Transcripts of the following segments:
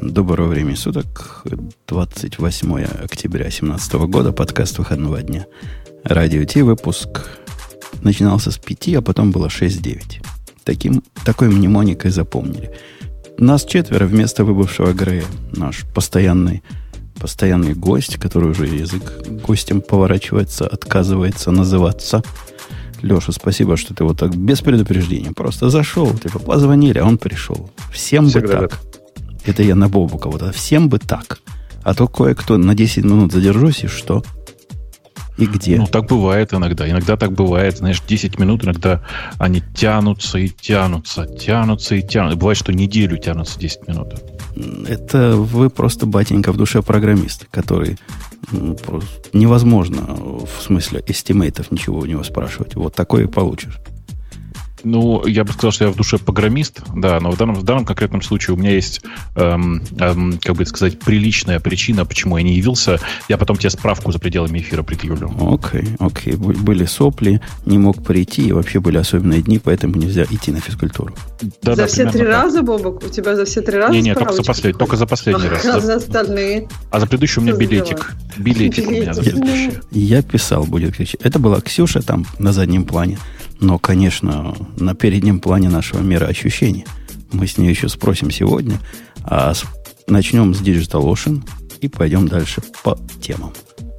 Доброго времени суток. 28 октября 2017 года. Подкаст выходного дня. Радио Ти. Выпуск начинался с 5, а потом было 6-9. Такой мнемоникой запомнили. Нас 4 вместо выбывшего Грея. Наш постоянный гость, который уже язык гостем поворачивается, отказывается называться. Леша, спасибо, что ты вот так без предупреждения просто зашел, типа позвонили, а он пришел. Всем всегда бы так. Это я на Бобу кого-то. Всем бы так. А то кое-кто на 10 минут задержусь, и что? И где? Ну, так бывает иногда. Иногда так бывает. Знаешь, 10 минут иногда они тянутся и тянутся. Бывает, что неделю тянутся 10 минут. Это вы просто, батенька, в душе программист, который невозможно, в смысле эстимейтов, ничего у него спрашивать. Вот такое и получишь. Ну, я бы сказал, что я в душе программист, да, но в данном конкретном случае у меня есть, как бы сказать, приличная причина, почему я не явился. Я потом тебе справку за пределами эфира предъявлю. Окей. Были сопли, не мог прийти, и вообще были особенные дни, поэтому нельзя идти на физкультуру. Да, за все 3 раза, Бобок? У тебя за все 3 раза Не, только за последний раз. А за остальные? А за предыдущий у меня билетик. Билетик у меня за предыдущий. Я писал, будет кричать. Это была Ксюша там на заднем плане. Но, конечно, на переднем плане нашего мира ощущений. Мы с ней еще спросим сегодня. А начнем с DigitalOcean и пойдем дальше по темам.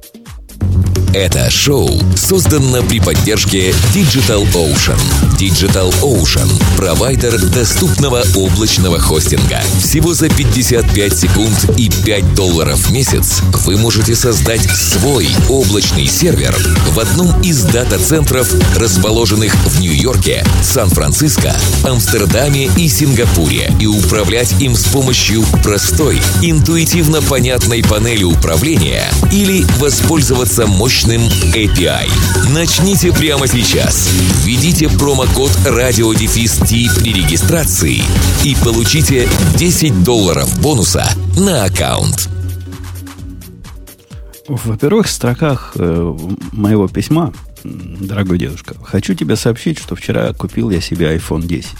Это шоу создано при поддержке DigitalOcean. DigitalOcean – провайдер доступного облачного хостинга. Всего за 55 секунд и $5 в месяц вы можете создать свой облачный сервер в одном из дата-центров, расположенных в Нью-Йорке, Сан-Франциско, Амстердаме и Сингапуре, и управлять им с помощью простой, интуитивно понятной панели управления или воспользоваться мощным API. Начните прямо сейчас. Введите промокод RadioDefist при регистрации и получите $10 бонуса на аккаунт. В первых строках моего письма, дорогой дедушка, хочу тебе сообщить, что вчера купил я себе iPhone 10.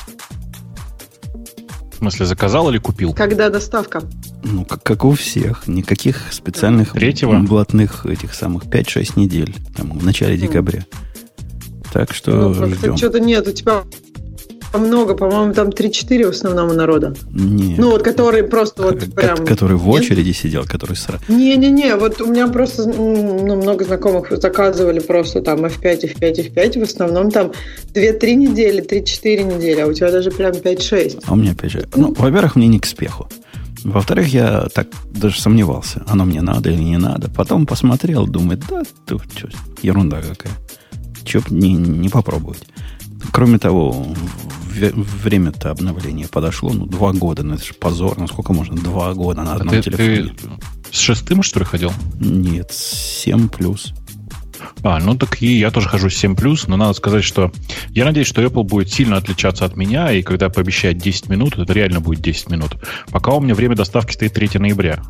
В смысле, заказал или купил? Когда доставка? Ну, как у всех. Никаких специальных блатных этих самых 5-6 недель. Там, в начале декабря. Так что ждем. Что-то нет, у тебя много, по-моему, там 3-4 в основном у народа. Нет. Ну, вот который просто вот прям... Который в очереди сидел, который сразу... Не-не-не, вот у меня просто много знакомых заказывали просто там F5. В основном там 2-3 недели, 3-4 недели, а у тебя даже прям 5-6. А у меня 5-6. Ну, во-первых, мне не к спеху. Во-вторых, я так даже сомневался, оно мне надо или не надо. Потом посмотрел, думаю, да, тут что, ерунда какая. Чё б не попробовать. Кроме того, время-то обновления подошло, 2 года, это же позор, сколько можно, 2 года на одном телефоне. Ты с 6, что ли, ходил? Нет, с 7+. Так и я тоже хожу с 7+, но надо сказать, что я надеюсь, что Apple будет сильно отличаться от меня, и когда пообещает 10 минут, это реально будет 10 минут. Пока у меня время доставки стоит 3 ноября.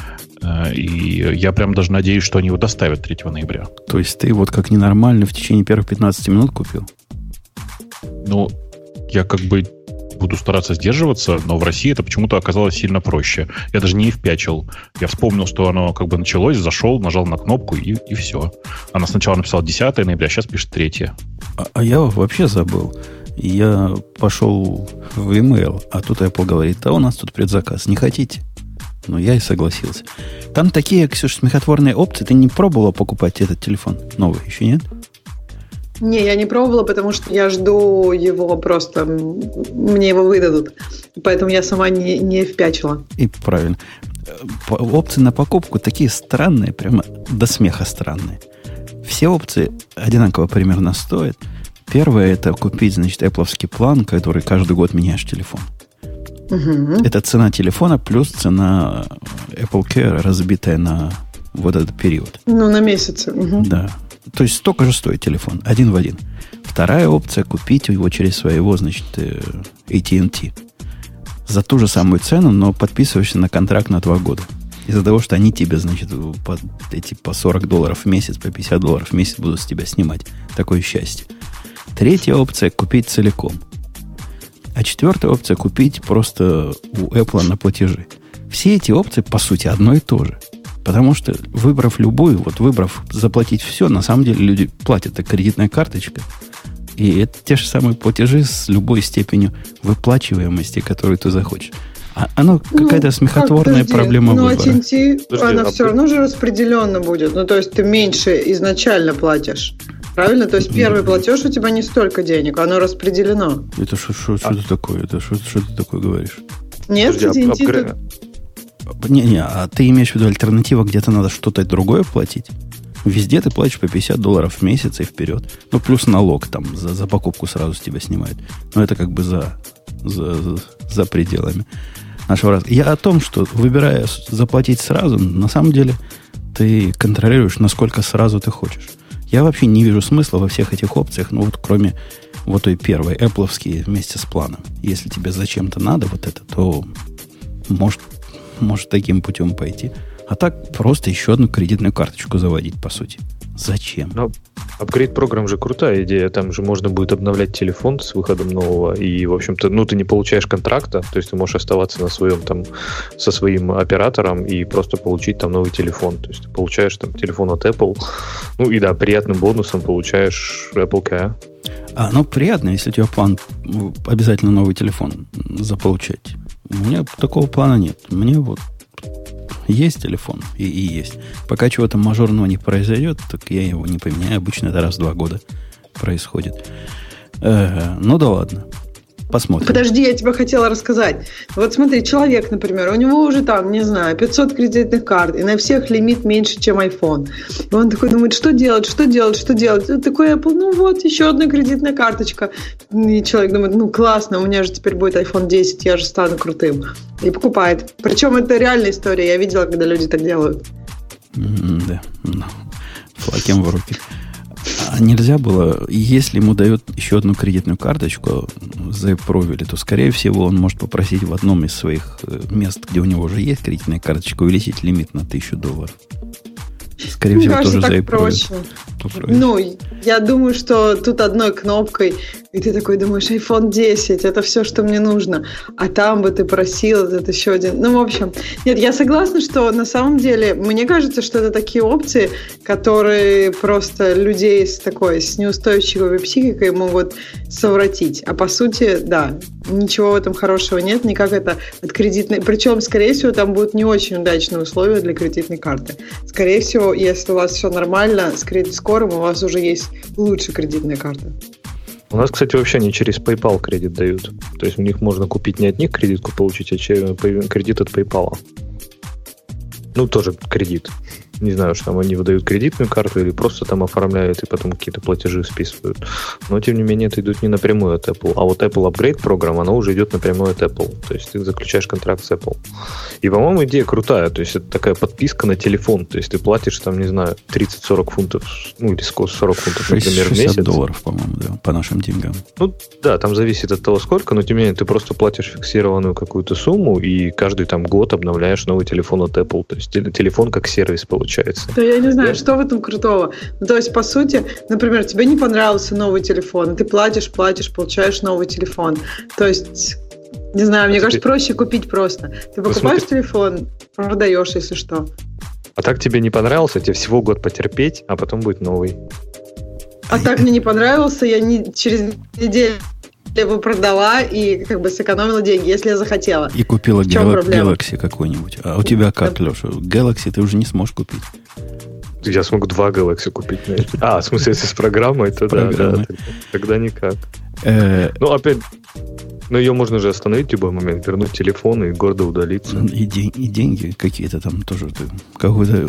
И я прям даже надеюсь, что они его доставят 3 ноября. То есть ты вот как ненормально в течение первых 15 минут купил? Ну, я как бы буду стараться сдерживаться, но в России это почему-то оказалось сильно проще. Я даже не впячил. Я вспомнил, что оно как бы началось, зашел, нажал на кнопку и все. Она сначала написала 10 ноября, сейчас пишет 3. А я вообще забыл. Я пошел в email, а тут Apple говорит, у нас тут предзаказ, не хотите? Ну, я и согласился. Там такие, Ксюша, смехотворные опции. Ты не пробовала покупать этот телефон новый? Еще нет? Не, я не пробовала, потому что я жду его просто, мне его выдадут. Поэтому я сама не впячила. И правильно. Опции на покупку такие странные, прямо до смеха странные. Все опции одинаково примерно стоят. Первое – это купить, значит, Apple'овский план, который каждый год меняешь телефон. Угу. Это цена телефона плюс цена Apple Care, разбитая на вот этот период. Ну, на месяц. Угу. Да. То есть столько же стоит телефон, один в один. Вторая опция – купить его через своего, значит, AT&T. За ту же самую цену, но подписываешься на контракт на 2 года. Из-за того, что они тебе, значит, по $40 в месяц, по $50 в месяц будут с тебя снимать. Такое счастье. Третья опция – купить целиком. А четвертая опция – купить просто у Apple на платежи. Все эти опции, по сути, одно и то же. Потому что, выбрав любую, выбрав заплатить все, на самом деле люди платят. Это кредитная карточка. И это те же самые платежи с любой степенью выплачиваемости, которую ты захочешь. Оно какая-то смехотворная проблема выбора. Ну, AT&T, она все равно же распределенно будет. Ну, то есть, ты меньше изначально платишь. Правильно? То есть, первый платеж у тебя не столько денег, оно распределено. Это что такое? Это что ты такое говоришь? Нет, AT&T... Не, а ты имеешь в виду альтернатива, где-то надо что-то другое платить? Везде ты платишь по $50 в месяц и вперед. Ну, плюс налог там за покупку сразу с тебя снимают. Но это как бы за пределами нашего раза. Я о том, что, выбирая заплатить сразу, на самом деле ты контролируешь, насколько сразу ты хочешь. Я вообще не вижу смысла во всех этих опциях, кроме той первой, Apple-овские вместе с планом. Если тебе зачем-то надо это, то может таким путем пойти. А так просто еще одну кредитную карточку заводить, по сути. Зачем? Но апгрейд-программ же крутая идея. Там же можно будет обновлять телефон с выходом нового. И, в общем-то, ты не получаешь контракта. То есть ты можешь оставаться на своем со своим оператором и просто получить там новый телефон. То есть ты получаешь там телефон от Apple. Ну и да, приятным бонусом получаешь Apple Care. Приятно, если у тебя план обязательно новый телефон заполучать. У меня такого плана нет. Мне есть телефон и есть. Пока чего-то мажорного не произойдет, так я его не поменяю. Обычно это раз в 2 года происходит. Ну да ладно. Посмотрим. Подожди, я тебе хотела рассказать. Вот смотри, человек, например, у него уже 500 кредитных карт, и на всех лимит меньше, чем iPhone. И он такой думает, что делать? И такой Apple, еще одна кредитная карточка. И человек думает, классно, у меня же теперь будет iPhone 10, я же стану крутым. И покупает. Причем это реальная история, я видела, когда люди так делают. Да, флакем в руки. А нельзя было, если ему дают еще одну кредитную карточку заапрувили, то, скорее всего, он может попросить в одном из своих мест, где у него уже есть кредитная карточка, увеличить лимит на $1000. Скорее всего, кажется, тоже так проще. Я думаю, что тут одной кнопкой, и ты такой думаешь, iPhone 10, это все, что мне нужно. А там бы ты просил этот еще один. В общем, нет, я согласна, что на самом деле, мне кажется, что это такие опции, которые просто людей с неустойчивой психикой могут совратить. А по сути, да, ничего в этом хорошего нет, никак это от кредитной... Причем, скорее всего, там будут не очень удачные условия для кредитной карты. Скорее всего, если у вас все нормально с кредит-скором, у вас уже есть лучше кредитная карта. У нас, кстати, вообще не через PayPal кредит дают. То есть у них можно купить не от них кредитку получить, а кредит от PayPal. Тоже кредит. Не знаю, что там они выдают кредитную карту или просто там оформляют и потом какие-то платежи списывают. Но, тем не менее, это идут не напрямую от Apple. А вот Apple Upgrade программа, она уже идет напрямую от Apple. То есть ты заключаешь контракт с Apple. И, по-моему, идея крутая. То есть это такая подписка на телефон. То есть ты платишь, 30-40 фунтов, или 40 фунтов, например, в месяц. $60, по-моему, да, по нашим деньгам. Да, там зависит от того, сколько, но, тем не менее, ты просто платишь фиксированную какую-то сумму и каждый год обновляешь новый телефон от Apple. То есть телефон как сервис получается. Да я не знаю, что в этом крутого. То есть, по сути, например, тебе не понравился новый телефон, ты платишь, получаешь новый телефон. То есть, не знаю, мне кажется, проще купить просто. Ты покупаешь телефон, продаешь, если что. А так тебе не понравился, тебе всего год потерпеть, а потом будет новый. А так мне не понравился, я через неделю его продала и сэкономила деньги, если я захотела. И купила Galaxy какой-нибудь. А у тебя как, Леша? Galaxy ты уже не сможешь купить. Я смогу 2 Galaxy купить. В смысле, если с программой, то да, тогда никак. Опять... ее можно же остановить в любой момент, вернуть телефон и гордо удалиться. И деньги какие-то там тоже. Ты какую-то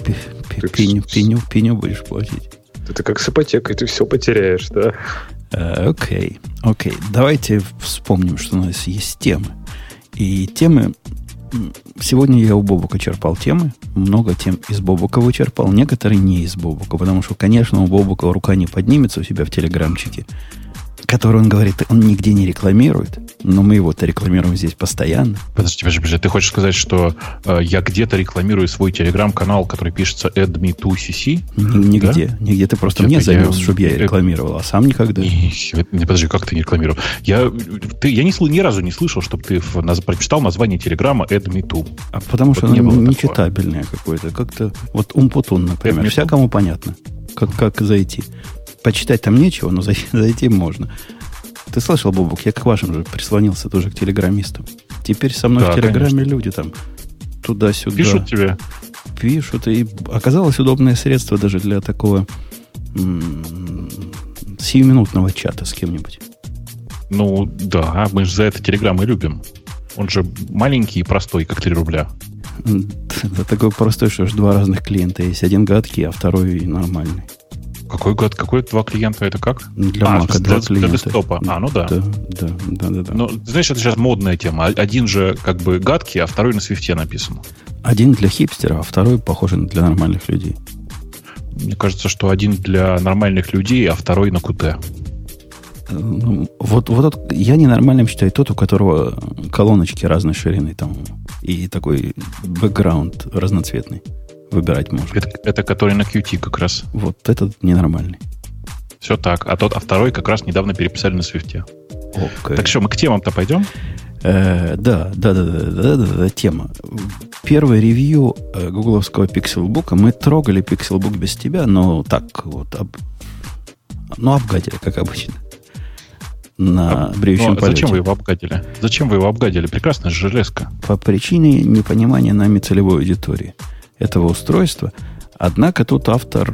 пеню будешь платить. Это как с ипотекой, ты все потеряешь, да? Окей. Давайте вспомним, что у нас есть темы. И темы... Сегодня я у Бобука черпал темы. Много тем из Бобука вычерпал. Некоторые не из Бобука. Потому что, конечно, у Бобука рука не поднимется у себя в телеграмчике который, он говорит, он нигде не рекламирует, но мы его-то рекламируем здесь постоянно. Подожди, ты хочешь сказать, что я где-то рекламирую свой телеграм-канал, который пишется AddMe2CC? Нигде. Да? Нигде. Ты просто мне завез, чтобы я рекламировал, а сам никогда. Подожди, как ты не рекламировал? Я ни разу не слышал, чтобы ты прочитал название телеграма AddMe2. А потому что оно нечитабельное какое-то. Как-то вот Умпутун, например. Всякому понятно, как зайти. Почитать там нечего, но зайти можно. Ты слышал, Бобук, я к вашим же прислонился тоже к телеграммистам. Теперь со мной в телеграме конечно. Люди там туда-сюда. Пишут тебе? Пишут. И оказалось удобное средство даже для такого сиюминутного чата с кем-нибудь. Ну, да, мы же за это телеграм и любим. Он же маленький и простой, как 3 рубля. Да, такой простой, что аж 2 разных клиента есть. Один гадкий, а второй нормальный. Какой 2 клиента? Это как? Для Мака 2 клиента. Для десктопа. Ну да. Да. Ну, знаешь, это сейчас модная тема. Один же как бы гадкий, а второй на свифте написан. Один для хипстеров, а второй, похоже, для нормальных людей. Мне кажется, что один для нормальных людей, а второй на QT. Вот я ненормальным считаю тот, у которого колоночки разной ширины там и такой бэкграунд разноцветный. Выбирать можно. Это который на Qt как раз. Вот этот ненормальный. Все так. А второй как раз недавно переписали на свифте. Okay. Так что, мы к темам-то пойдем? Да, тема. Первый ревью гугловского Pixelbook. Мы трогали Pixelbook без тебя, но так вот. Обгадили, как обычно. На бреющем полете. Зачем вы его обгадили? Прекрасная железка. По причине непонимания нами целевой аудитории этого устройства. Однако тут автор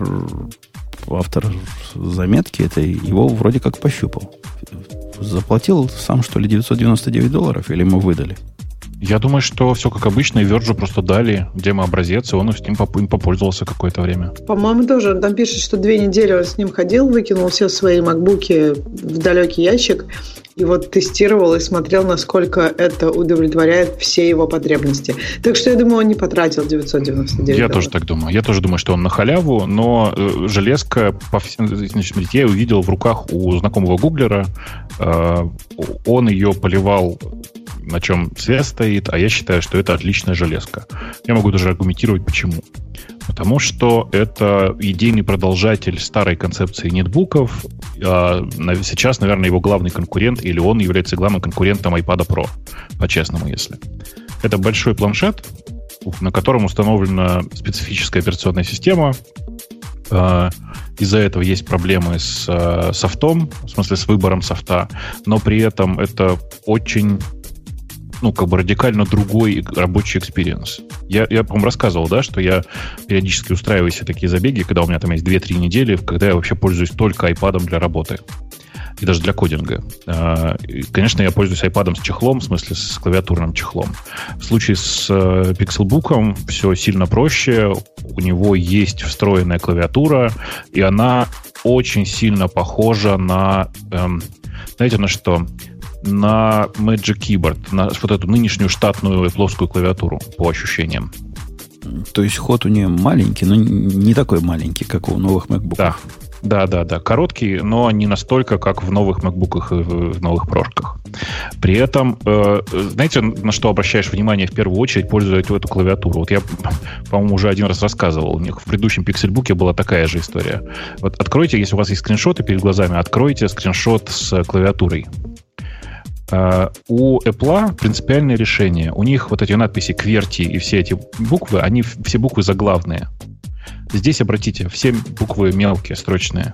заметки этой его вроде как пощупал. Заплатил сам, что ли, $999 или ему выдали? Я думаю, что все как обычно, и Verge просто дали демо-образец, и он им попользовался какое-то время. По-моему, тоже. Он там пишет, что 2 недели он с ним ходил, выкинул все свои макбуки в далекий ящик, и вот тестировал и смотрел, насколько это удовлетворяет все его потребности. Так что я думаю, он не потратил $999. Я тоже так думаю. Я тоже думаю, что он на халяву, но железка, значит, я ее увидел в руках у знакомого гуглера. Он ее поливал, на чем свет стоит, а я считаю, что это отличная железка. Я могу даже аргументировать, почему. Потому что это идейный продолжатель старой концепции нетбуков. Сейчас, наверное, его главный конкурент, или он является главным конкурентом iPad Pro, по-честному, если. Это большой планшет, на котором установлена специфическая операционная система. Из-за этого есть проблемы с софтом, в смысле с выбором софта, но при этом это очень... радикально другой рабочий экспириенс. Я по-моему, рассказывал, да, что я периодически устраиваю себе такие забеги, когда у меня там есть 2-3 недели, когда я вообще пользуюсь только iPad'ом для работы. И даже для кодинга. И, конечно, я пользуюсь iPad'ом с чехлом, в смысле с клавиатурным чехлом. В случае с Pixelbook'ом все сильно проще. У него есть встроенная клавиатура, и она очень сильно похожа на... знаете, на что? На Magic Keyboard, на вот эту нынешнюю штатную плоскую клавиатуру, по ощущениям. То есть ход у нее маленький, но не такой маленький, как у новых MacBook'ов. Да. Короткий, но не настолько, как в новых MacBook'ах и в новых прошках. При этом, знаете, на что обращаешь внимание в первую очередь, пользуясь эту клавиатуру? Вот я, по-моему, уже один раз рассказывал. У них в предыдущем Pixelbook'е была такая же история. Вот откройте, если у вас есть скриншоты перед глазами, откройте скриншот с клавиатурой. У Apple принципиальное решение. У них вот эти надписи QWERTY и все эти буквы, они все буквы заглавные. Здесь, обратите, все буквы мелкие, строчные.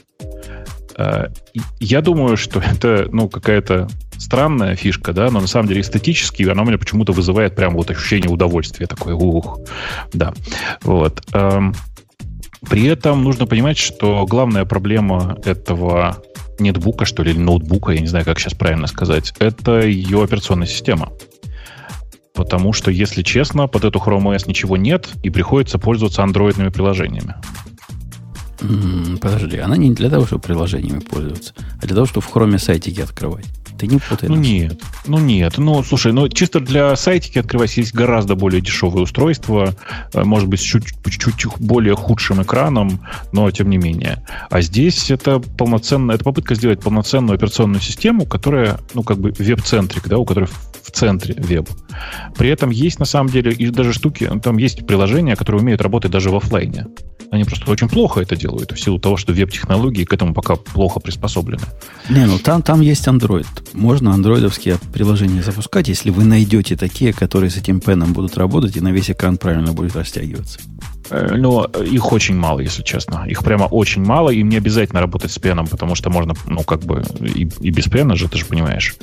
Я думаю, что это какая-то странная фишка, да, но на самом деле эстетически она у меня почему-то вызывает прям вот ощущение удовольствия. Такое, да. Вот. При этом нужно понимать, что главная проблема этого нетбука, что ли, или ноутбука, я не знаю, как сейчас правильно сказать, это ее операционная система. Потому что, если честно, под эту Chrome OS ничего нет, и приходится пользоваться андроидными приложениями. Подожди, она не для того, чтобы приложениями пользоваться, а для того, чтобы в Chrome сайтики открывать. Ты не путай. Нет. Слушай, чисто для сайтики открывать есть гораздо более дешевые устройства, может быть, с чуть более худшим экраном, но тем не менее. А здесь это попытка сделать полноценную операционную систему, которая, веб-центрик, да, у которой в центре веб. При этом есть, на самом деле, и даже штуки, там есть приложения, которые умеют работать даже в офлайне. Они просто очень плохо это делают, в силу того, что веб-технологии к этому пока плохо приспособлены. Там есть Android. Можно андроидовские приложения запускать, если вы найдете такие, которые с этим пеном будут работать, и на весь экран правильно будет растягиваться. Но их очень мало, если честно. Их прямо очень мало, им не обязательно работать с пеном, потому что можно, и без пена же, ты же понимаешь.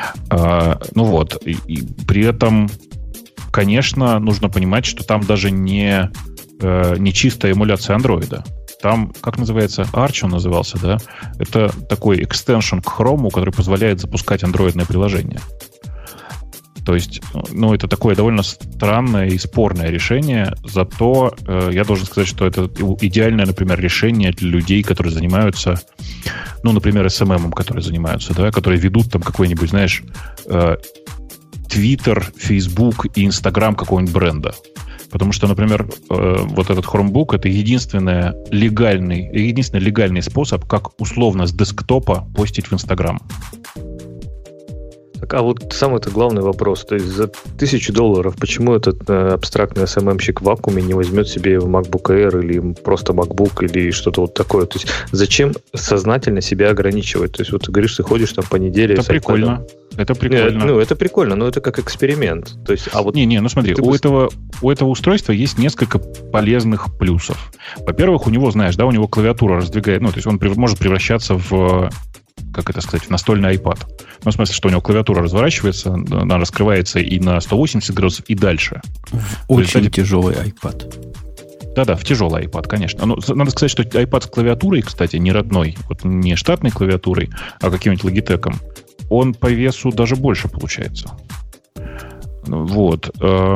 И при этом, конечно, нужно понимать, что там даже не чистая эмуляция андроида. Там, как называется, Arch он назывался, да? Это такой экстеншн к Chrome, который позволяет запускать андроидное приложение. То есть, это такое довольно странное и спорное решение, зато я должен сказать, что это идеальное, например, решение для людей, которые занимаются, например, SMM, которые занимаются, да, которые ведут там какой-нибудь, знаешь, Twitter, Facebook и Instagram какого-нибудь бренда. Потому что, например, вот этот Chromebook — это единственный легальный способ, как условно с десктопа постить в Instagram. Так, а вот самый-то главный вопрос. То есть за $1000 почему этот абстрактный SMM-щик в вакууме не возьмет себе MacBook Air или просто MacBook или что-то вот такое? То есть зачем сознательно себя ограничивать? То есть вот ты говоришь, ты ходишь там по неделе... Это прикольно. Это прикольно. Это прикольно, но это как эксперимент. То есть, смотри, у этого устройства есть несколько полезных плюсов. Во-первых, у него, знаешь, да, у него клавиатура раздвигает, то есть он может превращаться в, в настольный iPad. В смысле, что у него клавиатура разворачивается, она раскрывается и на 180 градусов, и дальше. Очень тяжелый iPad. Да, в тяжелый iPad, конечно. Но надо сказать, что iPad с клавиатурой, кстати, не родной, вот не штатной клавиатурой, а каким-нибудь Logitech, он по весу даже больше получается. Вот.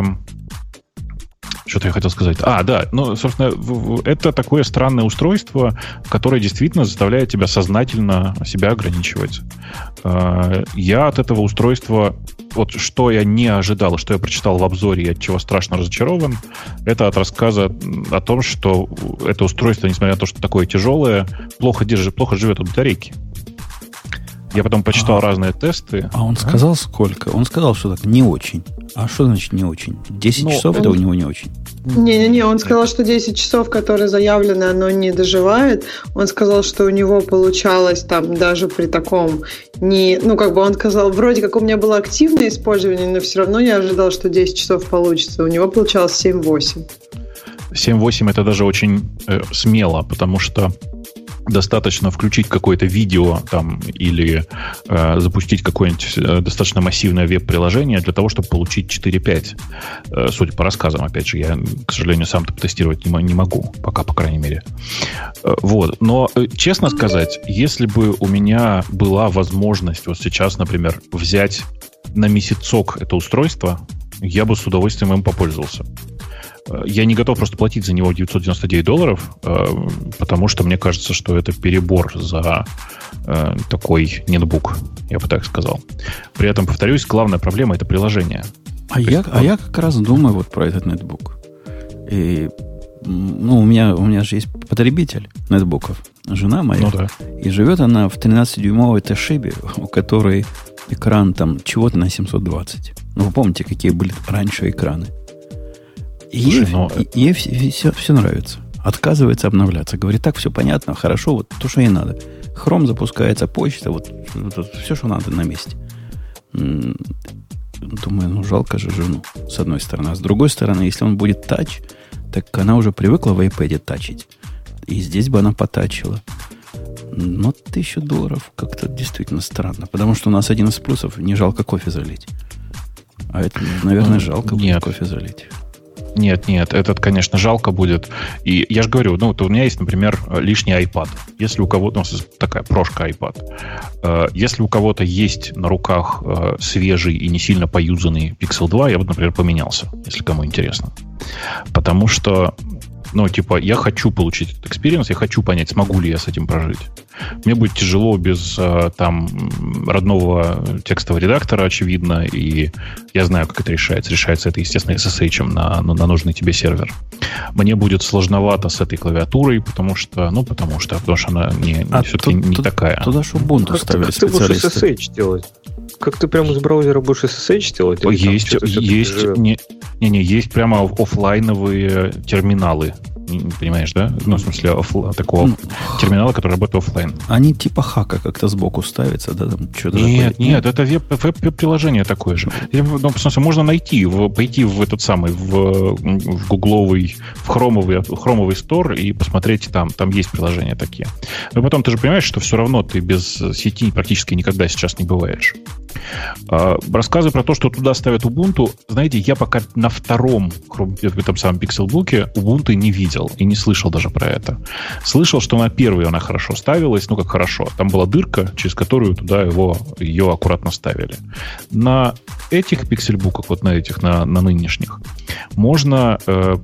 Что-то я хотел сказать. Собственно, это такое странное устройство, которое действительно заставляет тебя сознательно себя ограничивать. Я от этого устройства, вот что я не ожидал, что я прочитал в обзоре и от чего страшно разочарован, это от рассказа о том, что это устройство, несмотря на то, что такое тяжелое, плохо живет от батарейки. Я потом почитал разные тесты. А он сказал сколько? Он сказал, что так не очень. А что значит не очень? 10 часов это у него не очень? Не-не-не, он сказал, что 10 часов, которые заявлены, оно не доживает. Он сказал, что у него получалось там даже при таком он сказал, вроде как у меня было активное использование, но все равно я ожидал, что 10 часов получится. У него получалось 7-8. 7-8 это даже очень смело, потому что достаточно включить какое-то видео там, или запустить какое-нибудь достаточно массивное веб-приложение для того, чтобы получить 4-5. Судя по рассказам, опять же, я, к сожалению, сам-то потестировать не могу, пока, по крайней мере. Вот. Но, честно сказать, если бы у меня была возможность вот сейчас, например, взять на месяцок это устройство, я бы с удовольствием им попользовался. Я не готов просто платить за него $999, потому что мне кажется, что это перебор за такой нетбук, я бы так сказал. При этом, повторюсь, главная проблема — это приложение. Я как раз думаю вот про этот нетбук. И, у меня же есть потребитель нетбуков, жена моя, и живет она в 13-дюймовой Toshiba, у которой экран там чего-то на 720. Вы помните, какие были раньше экраны? Ей все нравится. Отказывается обновляться. Говорит, так все понятно, хорошо, вот то, что ей надо. Chrome запускается, почта, вот все, что надо на месте. Думаю, жалко же жену, с одной стороны. А с другой стороны, если он будет тач, так она уже привыкла в iPad тачить. И здесь бы она потачила. Но $1000 как-то действительно странно. Потому что у нас один из плюсов — не жалко кофе залить. А это, наверное, жалко будет кофе залить. Нет, этот, конечно, жалко будет. И я же говорю, у меня есть, например, лишний iPad. Если у кого-то, такая прошка iPad. Если у кого-то есть на руках свежий и не сильно поюзанный Pixel 2, я бы, например, поменялся, если кому интересно. Потому что Ну, типа, я хочу получить этот экспириенс, я хочу понять, смогу ли я с этим прожить. Мне будет тяжело без там родного текстового редактора, очевидно, и я знаю, как это решается. Решается это, естественно, SSH на нужный тебе сервер. Мне будет сложновато с этой клавиатурой, потому что она все-таки не такая. Туда же Ubuntu ставили специалисты. Как ты будешь SSH делать? Как ты прямо из браузера будешь SSH делать? Есть прямо офлайновые терминалы. Понимаешь, да? Ну, в смысле, такого терминала, который работает офлайн. Они типа хака как-то сбоку ставятся, да? Там что-то нет, это веб-приложение такое же. Ну, в смысле, можно пойти в этот самый, в гугловый, в хромовый стор и посмотреть там есть приложения такие. Но потом ты же понимаешь, что все равно ты без сети практически никогда сейчас не бываешь. Рассказы про то, что туда ставят Ubuntu, знаете, я пока на втором в этом самом Pixelbook Ubuntu не видел и не слышал даже про это. Слышал, что на первой она хорошо ставилась, ну как хорошо. Там была дырка, через которую туда ее аккуратно ставили. На этих Pixelbook'ах, вот на этих, на нынешних, можно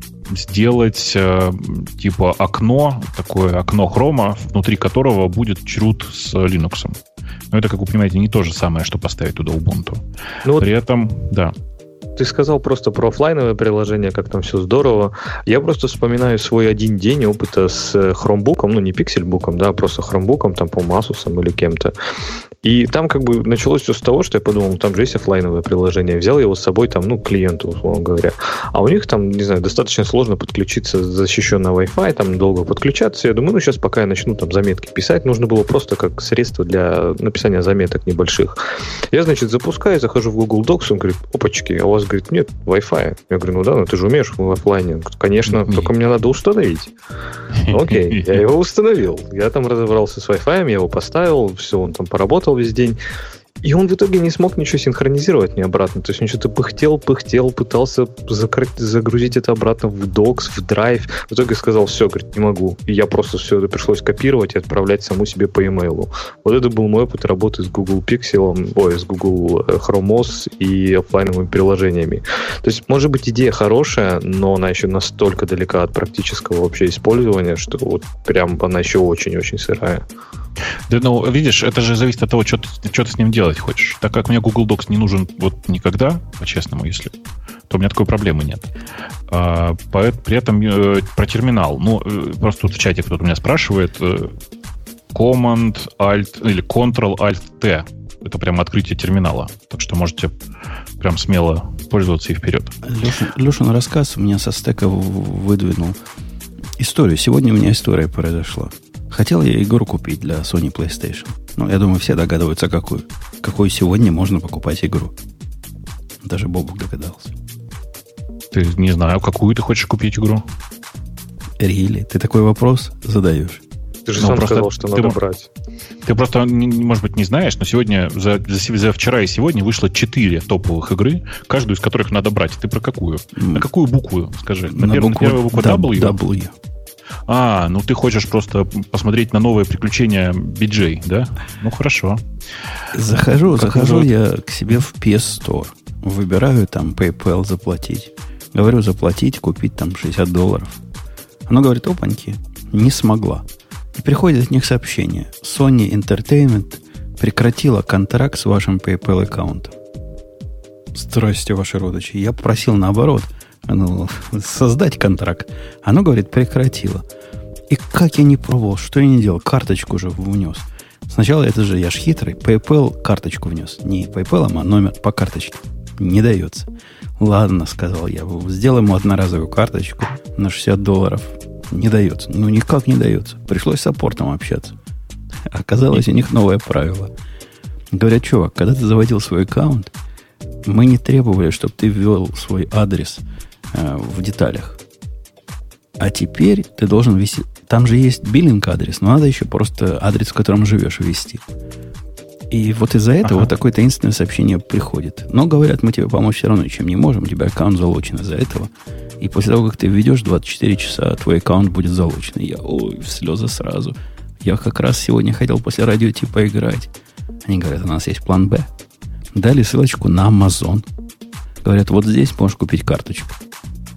сделать типа такое окно хрома, внутри которого будет чрут с Linux. Но это, как вы понимаете, не то же самое, что поставить туда Ubuntu. При этом, да. Ты сказал просто про офлайновое приложение, как там все здорово. Я просто вспоминаю свой один день опыта с Chromebook'ом, ну не Pixelbook'ом, да, а просто Chromebook'ом, там по Asus'ом или кем-то. И там как бы началось все с того, что я подумал, там же есть офлайновое приложение. Взял его с собой там, клиенту, условно говоря. А у них там, не знаю, достаточно сложно подключиться защищенно Wi-Fi, там долго подключаться. Я думаю, сейчас пока я начну там заметки писать, нужно было просто как средство для написания заметок небольших. Я, значит, запускаю, захожу в Google Docs, он говорит, опачки, а у вас, говорит, нет Wi-Fi. Я говорю, да, ты же умеешь в офлайне. Он говорит, конечно, только мне надо установить. Окей, я его установил. Я там разобрался с Wi-Fi, я его поставил, все, он там поработал весь день. И он в итоге не смог ничего синхронизировать мне обратно. То есть он что-то пыхтел, пытался загрузить это обратно в Docs, в Drive. В итоге сказал, все, говорит, не могу. И я просто все это пришлось копировать и отправлять саму себе по e-mail. Вот это был мой опыт работы с Google Pixel, с Google Chrome OS и офлайновыми приложениями. То есть, может быть, идея хорошая, но она еще настолько далека от практического вообще использования, что вот прям она еще очень-очень сырая. Да, видишь, это же зависит от того, что ты с ним делать хочешь. Так как мне Google Docs не нужен вот никогда, по-честному, если, то у меня такой проблемы нет. При этом про терминал. Просто тут в чате кто-то меня спрашивает. Command-Alt или Ctrl-Alt-T. Это прямо открытие терминала. Так что можете прям смело пользоваться и вперед. Лешин рассказ у меня со стека выдвинул историю. Сегодня у меня история произошла. Хотел я игру купить для Sony PlayStation. Я думаю, все догадываются, какую. Какую сегодня можно покупать игру. Даже Бобук догадался. Ты не знаю, какую ты хочешь купить игру? Рили, ты такой вопрос задаешь. Ты же сам сказал, что надо брать. Ты просто, может быть, не знаешь, но сегодня, за вчера и сегодня вышло 4 топовых игры, каждую из которых надо брать. Ты про какую? На какую букву, скажи? На первую букву W? W. Ты хочешь просто посмотреть на новые приключения BJ, да? Хорошо. Захожу я к себе в PS Store. Выбираю там PayPal заплатить. Говорю заплатить, купить там $60. Оно говорит, опаньки, не смогла. И приходит от них сообщение. Sony Entertainment прекратила контракт с вашим PayPal аккаунтом. Здрасте, ваши родичи. Я просил наоборот создать контракт. Оно, говорит, прекратило. И как я не пробовал, что я не делал, карточку же внес. Сначала я ж хитрый, PayPal карточку внес. Не PayPal, а номер по карточке. Не дается. Ладно, сказал я, сделаем ему одноразовую карточку на $60. Не дается. Никак не дается. Пришлось с саппортом общаться. Оказалось, у них новое правило. Говорят, чувак, когда ты заводил свой аккаунт, мы не требовали, чтобы ты ввел свой адрес в деталях. А теперь ты должен ввести... Там же есть биллинг-адрес, но надо еще просто адрес, в котором живешь, ввести. И вот из-за этого вот такое таинственное сообщение приходит. Но говорят, мы тебе помочь все равно ничем не можем. У тебя аккаунт залочен из-за этого. И после того, как ты введешь 24 часа, твой аккаунт будет залочен. И я, в слезы сразу. Я как раз сегодня хотел после радио типа играть. Они говорят, у нас есть план Б. Дали ссылочку на Amazon. Говорят, вот здесь можешь купить карточку. А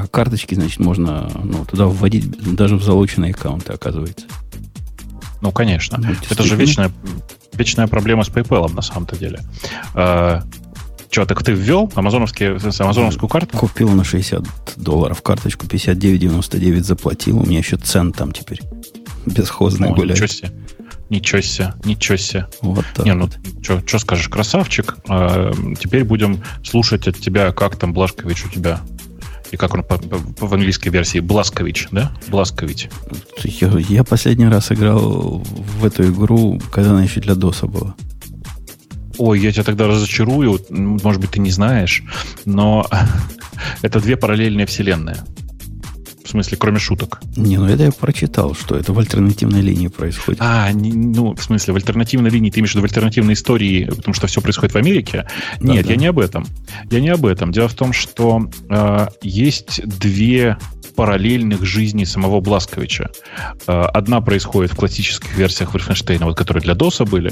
А карточки, значит, можно туда вводить даже в залоченные аккаунты, оказывается. Ну, конечно. Это же вечная проблема с PayPal на самом-то деле. Что, так ты ввел амазоновскую карту? Купил на $60 карточку, $59.99 заплатил. У меня еще цен там теперь бесхозный гуляет. Ничего себе. Вот так. Что скажешь, красавчик. Теперь будем слушать от тебя, как там Блашкович у тебя. И как он в английской версии? Бласкович, да? Бласкович. Я последний раз играл в эту игру, когда она еще для DOS была. Ой, я тебя тогда разочарую. Может быть, ты не знаешь. Но это две параллельные вселенные. В смысле, кроме шуток. Это я прочитал, что это в альтернативной линии происходит. В смысле, в альтернативной линии ты имеешь в виду в альтернативной истории, потому что все происходит в Америке? Да, нет, да. Я не об этом. Дело в том, что есть две параллельных жизни самого Бласковича. Одна происходит в классических версиях Wolfenstein, которые для DOS были,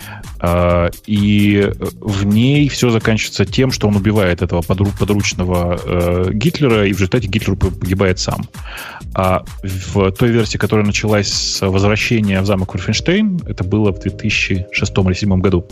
и в ней все заканчивается тем, что он убивает этого подручного Гитлера, и в результате Гитлер погибает сам. А в той версии, которая началась с возвращения в замок Wolfenstein, это было в 2006 или 2007 году,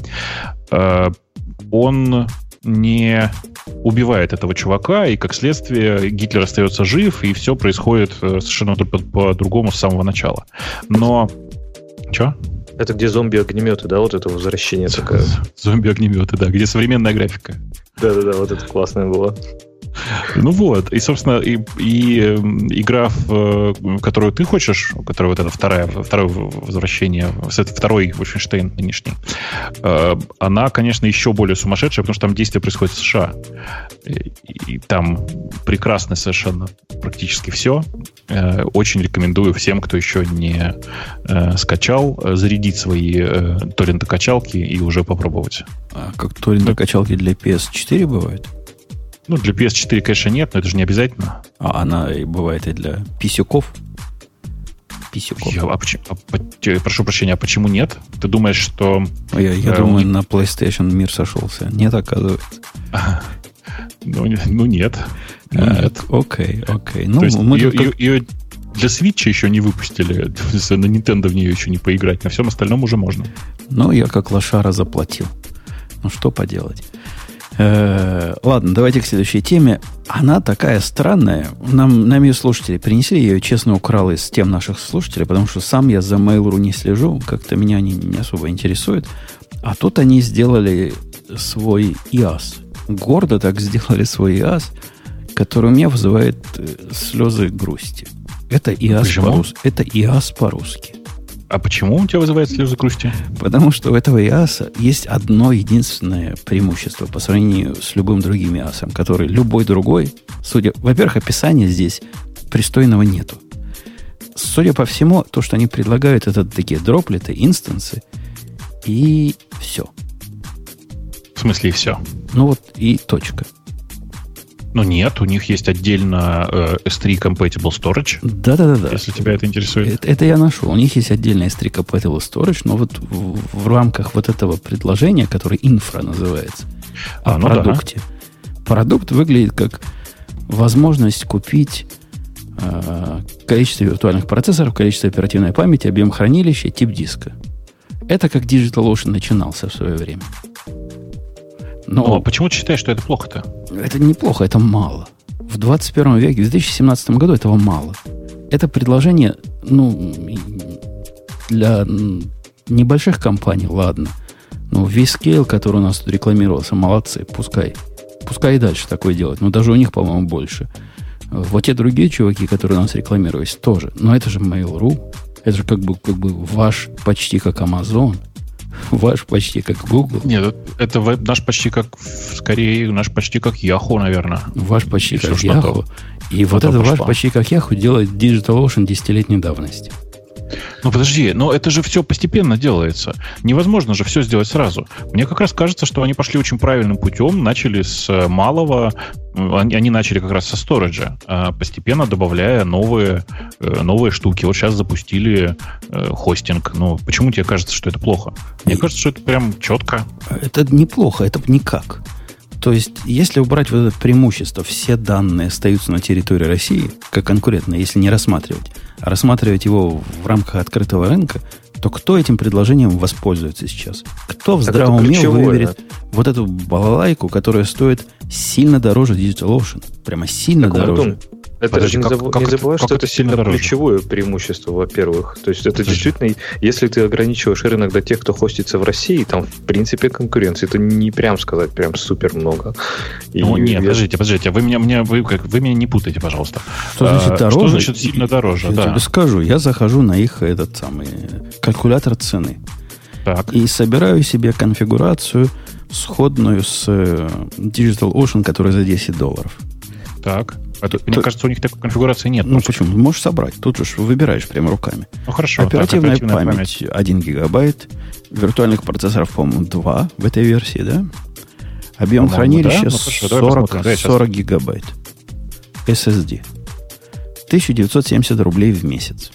он не убивает этого чувака, и как следствие Гитлер остается жив, и все происходит совершенно по-другому с самого начала. Но... Че? Это где зомби-огнеметы, да, вот это возвращение такое? Зомби-огнеметы, да, где современная графика. Да-да-да, вот это классное было. И, собственно, и игра, которую ты хочешь, которая вот это второе возвращение, второй Wolfenstein нынешний, она, конечно, еще более сумасшедшая, потому что там действие происходит в США. И там прекрасно совершенно практически все. Очень рекомендую всем, кто еще не скачал, зарядить свои торрентокачалки и уже попробовать. А как торрентокачалки для PS4 бывают? Для PS4, конечно, нет, но это же не обязательно. А она и бывает и для писюков? Прошу прощения, а почему нет? Ты думаешь, что... Я думаю, на PlayStation мир сошелся. Нет, оказывается. Нет. Окей. Ее для Switch еще не выпустили. На Nintendo в нее еще не поиграть. На всем остальном уже можно. Я как лошара заплатил. Что поделать? Ладно, давайте к следующей теме. Она такая странная. Нам ее слушатели принесли, я ее честно украл из тем наших слушателей, потому что сам я за Mail.ru не слежу, как-то меня они не особо интересуют. А тут они сделали свой IaaS. Гордо так сделали свой IaaS, который у меня вызывает слезы грусти. Это IaaS по-русски. А почему у тебя вызывает слезы грусти? Потому что у этого IaaS есть одно единственное преимущество по сравнению с любым другим IaaS, который любой другой, во-первых, описания здесь пристойного нету. Судя по всему, то, что они предлагают, это такие дроплеты, инстансы, и все. В смысле и все? И точка. Нет, у них есть отдельно S3 Compatible Storage. Да. Если тебя это интересует. Это я нашел. У них есть отдельно S3 Compatible Storage, но вот в рамках вот этого предложения, которое инфра называется, о продукте. Да. Продукт выглядит как возможность купить количество виртуальных процессоров, количество оперативной памяти, объем хранилища, тип диска. Это как DigitalOcean начинался в свое время. Но почему ты считаешь, что это плохо-то? Это неплохо, это мало. В 21 веке, в 2017 году этого мало. Это предложение, для небольших компаний, ладно. Vscale, который у нас тут рекламировался, молодцы, пускай и дальше такое делать. Но даже у них, по-моему, больше. Вот те другие чуваки, которые у нас рекламировались, тоже. Но это же Mail.ru. Это же как бы ваш почти как Amazon. Ваш почти как Google. Нет, это наш почти как Yahoo, наверное. Ваш почти как Yahoo. И вот это ваш почти как Yahoo делает DigitalOcean 10-летней давности. Подожди, это же все постепенно делается. Невозможно же все сделать сразу. Мне как раз кажется, что они пошли очень правильным путем, начали с малого, они начали как раз со сториджа, постепенно добавляя новые штуки. Вот сейчас запустили хостинг. Почему тебе кажется, что это плохо? Мне кажется, что это прям четко. Это неплохо, это никак. То есть, если убрать вот это преимущество, все данные остаются на территории России, как конкурентно, если не рассматривать, а рассматривать его в рамках открытого рынка, то кто этим предложением воспользуется сейчас? Кто в здравом уме выберет вот эту балалайку, которая стоит сильно дороже DigitalOcean? Прямо сильно дороже. Это подожди, не забывай, что это сильно ключевое преимущество, во-первых. То есть это действительно, если ты ограничиваешь рынок до тех, кто хостится в России, там в принципе конкуренции, это не прям сказать, прям супер много. Нет, подождите, вы меня не путайте, пожалуйста. Что значит дороже? Что значит сильно дороже? Я тебе скажу, я захожу на их этот самый калькулятор цены. Так. И собираю себе конфигурацию, сходную с DigitalOcean, которая за $10. Так. Мне кажется, у них такой конфигурации нет. Ну, почему? Можешь собрать. Тут же выбираешь прямо руками. Ну, хорошо. Оперативная память 1 гигабайт. Виртуальных процессоров, по-моему, 2 в этой версии, да? Объем хранилища 40 гигабайт. SSD. 1970 рублей в месяц.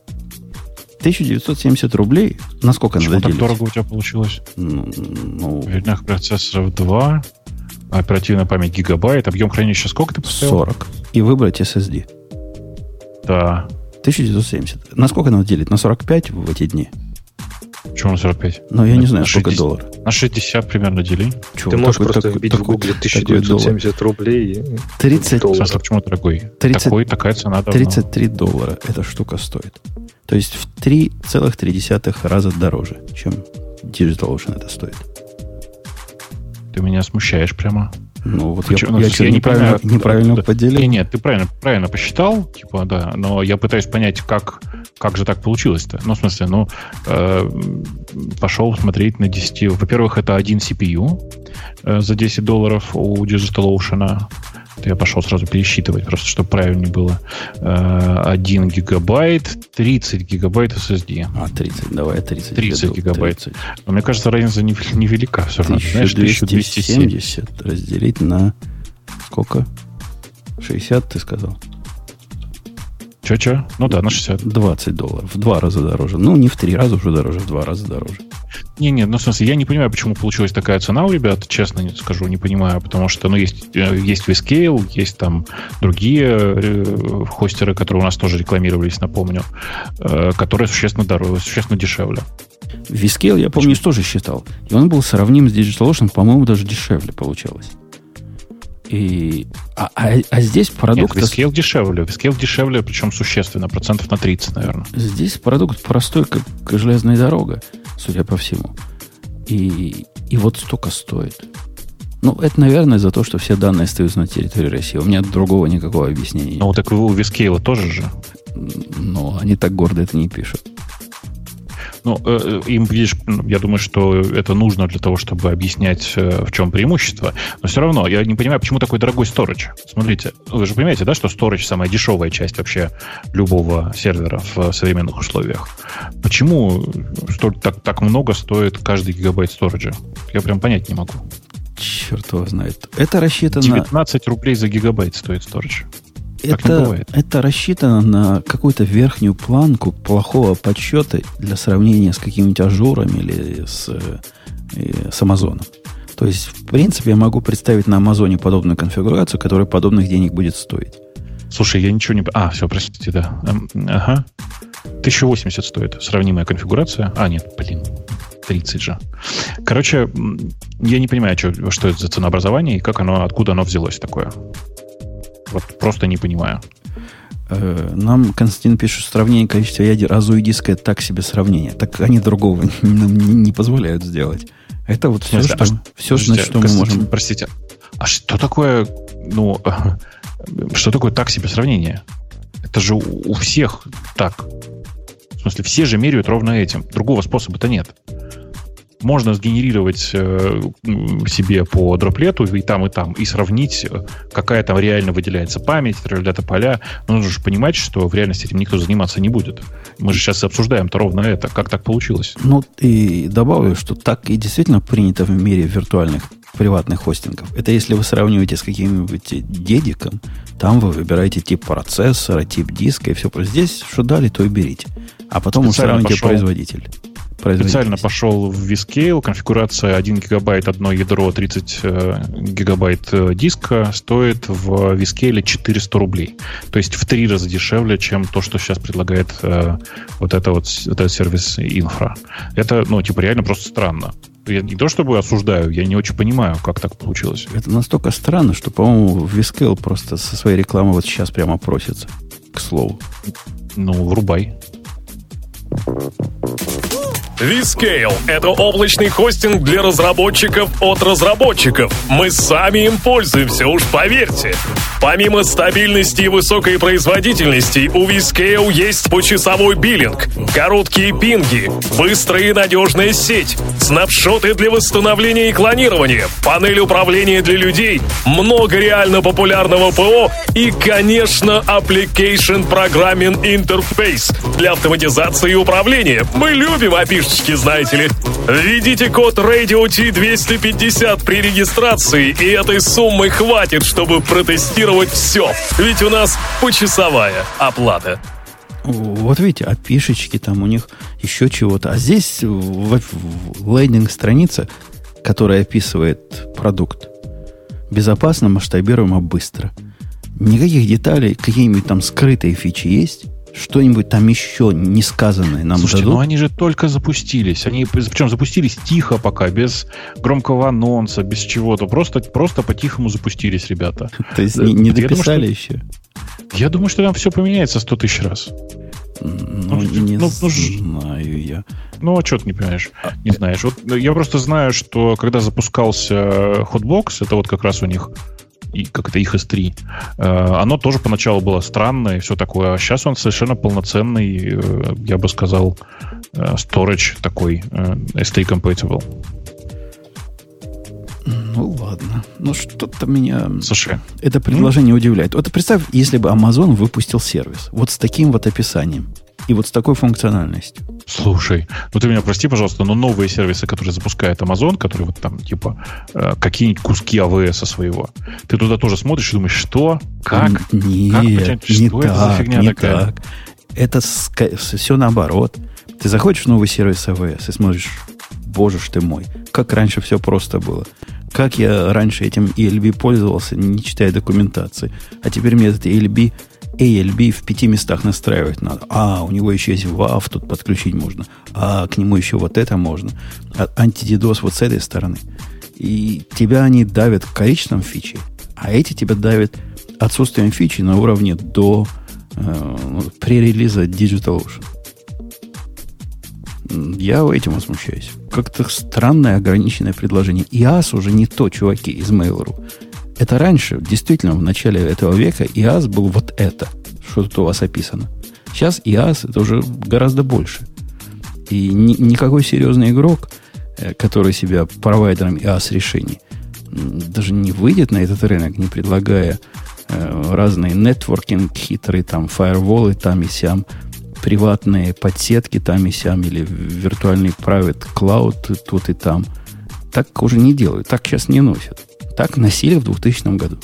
1970 рублей? Насколько надо делить? Так дорого у тебя получилось? Виртуальных процессоров 2... Оперативная память гигабайт, объем хранилища сколько ты поставил? 40. И выбрать SSD. Да. 1970. На сколько надо делить? На 45 в эти дни? Почему на 45? Ну, я не знаю, сколько долларов. На 60 примерно дели. Чего? Ты можешь просто вбить в гугле 1970 рублей. 30 долларов. Почему дорогой? Такая цена давно. $33 эта штука стоит. То есть в 3,3 раза дороже, чем DigitalOcean это стоит. Ты меня смущаешь прямо. Ну, вот я неправильно поделил. Нет, ты правильно посчитал, типа, да, но я пытаюсь понять, как же так получилось-то. Ну, в смысле, пошел смотреть на 10. Во-первых, это один CPU за $10 у DigitalOcean. Я пошел сразу пересчитывать, просто чтобы правильнее было. 1 гигабайт, 30 гигабайт SSD. 30, давай 30. 30 гигабайт. 30. Но мне кажется, разница невелика все равно. 1270 разделить на сколько? 60, ты сказал? Че? Ну да, на 60. $20. В 2 раза дороже. Ну, не в 3 раза уже дороже, в 2 раза дороже. Не, ну, в смысле, я не понимаю, почему получилась такая цена у ребят, честно скажу, не понимаю, потому что, есть Vscale, есть там другие хостеры, которые у нас тоже рекламировались, напомню, которые существенно дороже, существенно дешевле. Vscale, я помню, тоже считал. И он был сравним с DigitalOcean, по-моему, даже дешевле получалось. А здесь продукт... Нет, Vscale дешевле, причем существенно, процентов на 30, наверное. Здесь продукт простой, как железная дорога, судя по всему. И вот столько стоит. Ну, это, наверное, за то, что все данные остаются на территории России. У меня другого никакого объяснения нет. Ну, так у Vscale тоже же. Ну, они так гордо это не пишут. Ну, им, видишь, я думаю, что это нужно для того, чтобы объяснять, в чем преимущество. Но все равно, я не понимаю, почему такой дорогой storage. Смотрите, вы же понимаете, да, что storage самая дешевая часть вообще любого сервера в современных условиях. Почему так много стоит каждый гигабайт сториджа? Я прям понять не могу. Черт его знает. Это рассчитано... 19 рублей за гигабайт стоит storage. Это рассчитано на какую-то верхнюю планку плохого подсчета для сравнения с какими-нибудь ажурами или с Амазоном. То есть, в принципе, я могу представить на Амазоне подобную конфигурацию, которая подобных денег будет стоить. Слушай, я ничего не... все, простите, да. Ага. 1080 стоит сравнимая конфигурация. Нет, 30 же. Короче, я не понимаю, что это за ценообразование и откуда оно взялось такое. Вот просто не понимаю. Нам Константин пишет, сравнение количества ядер АЗУ и диска так себе сравнение. Так они другого нам не позволяют сделать. Это вот все, что мы можем... Простите, а что такое, что такое так себе сравнение? Это же у всех так. В смысле, все же меряют ровно этим. Другого способа-то нет. Можно сгенерировать себе по дроплету и там, и сравнить, какая там реально выделяется память, дата-поля. Но нужно же понимать, что в реальности этим никто заниматься не будет. Мы же сейчас обсуждаем-то ровно это. Как так получилось? Ну, и добавлю, что так и действительно принято в мире виртуальных приватных хостингов. Это если вы сравниваете с каким-нибудь дедиком, там вы выбираете тип процессора, тип диска и все. Здесь что дали, то и берите. А потом уже сравните производитель. специально пошел в Vscale, конфигурация 1 гигабайт одно ядро, 30 гигабайт диска стоит в Vscale 400 рублей. То есть в 3 раза дешевле, чем то, что сейчас предлагает вот этот сервис инфра. Это, реально просто странно. Я не то чтобы осуждаю, я не очень понимаю, как так получилось. Это настолько странно, что, по-моему, Vscale просто со своей рекламой вот сейчас прямо просится, к слову. Врубай. Vscale – это облачный хостинг для разработчиков от разработчиков. Мы сами им пользуемся, уж поверьте. Помимо стабильности и высокой производительности, у Vscale есть почасовой биллинг, короткие пинги, быстрая и надежная сеть, снапшоты для восстановления и клонирования, панель управления для людей, много реально популярного ПО и, конечно, Application Programming Interface для автоматизации и управления. Мы любим API-шечки, знаете ли. Введите код RadioT250 при регистрации, и этой суммы хватит, чтобы протестировать все. Ведь у нас почасовая оплата. Вот видите, API-шечки там у них еще чего-то. А здесь лендинг-страница, которая описывает продукт. Безопасно, масштабируемо, быстро. Никаких деталей, какие-нибудь там скрытые фичи есть? Что-нибудь там еще не сказанное нам Слушайте, дадут? они же только запустились. Причем запустились тихо пока, без громкого анонса, без чего-то. Просто по-тихому запустились ребята. То есть не дописали еще? Я думаю, что там все поменяется 100 тысяч раз. Не знаю я. А что ты не понимаешь? Не знаешь. Вот я просто знаю, что когда запускался Hotbox, это вот как раз у них как это их S3, оно тоже поначалу было странное и все такое, а сейчас он совершенно полноценный, я бы сказал, storage такой, S3 compatible. Ладно. Что-то меня... Слушай. Это предложение удивляет. Вот представь, если бы Amazon выпустил сервис вот с таким вот описанием и вот с такой функциональностью. Слушай, ты меня прости, пожалуйста, но новые сервисы, которые запускает Amazon, которые вот там, какие-нибудь куски AWS своего, ты туда тоже смотришь и думаешь, что? Как? Нет, что это за фигня такая? Так. Это все наоборот. Ты заходишь в новый сервис AWS и смотришь, боже ж ты мой, как раньше все просто было. Как я раньше этим ELB пользовался, не читая документации. А теперь мне этот ELB в 5 местах настраивать надо. У него еще есть WAV, тут подключить можно. К нему еще вот это можно. Антидидос вот с этой стороны. И тебя они давят количеством фичей, а эти тебя давят отсутствием фичи на уровне до пререлиза DigitalOcean. Я этим возмущаюсь. Как-то странное ограниченное предложение. IaaS уже не то, чуваки, из Mail.ru. Это раньше, действительно, в начале этого века IaaS был вот это, что тут у вас описано. Сейчас IaaS это уже гораздо больше. И никакой серьезный игрок, который себя провайдером IaaS решений, даже не выйдет на этот рынок, не предлагая разные нетворкинг хитрые, там, фаерволы там и сям, приватные подсетки там и сям, или виртуальный private cloud тут и там. Так уже не делают, так сейчас не носят. Так носили в 2000 году.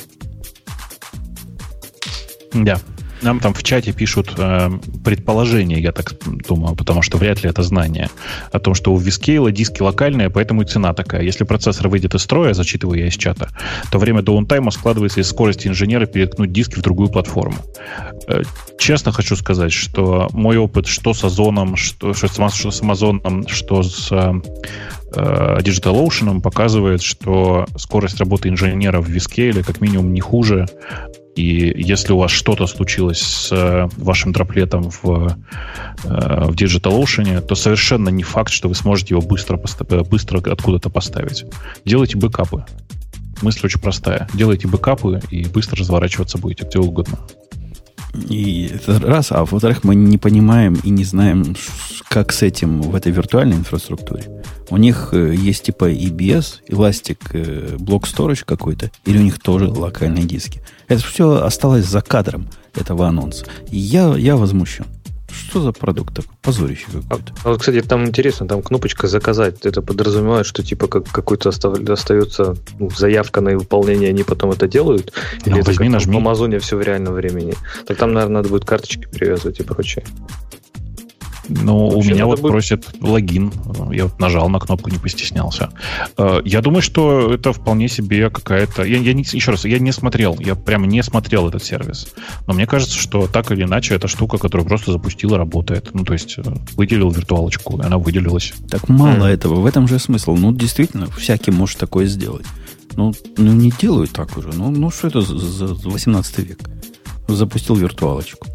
Да. Нам там в чате пишут предположение, я так думаю, потому что вряд ли это знание, о том, что у Vscale диски локальные, поэтому и цена такая. Если процессор выйдет из строя, зачитываю я из чата, то время даунтайма складывается из скорости инженера переткнуть диски в другую платформу. Честно хочу сказать, что мой опыт что с Озоном, что с Amazon, что с DigitalOcean показывает, что скорость работы инженера в Vscale как минимум не хуже. И если у вас что-то случилось с вашим дроплетом в DigitalOcean, то совершенно не факт, что вы сможете его быстро откуда-то поставить. Делайте бэкапы. Мысль очень простая. Делайте бэкапы и быстро разворачиваться будете где угодно. И это раз, а во-вторых, мы не понимаем и не знаем, как с этим в этой виртуальной инфраструктуре. У них есть типа EBS, Elastic Block Storage какой-то, или у них тоже локальные диски. Это все осталось за кадром этого анонса. И я возмущен. Что за продукт такой? Позорище какое-то. Вот, кстати, там интересно, там кнопочка «Заказать». Это подразумевает, что типа какой-то остается заявка на выполнение, они потом это делают? Или это возьми, нажми. В Амазоне все в реальном времени? Так там, наверное, надо будет карточки привязывать и прочее. Ну, у меня вот просит логин. Я вот нажал на кнопку, не постеснялся. Я думаю, что это вполне себе какая-то... Еще раз, я не смотрел. Я прямо не смотрел этот сервис. Но мне кажется, что так или иначе это штука, которую просто запустила, работает. Ну, то есть выделил виртуалочку, и она выделилась. Так мало этого. В этом же смысл. Ну, действительно, всякий может такое сделать. Ну не делают так уже. Ну что это за 18 век? Запустил виртуалочку.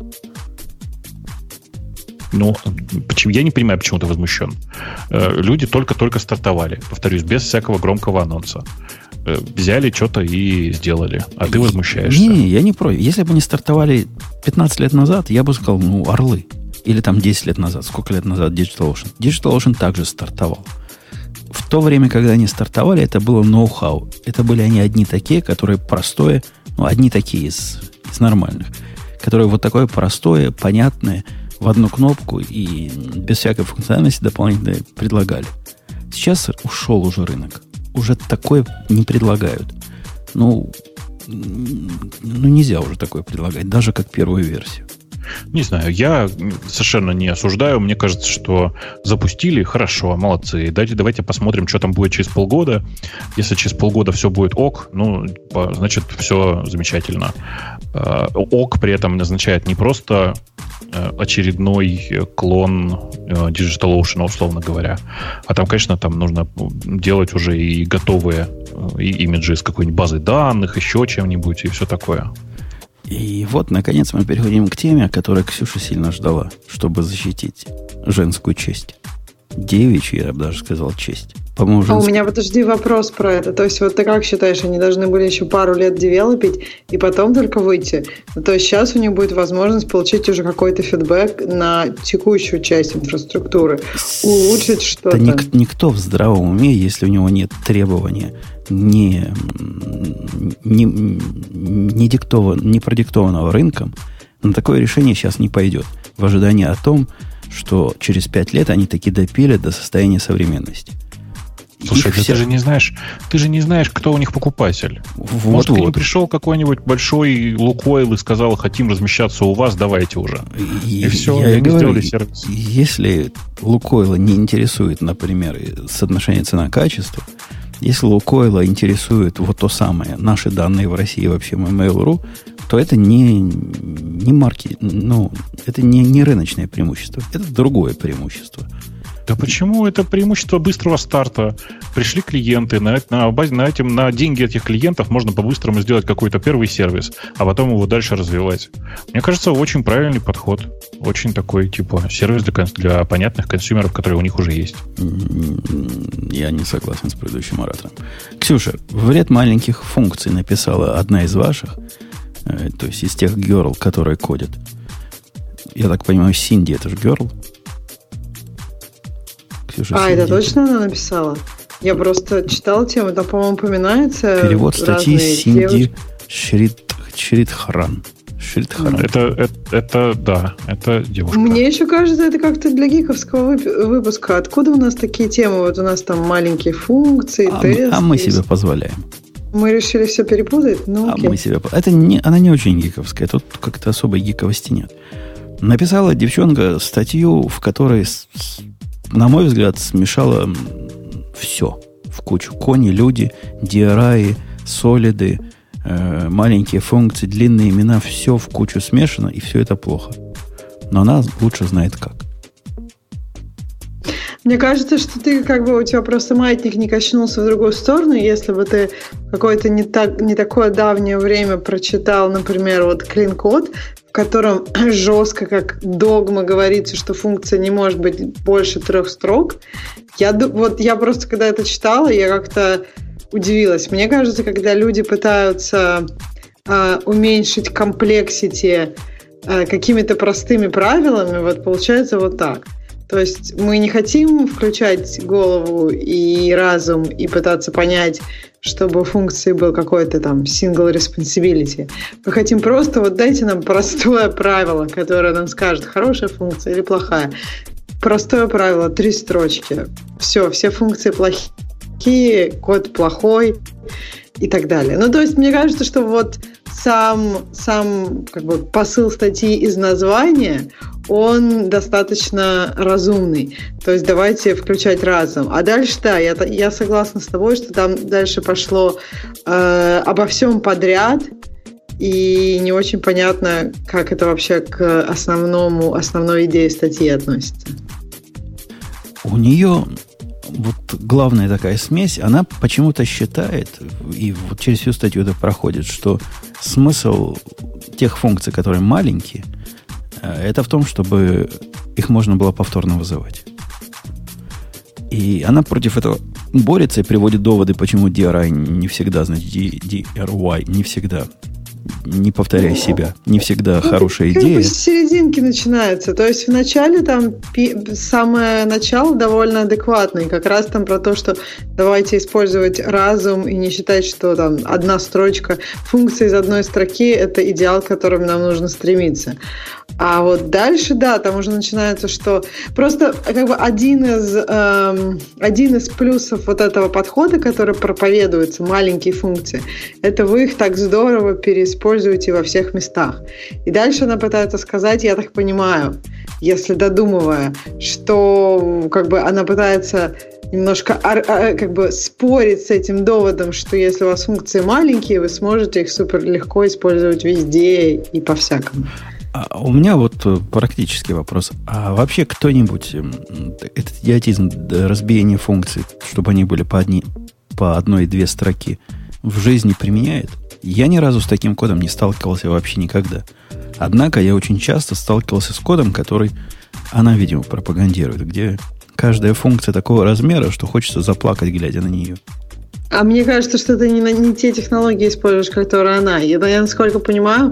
Ну, я не понимаю, почему ты возмущен. Люди только-только стартовали. Повторюсь, без всякого громкого анонса. Взяли что-то и сделали. А ты возмущаешься. Не, я не против. Если бы они стартовали 15 лет назад, я бы сказал, орлы. Или там 10 лет назад. Сколько лет назад DigitalOcean? DigitalOcean также стартовал. В то время, когда они стартовали, это было ноу-хау. Это были они одни такие, которые простое, одни такие из нормальных, которые вот такое простое, понятное, в одну кнопку и без всякой функциональности дополнительно предлагали. Сейчас ушел уже рынок. Уже такое не предлагают. Нельзя уже такое предлагать, даже как первую версию. Не знаю, я совершенно не осуждаю. Мне кажется, что запустили, хорошо, молодцы. Давайте посмотрим, что там будет через полгода. Если через полгода все будет ок, значит, все замечательно. Ок при этом означает не просто очередной клон DigitalOcean, условно говоря. А там, конечно, там нужно делать уже и готовые имиджи с какой-нибудь базой данных, еще чем-нибудь и все такое. И вот, наконец, мы переходим к теме, которой Ксюша сильно ждала, чтобы защитить женскую честь. Девичью, я бы даже сказал, честь. По-моему, женскую... у меня, подожди, вопрос про это. То есть, вот ты как считаешь, они должны были еще пару лет девелопить и потом только выйти? То есть, сейчас у них будет возможность получить уже какой-то фидбэк на текущую часть инфраструктуры, улучшить что-то. Да никто в здравом уме, если у него нет требования не продиктованного рынком, на такое решение сейчас не пойдет. В ожидании о том, что через 5 лет они таки допилят до состояния современности. Слушай, ты же не знаешь, кто у них покупатель. Может, к ним пришел какой-нибудь большой Лукойл и сказал, хотим размещаться у вас, давайте уже. И все, они сделали сервис. Если Лукойла не интересует, например, соотношение цена-качество, если Лукойла интересует вот то самое, наши данные в России вообще Mail.ru, то это не марки, это не рыночное преимущество, это другое преимущество. Да почему? Это преимущество быстрого старта. Пришли клиенты, на деньги этих клиентов можно по-быстрому сделать какой-то первый сервис, а потом его дальше развивать. Мне кажется, очень правильный подход. Очень такой, сервис для понятных консюмеров, которые у них уже есть. Я не согласен с предыдущим оратором. Ксюша, вред маленьких функций написала одна из ваших, то есть из тех girl, которые кодят. Я так понимаю, Синди это же girl. Это точно она написала? Я просто читала тему, там, по-моему, упоминается. Перевод статьи Синди Шридхаран. Это девушка. Мне еще кажется, это как-то для гиковского выпуска. Откуда у нас такие темы? Вот у нас там маленькие функции, тесты. А мы себе позволяем. Мы решили все перепутать? Окей. Мы себе... Она не очень гиковская. Тут как-то особой гиковости нет. Написала девчонка статью, в которой, на мой взгляд, смешала все в кучу. Кони, люди, DRI, солиды, маленькие функции, длинные имена, все в кучу смешано, и все это плохо. Но она лучше знает как. Мне кажется, что ты у тебя просто маятник не качнулся в другую сторону. Если бы ты какое-то не такое давнее время прочитал, например, вот Clean Code, в котором жестко, как догма, говорится, что функция не может быть больше 3 строк. Я просто, когда это читала, я как-то удивилась. Мне кажется, когда люди пытаются уменьшить комплексити какими-то простыми правилами, вот получается вот так. То есть мы не хотим включать голову и разум и пытаться понять, чтобы у функции был какой-то там single responsibility. Мы хотим просто дайте нам простое правило, которое нам скажет, хорошая функция или плохая. Простое правило, 3 строчки. Все функции плохие, код плохой. и так далее. Ну, то есть, мне кажется, что вот сам как бы посыл статьи из названия, он достаточно разумный. То есть давайте включать разум. А дальше, да, я согласна с тобой, что там дальше пошло обо всем подряд, и не очень понятно, как это вообще к основной идее статьи относится. У нее вот главная такая смесь, она почему-то считает, и вот через всю статью это проходит, что смысл тех функций, которые маленькие, это в том, чтобы их можно было повторно вызывать. И она против этого борется и приводит доводы, почему DRI не всегда, значит, DRY не всегда, не повторяй себя, не всегда хорошая идея. Как бы с серединки начинается. То есть вначале там самое начало довольно адекватное. Как раз там про то, что давайте использовать разум и не считать, что там одна строчка, функция из одной строки – это идеал, к которому нам нужно стремиться. А вот дальше, да, там уже начинается, что просто как бы один из плюсов вот этого подхода, который проповедуется, маленькие функции, это вы их так здорово переиспользуете во всех местах. И дальше она пытается сказать, я так понимаю, если додумывая, что как бы она пытается немножко как бы спорить с этим доводом, что если у вас функции маленькие, вы сможете их супер легко использовать везде и по-всякому. А у меня вот практический вопрос. А вообще кто-нибудь этот идиотизм разбиения функций, чтобы они были по одной-две строки, в жизни применяет? Я ни разу с таким кодом не сталкивался вообще никогда. Однако я очень часто сталкивался с кодом, который она, видимо, пропагандирует, где каждая функция такого размера, что хочется заплакать, глядя на нее. А мне кажется, что ты не те технологии используешь, которые она. Я насколько понимаю,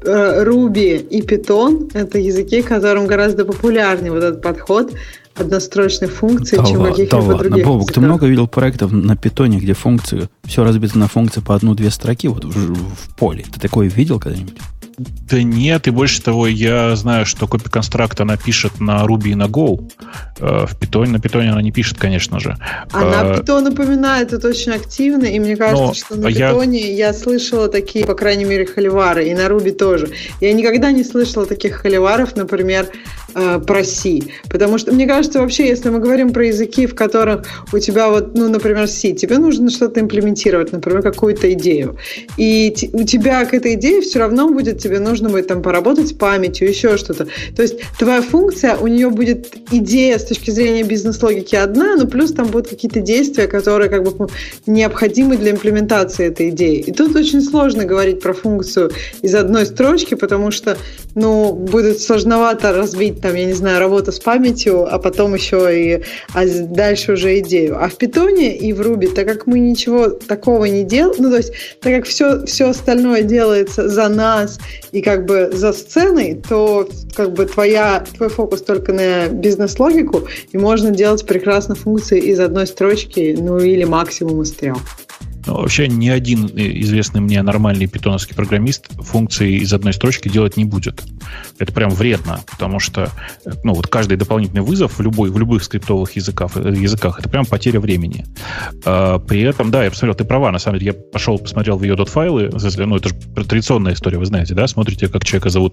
Ruby и Python – это языки, которым гораздо популярнее вот этот подход однострочных функций, чем каких-либо других. Бобук, ты много видел проектов на Python, где функции, все разбито на функции по одну-две строки вот в поле. Ты такое видел когда-нибудь? Да нет, и больше того, я знаю, что копи-констракт она пишет на Ruby и на Go. В Python, на Python она не пишет, конечно же. Она Python напоминает это очень активно, и мне кажется, что на Python я слышала такие, по крайней мере, холивары, и на Ruby тоже. Я никогда не слышала таких холиваров, например, про C. Потому что, мне кажется, вообще, если мы говорим про языки, в которых у тебя вот, ну, например, C, тебе нужно что-то имплементировать, например, какую-то идею. И у тебя к этой идее все равно будет, тебе нужно будет там поработать с памятью, еще что-то. То есть твоя функция, у нее будет идея с точки зрения бизнес-логики одна, но плюс там будут какие-то действия, которые как бы необходимы для имплементации этой идеи. И тут очень сложно говорить про функцию из одной строчки, потому что, ну, будет сложновато разбить там, я не знаю, работу с памятью, а потом еще дальше уже идею. А в Python и в Ruby, так как мы ничего такого не делаем, ну, то есть, так как все остальное делается за нас и как бы за сценой, то как бы твой фокус только на бизнес-логику, и можно делать прекрасно функции из одной строчки, ну, или максимум из 3. Но вообще ни один известный мне нормальный питоновский программист функции из одной строчки делать не будет. Это прям вредно, потому что ну, вот каждый дополнительный вызов в любых скриптовых языках это прям потеря времени. При этом, да, я посмотрел, ты права, на самом деле, я посмотрел в ее .файлы, ну, это же традиционная история, вы знаете, да, смотрите, как человека зовут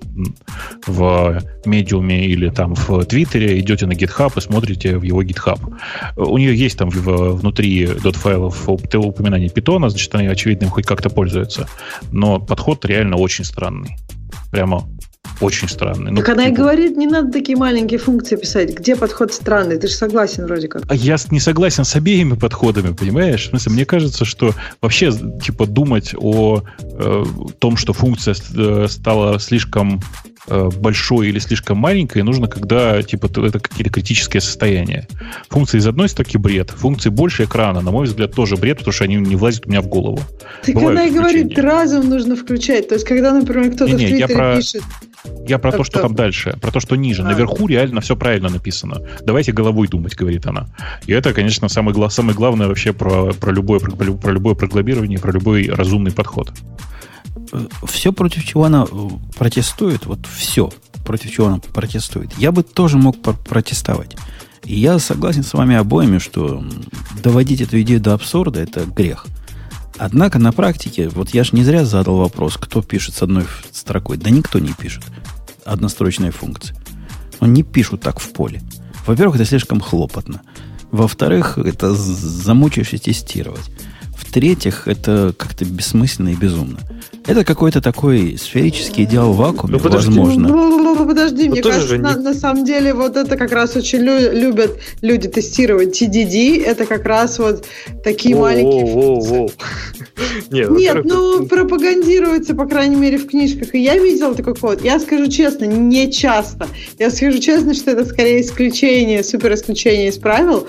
в Медиуме или там в Твиттере, идете на GitHub и смотрите в его GitHub. У нее есть там внутри .файлов упоминание Python, значит, они, очевидно, им хоть как-то пользуются. Но подход реально очень странный. Прямо очень странный. Так она и говорит, не надо такие маленькие функции писать. Где подход странный? Ты же согласен вроде как. А я не согласен с обеими подходами, понимаешь? В смысле, мне кажется, что вообще типа думать о том, что функция стала слишком большой или слишком маленькой, нужно, когда типа это какие-то критические состояния. Функции из одной строки бред, функции больше экрана, на мой взгляд, тоже бред, потому что они не влазят у меня в голову. Так она и говорит, разум нужно включать. То есть, когда, например, кто-то в Твиттере пишет... Я про то, что там дальше, про то, что ниже. Наверху реально все правильно написано. Давайте головой думать, говорит она. И это, конечно, самое главное вообще про любое программирование, про любой разумный подход. Все, против чего она протестует, вот все, против чего она протестует, я бы тоже мог протестовать. И я согласен с вами обоими, что доводить эту идею до абсурда – это грех. Однако на практике, вот я же не зря задал вопрос, кто пишет с одной строкой. Да никто не пишет однострочные функции. Но не пишут так в поле. Во-первых, это слишком хлопотно. Во-вторых, это замучаешься тестировать. В-третьих, это как-то бессмысленно и безумно. Это какой-то такой сферический идеал в вакууме, возможно. Подожди, мне кажется, на самом деле вот это как раз очень любят люди тестировать. TDD, это как раз вот такие маленькие функции. Нет, пропагандируется, по крайней мере, в книжках. И я видела такой код. Я скажу честно, не часто. Я скажу честно, что это скорее исключение, супер исключение из правил.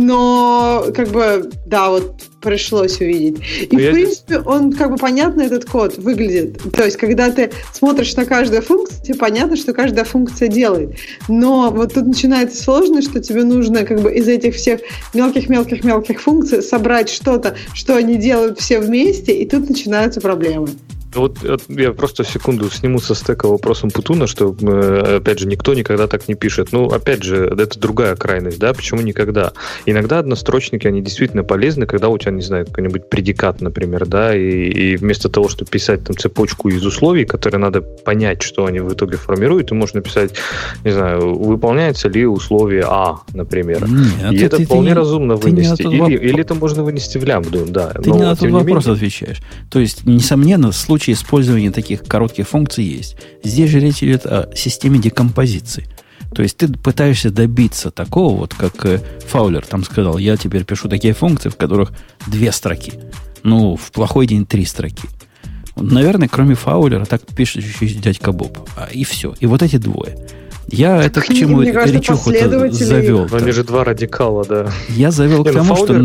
Но, как бы, да, вот пришлось увидеть. И, в принципе, он, как бы, понятно, этот код выглядит. То есть, когда ты смотришь на каждую функцию, тебе понятно, что каждая функция делает. Но вот тут начинается сложность, что тебе нужно, как бы, из этих всех мелких функций собрать что-то, что они делают все вместе, и тут начинаются проблемы. Вот я просто секунду сниму со стека вопросом Путуна, что, опять же, никто никогда так не пишет. Ну, опять же, это другая крайность, да, почему никогда? Иногда однострочники, они действительно полезны, когда у тебя, не знаю, какой-нибудь предикат, например, да, и вместо того, чтобы писать там цепочку из условий, которые надо понять, что они в итоге формируют, ты можешь написать, не знаю, выполняется ли условие А, например. Нет, и это вполне разумно вынести. Или это можно вынести в лямбду, да. Ты не на тот вопрос отвечаешь. То есть, несомненно, в случае использования таких коротких функций есть. Здесь же речь идет о системе декомпозиции. То есть ты пытаешься добиться такого, вот как Фаулер там сказал, я теперь пишу такие функции, в которых 2 строки. Ну, в плохой день 3 строки. Наверное, кроме Фаулера так пишет еще дядька Боб. И все. И вот эти 2. Я это к чему речуху-то завел? Они же 2 радикала, да. Я завел к тому, что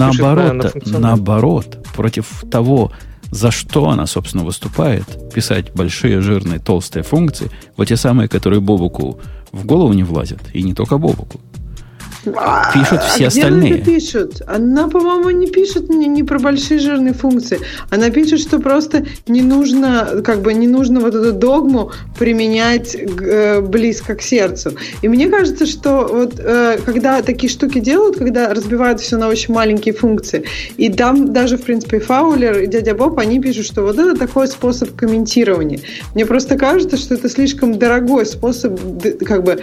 наоборот, против того, за что она, собственно, выступает, писать большие, жирные, толстые функции, вот те самые, которые Бобуку в голову не влазят, и не только Бобуку. Пишут все остальные. Она пишет? Она, по-моему, не пишет не про большие жирные функции. Она пишет, что просто не нужно, как бы не нужно вот эту догму применять близко к сердцу. И мне кажется, что вот когда такие штуки делают, когда разбивают все на очень маленькие функции, и там даже, в принципе, Фаулер и дядя Боб, они пишут, что вот это такой способ комментирования. Мне просто кажется, что это слишком дорогой способ как бы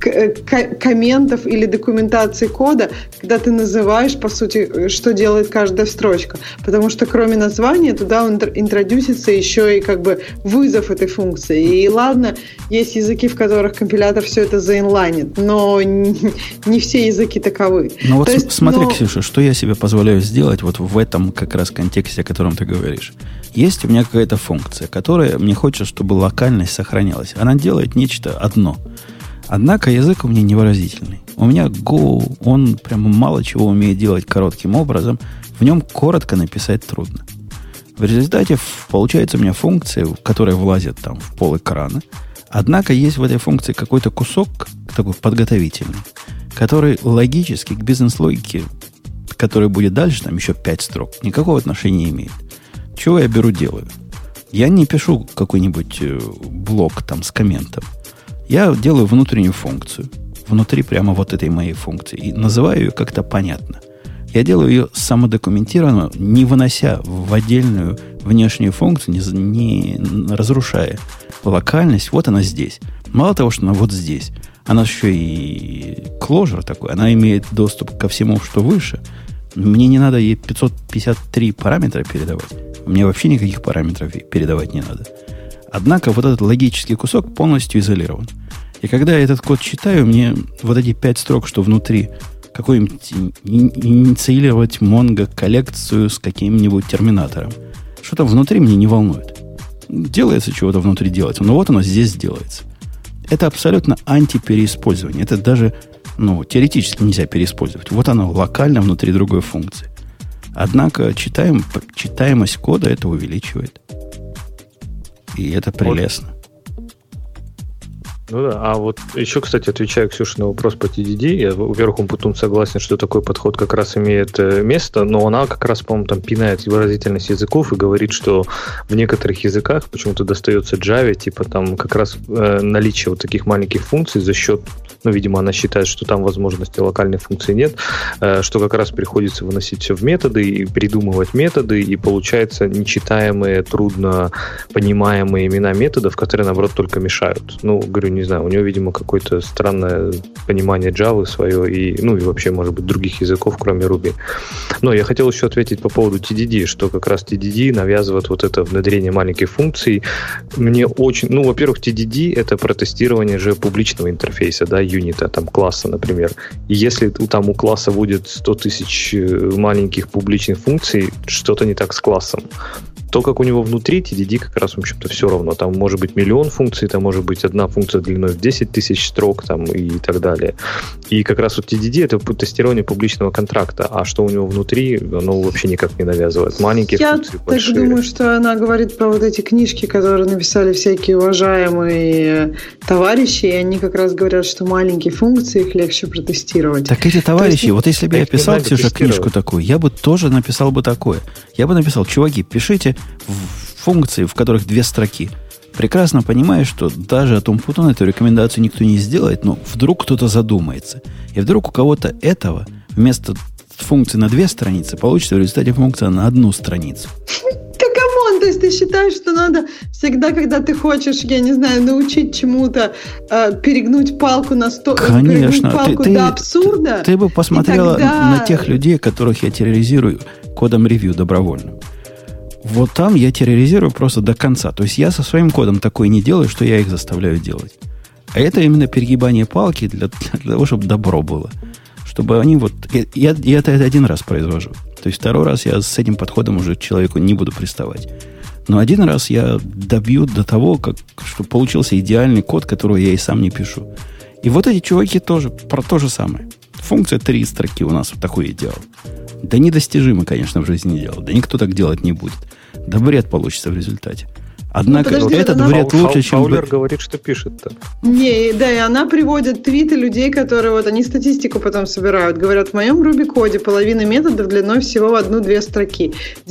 комментов или документации кода, когда ты называешь, по сути, что делает каждая строчка. Потому что кроме названия туда интродюсится еще и как бы вызов этой функции. И ладно, есть языки, в которых компилятор все это заинлайнит, но не все языки таковы. Ну вот смотри, Ксюша, что я себе позволяю сделать вот в этом как раз контексте, о котором ты говоришь. Есть у меня какая-то функция, которая мне хочется, чтобы локальность сохранялась. Она делает нечто одно. Однако язык у меня невыразительный. У меня Go, он прямо мало чего умеет делать коротким образом. В нем коротко написать трудно. В результате получается у меня функция, которая влазит там в пол экрана. Однако есть в этой функции какой-то кусок такой подготовительный, который логически к бизнес-логике, который будет дальше, там еще 5 строк, никакого отношения не имеет. Чего я беру, делаю? Я не пишу какой-нибудь блок там с комментом. Я делаю внутреннюю функцию. Внутри прямо вот этой моей функции. И называю ее как-то понятно. Я делаю ее самодокументированно, не вынося в отдельную внешнюю функцию, не разрушая локальность. Вот она здесь. Мало того, что она вот здесь, она еще и closure такой. Она имеет доступ ко всему, что выше. Мне не надо ей 553 параметра передавать. Мне вообще никаких параметров передавать не надо. Однако вот этот логический кусок полностью изолирован. И когда я этот код читаю, мне вот эти 5 строк, что внутри, какой-нибудь инициировать Mongo коллекцию с каким-нибудь терминатором, что-то внутри меня не волнует. Делается чего-то внутри делается, но вот оно здесь делается. Это абсолютно антипереиспользование. Это даже, теоретически нельзя переиспользовать. Вот оно локально внутри другой функции. Однако читаемость кода это увеличивает. И это прелестно. Ну да, а вот еще, кстати, отвечая, Ксюша, на вопрос по TDD, я, во-первых, Умпутун согласен, что такой подход как раз имеет место, но она как раз, по-моему, там пинает выразительность языков и говорит, что в некоторых языках почему-то достается Java, типа там как раз наличие вот таких маленьких функций за счет, ну, видимо, она считает, что там возможности локальной функции нет, что как раз приходится выносить все в методы и придумывать методы, и получается нечитаемые, трудно понимаемые имена методов, которые, наоборот, только мешают. Ну, говорю, не знаю, у него, видимо, какое-то странное понимание Java свое и, ну, и вообще, может быть, других языков, кроме Ruby. Но я хотел еще ответить по поводу TDD, что как раз TDD навязывает вот это внедрение маленьких функций. Мне очень... Ну, во-первых, TDD — это протестирование же публичного интерфейса, да, юнита, там, класса, например. И если там у класса будет 100 тысяч маленьких публичных функций, что-то не так с классом. То, как у него внутри, TDD как раз, в общем-то, все равно. Там может быть миллион функций, там может быть одна функция длиной в 10 тысяч строк там, и так далее. И как раз вот TDD — это тестирование публичного контракта, а что у него внутри, оно вообще никак не навязывает. Маленькие функции, большие. Я так думаю, что она говорит про вот эти книжки, которые написали всякие уважаемые товарищи, и они как раз говорят, что маленькие функции, их легче протестировать. Так эти товарищи, вот если бы я писал все же книжку такую, я бы тоже написал бы такое. Я бы написал: чуваки, пишите функции, в которых 2 строки. Прекрасно понимаю, что даже от Умпутуна эту рекомендацию никто не сделает, но вдруг кто-то задумается. И вдруг у кого-то этого вместо функции на 2 страницы получится в результате функция на 1 страницу. Да камон, то есть ты считаешь, что надо всегда, когда ты хочешь, я не знаю, научить чему-то, перегнуть палку на 100... Конечно. Палку до абсурда? Ты бы посмотрела на тех людей, которых я терроризирую кодом ревью добровольным. Вот там я терроризирую просто до конца. То есть я со своим кодом такое не делаю, что я их заставляю делать. А это именно перегибание палки для того, чтобы добро было. Чтобы они вот... Я это 1 раз произвожу. То есть 2 раз я с этим подходом уже к человеку не буду приставать. Но 1 раз я добью до того, чтобы получился идеальный код, которого я и сам не пишу. И вот эти чуваки тоже про то же самое. Функция 3 строки у нас вот такой идеал. Да недостижимо, конечно, в жизни дело. Да никто так делать не будет. Да бред получится в результате. Однако этот бред лучше, чем... Фаулер говорит, что пишет так. Не, да, и она приводит твиты людей, которые вот, они статистику потом собирают. Говорят, в моем Ruby-коде половина методов длиной всего в 1-2 строки.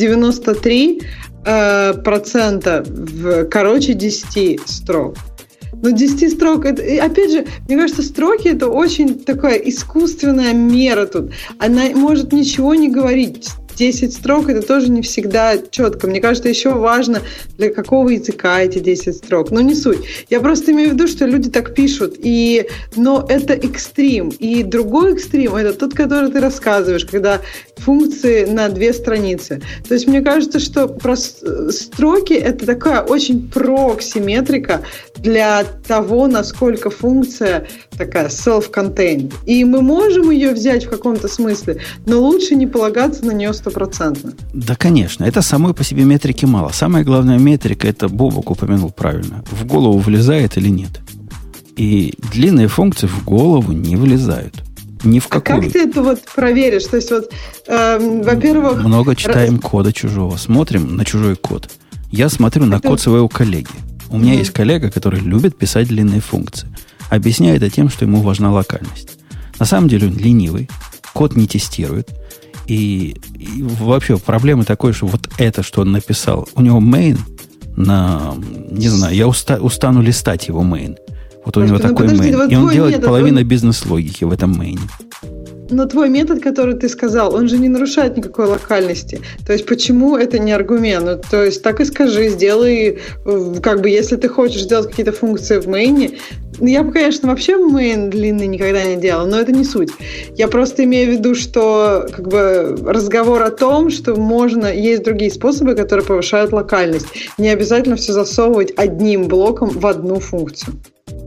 93% короче 10 строк. Но 10 строк, это, опять же, мне кажется, строки — это очень такая искусственная мера тут. Она может ничего не говорить. 10 строк — это тоже не всегда четко. Мне кажется, еще важно, для какого языка эти 10 строк. Но не суть. Я просто имею в виду, что люди так пишут. Но это экстрим. И другой экстрим — это тот, который ты рассказываешь, когда функции на 2 страницы. То есть мне кажется, что строки — это такая очень прокси-метрика для того, насколько функция такая self-contained. И мы можем ее взять в каком-то смысле, но лучше не полагаться на нее 100%. Да, конечно. Это самой по себе метрики мало. Самая главная метрика, это Бобок упомянул правильно, в голову влезает или нет. И длинные функции в голову не влезают. Ни в какую. А как ты это вот проверишь? То есть вот, во-первых... Много читаем кода чужого. Смотрим на чужой код. Я смотрю на код своего коллеги. У меня есть коллега, который любит писать длинные функции. Объясняет это тем, что ему важна локальность. На самом деле он ленивый. Код не тестирует. И вообще проблема такой, что вот это, что он написал, у него main не знаю, я устану листать его main. Вот у него такой main. Вот и он делает половину бизнес-логики в этом main. Но твой метод, который ты сказал, он же не нарушает никакой локальности. То есть почему это не аргумент? Ну, то есть так и скажи, сделай, как бы, если ты хочешь сделать какие-то функции в мейне. Я бы, конечно, вообще мейн длинный никогда не делала, но это не суть. Я просто имею в виду, что как бы разговор о том, что есть другие способы, которые повышают локальность. Не обязательно все засовывать одним блоком в одну функцию.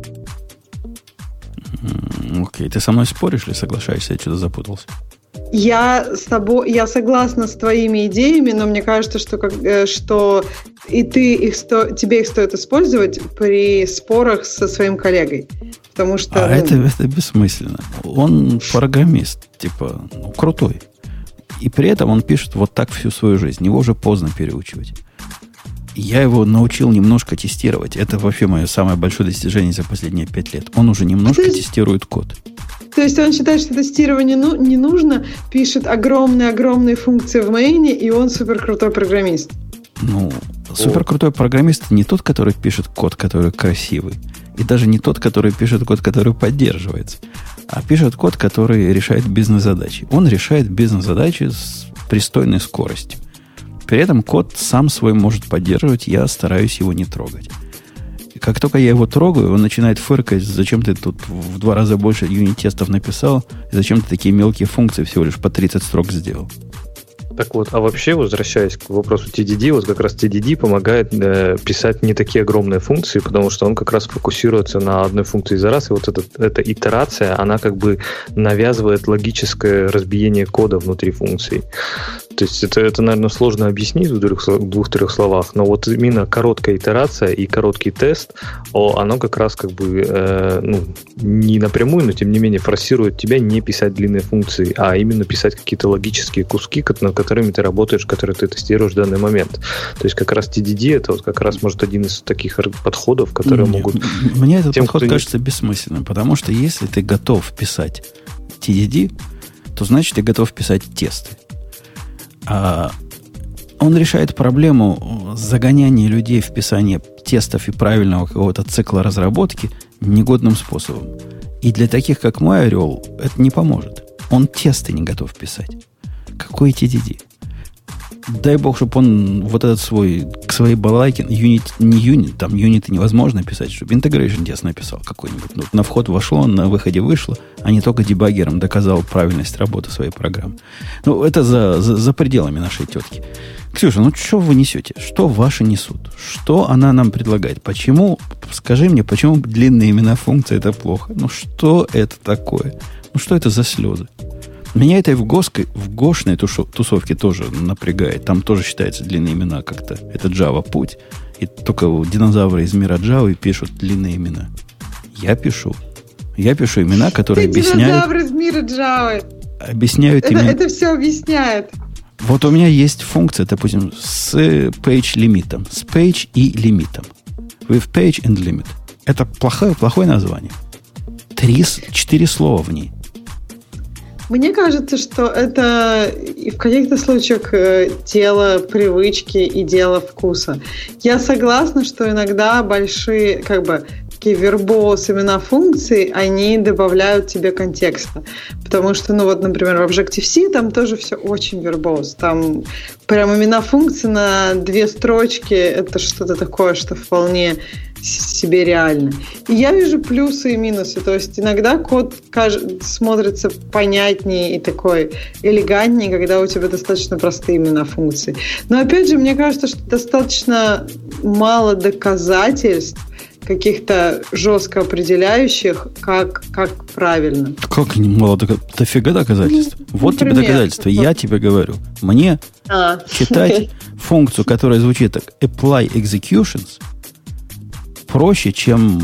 Окей, ты со мной споришь или соглашаешься? Я что-то запутался. Я согласна с твоими идеями, но мне кажется, что и тебе их стоит использовать при спорах со своим коллегой. Потому что, это бессмысленно. Он программист, крутой. И при этом он пишет вот так всю свою жизнь. Его уже поздно переучивать. я его научил немножко тестировать. Это вообще мое самое большое достижение за последние 5 лет. Он уже немножко тестирует код. То есть он считает, что тестирование не нужно, пишет огромные функции в мейне, и он суперкрутой программист. Ну, суперкрутой программист не тот, который пишет код, который красивый. И даже не тот, который пишет код, который поддерживается. А пишет код, который решает бизнес-задачи. Он решает бизнес-задачи с пристойной скоростью. При этом код сам свой может поддерживать, я стараюсь его не трогать. И как только я его трогаю, он начинает фыркать, зачем ты тут в 2 раза больше юнит-тестов написал, и зачем ты такие мелкие функции всего лишь по 30 строк сделал. Так вот, а вообще, возвращаясь к вопросу TDD, вот как раз TDD помогает писать не такие огромные функции, потому что он как раз фокусируется на одной функции за раз, и вот эта итерация, она как бы навязывает логическое разбиение кода внутри функций. То есть это, наверное, сложно объяснить в 2-3 словах, но вот именно короткая итерация и короткий тест, оно как раз как бы не напрямую, но тем не менее форсирует тебя не писать длинные функции, а именно писать какие-то логические куски, над которыми ты работаешь, которые ты тестируешь в данный момент. То есть как раз TDD это вот как раз может один из таких подходов, которые могут... Мне этот подход кажется бессмысленным, потому что если ты готов писать TDD, то значит ты готов писать тесты. Он решает проблему загоняния людей в писание тестов и правильного какого-то цикла разработки негодным способом. И для таких, как мой орел, это не поможет. Он тесты не готов писать. Какой TDD? Дай бог, чтобы он вот этот к своей балалайке, там юниты невозможно писать, чтобы integration тест написал какой-нибудь. Ну, на вход вошло, на выходе вышло, а не только дебаггером доказал правильность работы своей программы. Ну, это за пределами нашей тетки. Ксюша, ну что вы несете? Что ваши несут? Что она нам предлагает? Почему, скажи мне, почему длинные имена функций это плохо? Ну, что это такое? Ну, что это за слезы? Меня это и в гошной тусовке тоже напрягает. Там тоже считается длинные имена как-то. Это Java путь. И только динозавры из мира Java пишут длинные имена. Я пишу имена, которые объясняют... Динозавры из мира Java. Объясняют имена. Это все объясняет. Вот у меня есть функция, допустим, с page лимитом. С page и лимитом. With page and limit. Это плохое название. 4 слова в ней. Мне кажется, что это и в каких-то случаях дело привычки и дело вкуса. Я согласна, что иногда большие, такие вербоус имена функций, они добавляют тебе контекста. Потому что, например, в Objective-C там тоже все очень вербоус. Там прям имена функций на 2 строчки, это что-то такое, что вполне себе реально. И я вижу плюсы и минусы. То есть иногда код смотрится понятнее и такой элегантнее, когда у тебя достаточно простые имена функций. Но опять же, мне кажется, что достаточно мало доказательств каких-то жестко определяющих, как правильно. Как мало доказательств? Дофига доказательств. Вот тебе доказательства. Я тебе говорю. Мне читать функцию, которая звучит так apply executions, проще, чем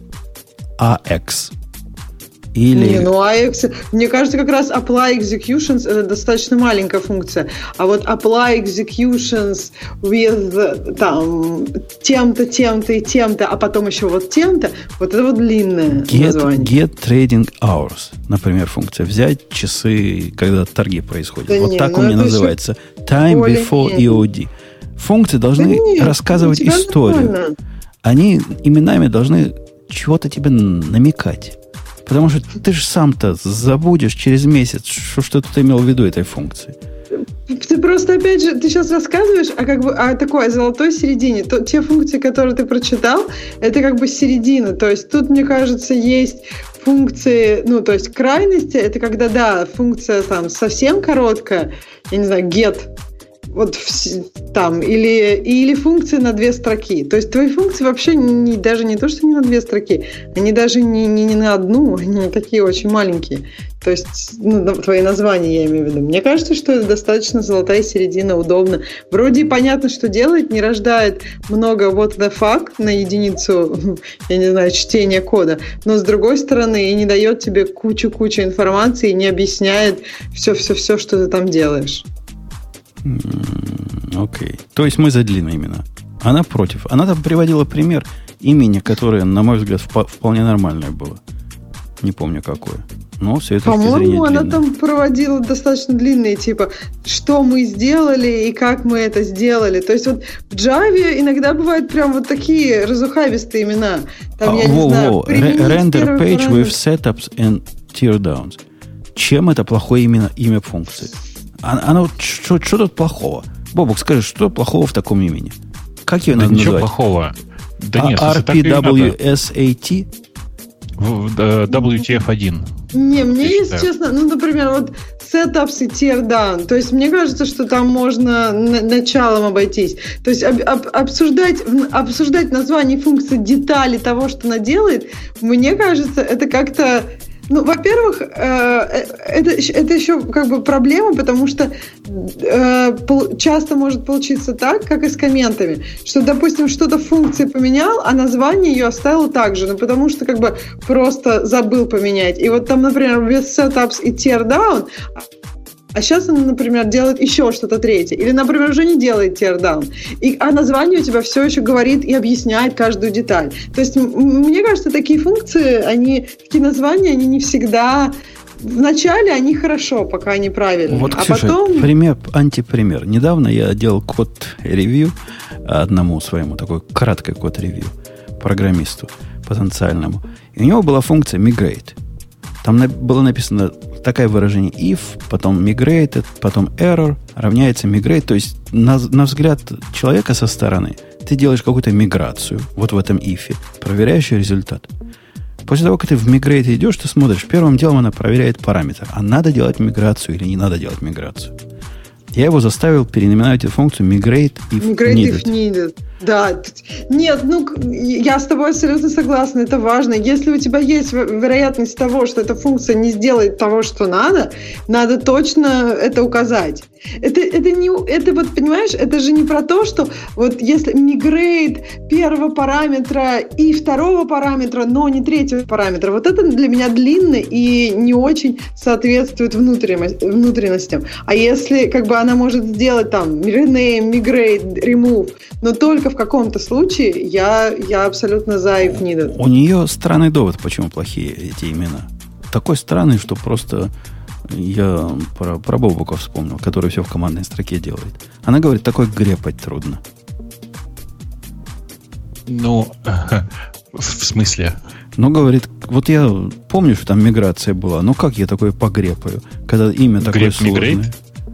AX. Или... AX, мне кажется, как раз apply executions это достаточно маленькая функция. А вот apply executions with тем-то, тем-то и тем-то, а потом еще вот тем-то, вот это вот длинное название. Get trading hours, например, функция. Взять часы, когда торги происходят. Да вот так у меня называется. Time before EOD. Функции должны рассказывать историю. Нормально. Они именами должны чего-то тебе намекать. Потому что ты же сам-то забудешь через месяц, что ты имел в виду этой функции. Ты просто, опять же, ты сейчас рассказываешь о такой золотой середине. Те функции, которые ты прочитал, это как бы середина. То есть тут, мне кажется, есть функции, то есть крайности, это когда, функция там совсем короткая, я не знаю, get, вот там, или функции на 2 строки. То есть твои функции вообще даже не то, что не на 2 строки, они даже не на одну, они такие очень маленькие. То есть, твои названия я имею в виду. Мне кажется, что это достаточно золотая середина, удобно. Вроде и понятно, что делать, не рождает много what the fuck на единицу, я не знаю, чтения кода, но с другой стороны и не дает тебе кучу информации и не объясняет все, что ты там делаешь. Окей. То есть мы за длинные имена. Она против. Она там приводила пример имени, которое, на мой взгляд, вполне нормальное было. Не помню, какое. Но все это по-моему, она там проводила достаточно длинные, типа, что мы сделали и как мы это сделали. То есть вот в Java иногда бывают прям вот такие разухабистые имена. Там, я не знаю, Render page with setups and teardowns. Чем это плохое имя функции? Она вот, что тут плохого? Бобук, скажи, что плохого в таком имени? Как ее надо назвать? Ничего плохого. Да нет, RPWSAT? WTF1. Не, мне, если честно, например, вот setups и teardown. То есть, мне кажется, что там можно началом обойтись. То есть, обсуждать название функции, детали того, что она делает, мне кажется, это как-то... во-первых, это еще как бы проблема, потому что часто может получиться так, как и с комментами, что, допустим, что-то в функции поменял, а название ее оставил так же, потому что как бы просто забыл поменять. И вот там, например, без setups и teardown, а сейчас она, например, делает еще что-то третье. Или, например, уже не делает teardown. А название у тебя все еще говорит и объясняет каждую деталь. То есть, мне кажется, такие функции, такие названия, они не всегда... Вначале они хорошо, пока они правильные. Вот, Ксюша, потом... антипример. Недавно я делал код-ревью одному своему, такой краткий код-ревью программисту потенциальному. И у него была функция migrate. Там было написано такое выражение if, потом migrated, потом error равняется migrate. То есть, на взгляд человека со стороны, ты делаешь какую-то миграцию вот в этом if, проверяешь результат. После того, как ты в migrate идешь, ты смотришь, первым делом она проверяет параметр. А надо делать миграцию или не надо делать миграцию. Я его заставил переименовать эту функцию migrate if needed. Да, нет, я с тобой абсолютно согласна, это важно. Если у тебя есть вероятность того, что эта функция не сделает того, что надо точно это указать. Это вот, понимаешь, это же не про то, что вот если migrate первого параметра и второго параметра, но не третьего параметра, вот это для меня длинно и не очень соответствует внутренностям. А если как бы она может сделать там rename, migrate, remove, но только в каком-то случае я абсолютно за if needed. У нее странный довод, почему плохие эти имена. Такой странный, что просто я про Бобука вспомнил, который все в командной строке делает. Она говорит, такой грепать трудно. В смысле? Говорит, вот я помню, что там миграция была, но как я такое погрепаю, когда имя такое сложное?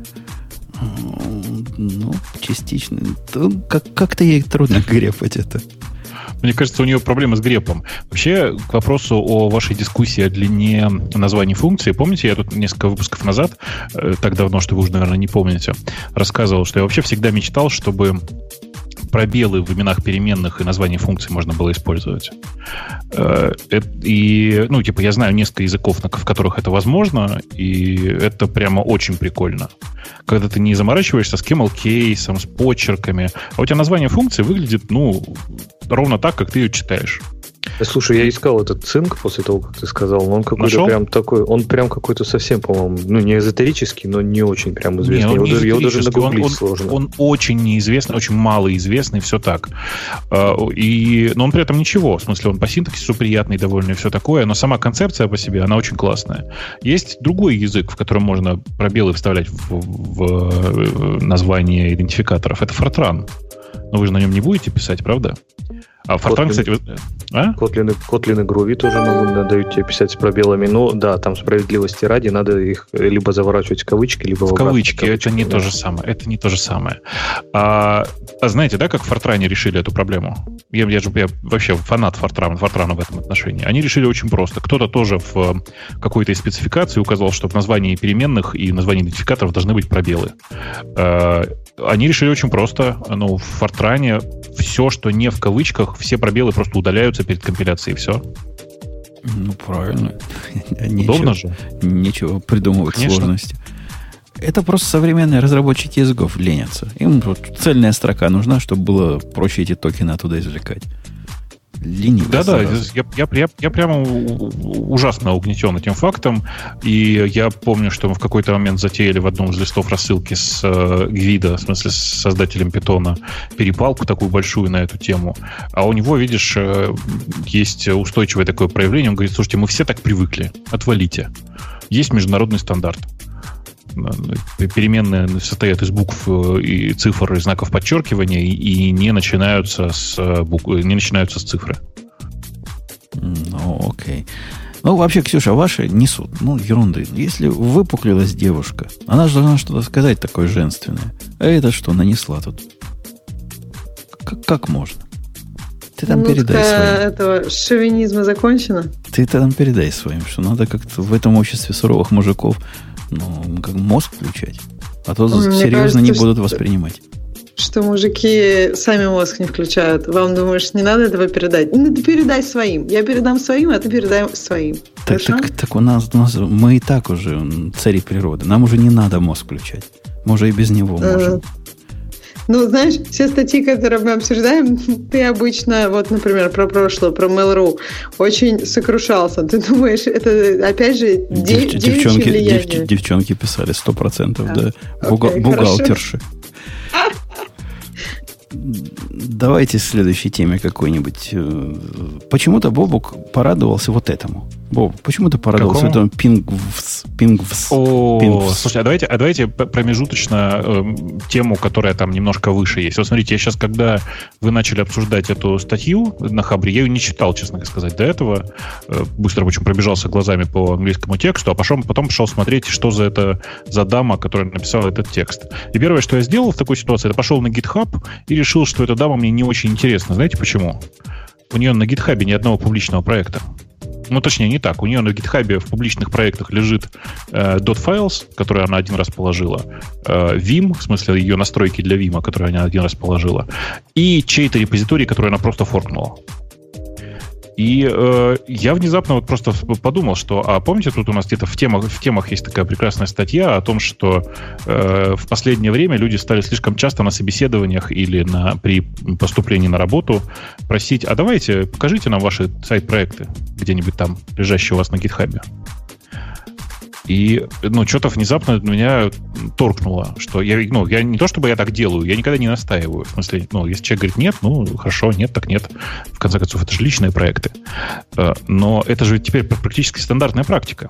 Частично. Как-то ей трудно грепать это. Мне кажется, у нее проблема с грепом. Вообще, к вопросу о вашей дискуссии о длине названий функций. Помните, я тут несколько выпусков назад, так давно, что вы уже, наверное, не помните, рассказывал, что я вообще всегда мечтал, чтобы пробелы в именах переменных и названий функций можно было использовать. И, я знаю несколько языков, в которых это возможно, и это прямо очень прикольно. Когда ты не заморачиваешься с camel кейсом, с почерками, а у тебя название функции выглядит, ровно так, как ты ее читаешь. Слушай, я искал этот цинк после того, как ты сказал, но он какой-то Нашел? прям такой, он прям какой-то совсем, по-моему, не эзотерический, но не очень прям известный. Его даже нагуглить сложно. Он очень неизвестный, очень малоизвестный, все так. Но он при этом ничего, в смысле, он по синтаксису приятный, довольно и все такое, но сама концепция по себе, она очень классная. Есть другой язык, в котором можно пробелы вставлять в название идентификаторов. Это Fortran. Но вы же на нем не будете писать, правда? А Fortran, кстати... Kotlin и Groovy тоже дают тебе писать с пробелами. Но да, там справедливости ради надо их либо заворачивать в кавычки, либо в кавычки. Это не то же самое. Это не то же самое. А знаете, да, как в Fortran решили эту проблему? Я вообще фанат Fortran в этом отношении. Они решили очень просто. Кто-то тоже в какой-то из спецификаций указал, что в названии переменных и названии идентификаторов должны быть пробелы. Они решили очень просто. В Fortran все, что не в кавычках, все пробелы просто удаляются перед компиляцией, и все. Правильно. Удобно же. Нечего придумывать сложности. Это просто современные разработчики языков ленятся. Им цельная строка нужна, чтобы было проще эти токены оттуда извлекать. ленивый. Да-да, я прямо ужасно угнетен этим фактом. И я помню, что мы в какой-то момент затеяли в одном из листов рассылки с Гвидо, в смысле с создателем Питона, перепалку такую большую на эту тему. А у него, видишь, есть устойчивое такое проявление. Он говорит, слушайте, мы все так привыкли, отвалите. Есть международный стандарт. Переменные состоят из букв и цифр, и знаков подчеркивания, и не начинаются с цифры. Ну, окей. Ну, вообще, Ксюша, ваши несут. Ну, ерунды. Если выпуклилась девушка, она же должна что-то сказать такое женственное. А это что, нанесла тут? Как можно? Ты там передай своим. Этого шовинизма закончено? Ты там передай своим, что надо как-то в этом обществе суровых мужиков как мозг включать. А то серьезно не будут воспринимать. Что мужики сами мозг не включают. Вам, думаешь, не надо этого передать? Ну, ты передай своим. Я передам своим, а ты передай своим. Так у нас мы и так уже цари природы. Нам уже не надо мозг включать. Мы уже и без него можем. Ну, знаешь, все статьи, которые мы обсуждаем, ты обычно, вот, например, про прошлое, про Mail.ru, очень сокрушался. Ты думаешь, это, опять же, девчонки писали 100%, да. Бухгалтерши. Давайте к следующей теме какой-нибудь. Почему-то Бобук порадовался вот этому. Бобук, почему ты порадовался этому пингвс? Слушайте, а давайте промежуточно тему, которая там немножко выше есть. Вот смотрите, я сейчас, когда вы начали обсуждать эту статью на Хабре, я ее не читал, честно сказать, до этого. Быстро, причем, пробежался глазами по английскому тексту, а потом пошел смотреть, что за дама, которая написала этот текст. И первое, что я сделал в такой ситуации, это пошел на GitHub и решил, что эта дама мне не очень интересна. Знаете почему? У нее на GitHub ни одного публичного проекта. Ну, точнее, не так. У нее на GitHub в публичных проектах лежит .files, который она один раз положила, Vim, в смысле ее настройки для Vim, которые она один раз положила, и чей-то репозиторий, который она просто форкнула. И я внезапно вот просто подумал, что, помните, тут у нас где-то в темах есть такая прекрасная статья о том, что в последнее время люди стали слишком часто на собеседованиях или при поступлении на работу просить, а давайте покажите нам ваши сайт-проекты где-нибудь там, лежащие у вас на GitHub. И, что-то внезапно меня торкнуло, что я не то чтобы я так делаю, я никогда не настаиваю. В смысле, если человек говорит нет, хорошо, нет, так нет. В конце концов, это же личные проекты. Но это же теперь практически стандартная практика.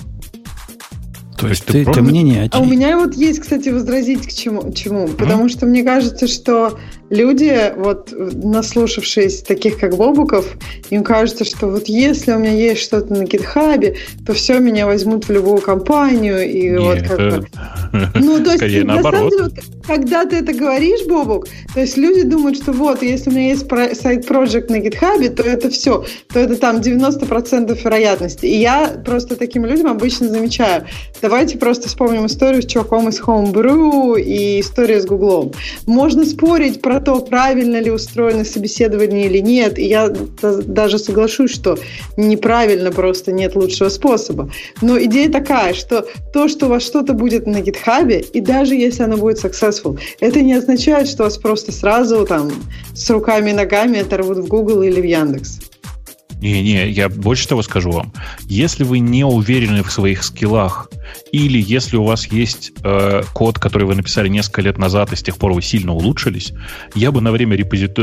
То есть ты мнение... А у меня вот есть, кстати, возразить к чему. Потому что мне кажется, что люди, вот наслушавшись таких, как Бобуков, им кажется, что вот если у меня есть что-то на GitHub, то все, меня возьмут в любую компанию. И нет, вот как бы... то есть, на самом деле, когда ты это говоришь, Бобук, то есть люди думают, что вот, если у меня есть сайт-проект на GitHub, то это все, то это там 90% вероятности. И я просто таким людям обычно замечаю. Давайте просто вспомним историю с чуваком из Homebrew и историю с Гуглом. Можно спорить про то, правильно ли устроено собеседование или нет, и я даже соглашусь, что неправильно, просто нет лучшего способа. Но идея такая, что то, что у вас что-то будет на GitHub, и даже если оно будет successful, это не означает, что вас просто сразу там с руками и ногами оторвут в Google или в Яндекс. Не, я больше того скажу вам. Если вы не уверены в своих скиллах, или если у вас есть код, который вы написали несколько лет назад, и с тех пор вы сильно улучшились, я бы на время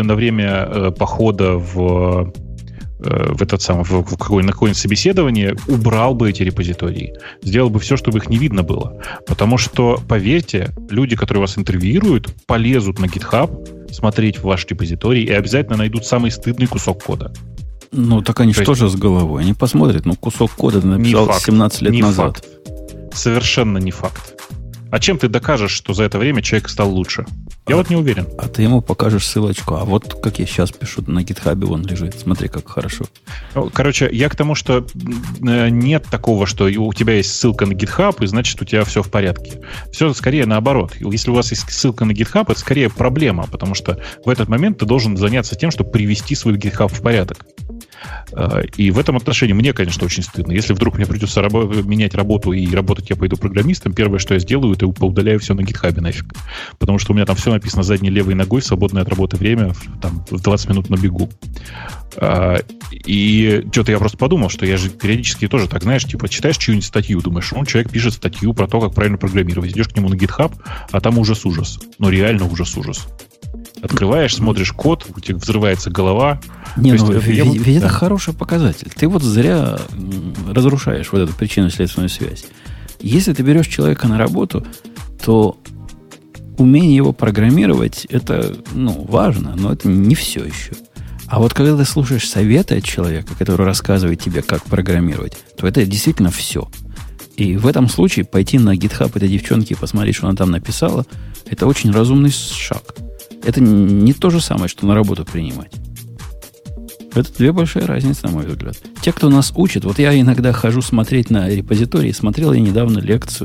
похода в какое-нибудь собеседование убрал бы эти репозитории. Сделал бы все, чтобы их не видно было. Потому что, поверьте, люди, которые вас интервьюируют, полезут на GitHub смотреть в ваш репозиторий и обязательно найдут самый стыдный кусок кода. Так они же тоже с головой. Они посмотрят, кусок кода ты написал 17 лет назад. Факт. Совершенно не факт. А чем ты докажешь, что за это время человек стал лучше? Я вот не уверен. А ты ему покажешь ссылочку. А вот как я сейчас пишу, на GitHub он лежит. Смотри, как хорошо. Короче, я к тому, что нет такого, что у тебя есть ссылка на GitHub, и значит, у тебя все в порядке. Все скорее наоборот. Если у вас есть ссылка на GitHub, это скорее проблема, потому что в этот момент ты должен заняться тем, чтобы привести свой GitHub в порядок. И в этом отношении мне, конечно, очень стыдно. Если вдруг мне придется менять работу и работать я пойду программистом, первое, что я сделаю, это поудаляю все на GitHub нафиг. Потому что у меня там все написано задней левой ногой, свободное от работы время, там, в 20 минут на бегу. И что-то я просто подумал, что я же периодически тоже так, знаешь, типа читаешь чью-нибудь статью, думаешь, человек пишет статью про то, как правильно программировать. Идешь к нему на GitHub, а там ужас-ужас. Ну, реально ужас-ужас. Открываешь, смотришь код, у тебя взрывается голова. Не, ну, ведь это хороший показатель. Ты вот зря разрушаешь вот эту причинно-следственную связь. Если ты берешь человека на работу, то умение его программировать, это, важно, но это не все еще. А вот когда ты слушаешь советы от человека, который рассказывает тебе, как программировать, то это действительно все. И в этом случае пойти на GitHub этой девчонки и посмотреть, что она там написала, это очень разумный шаг. Это не то же самое, что на работу принимать. Это две большие разницы, на мой взгляд. Те, кто нас учит, вот я иногда хожу смотреть на репозитории, смотрел я недавно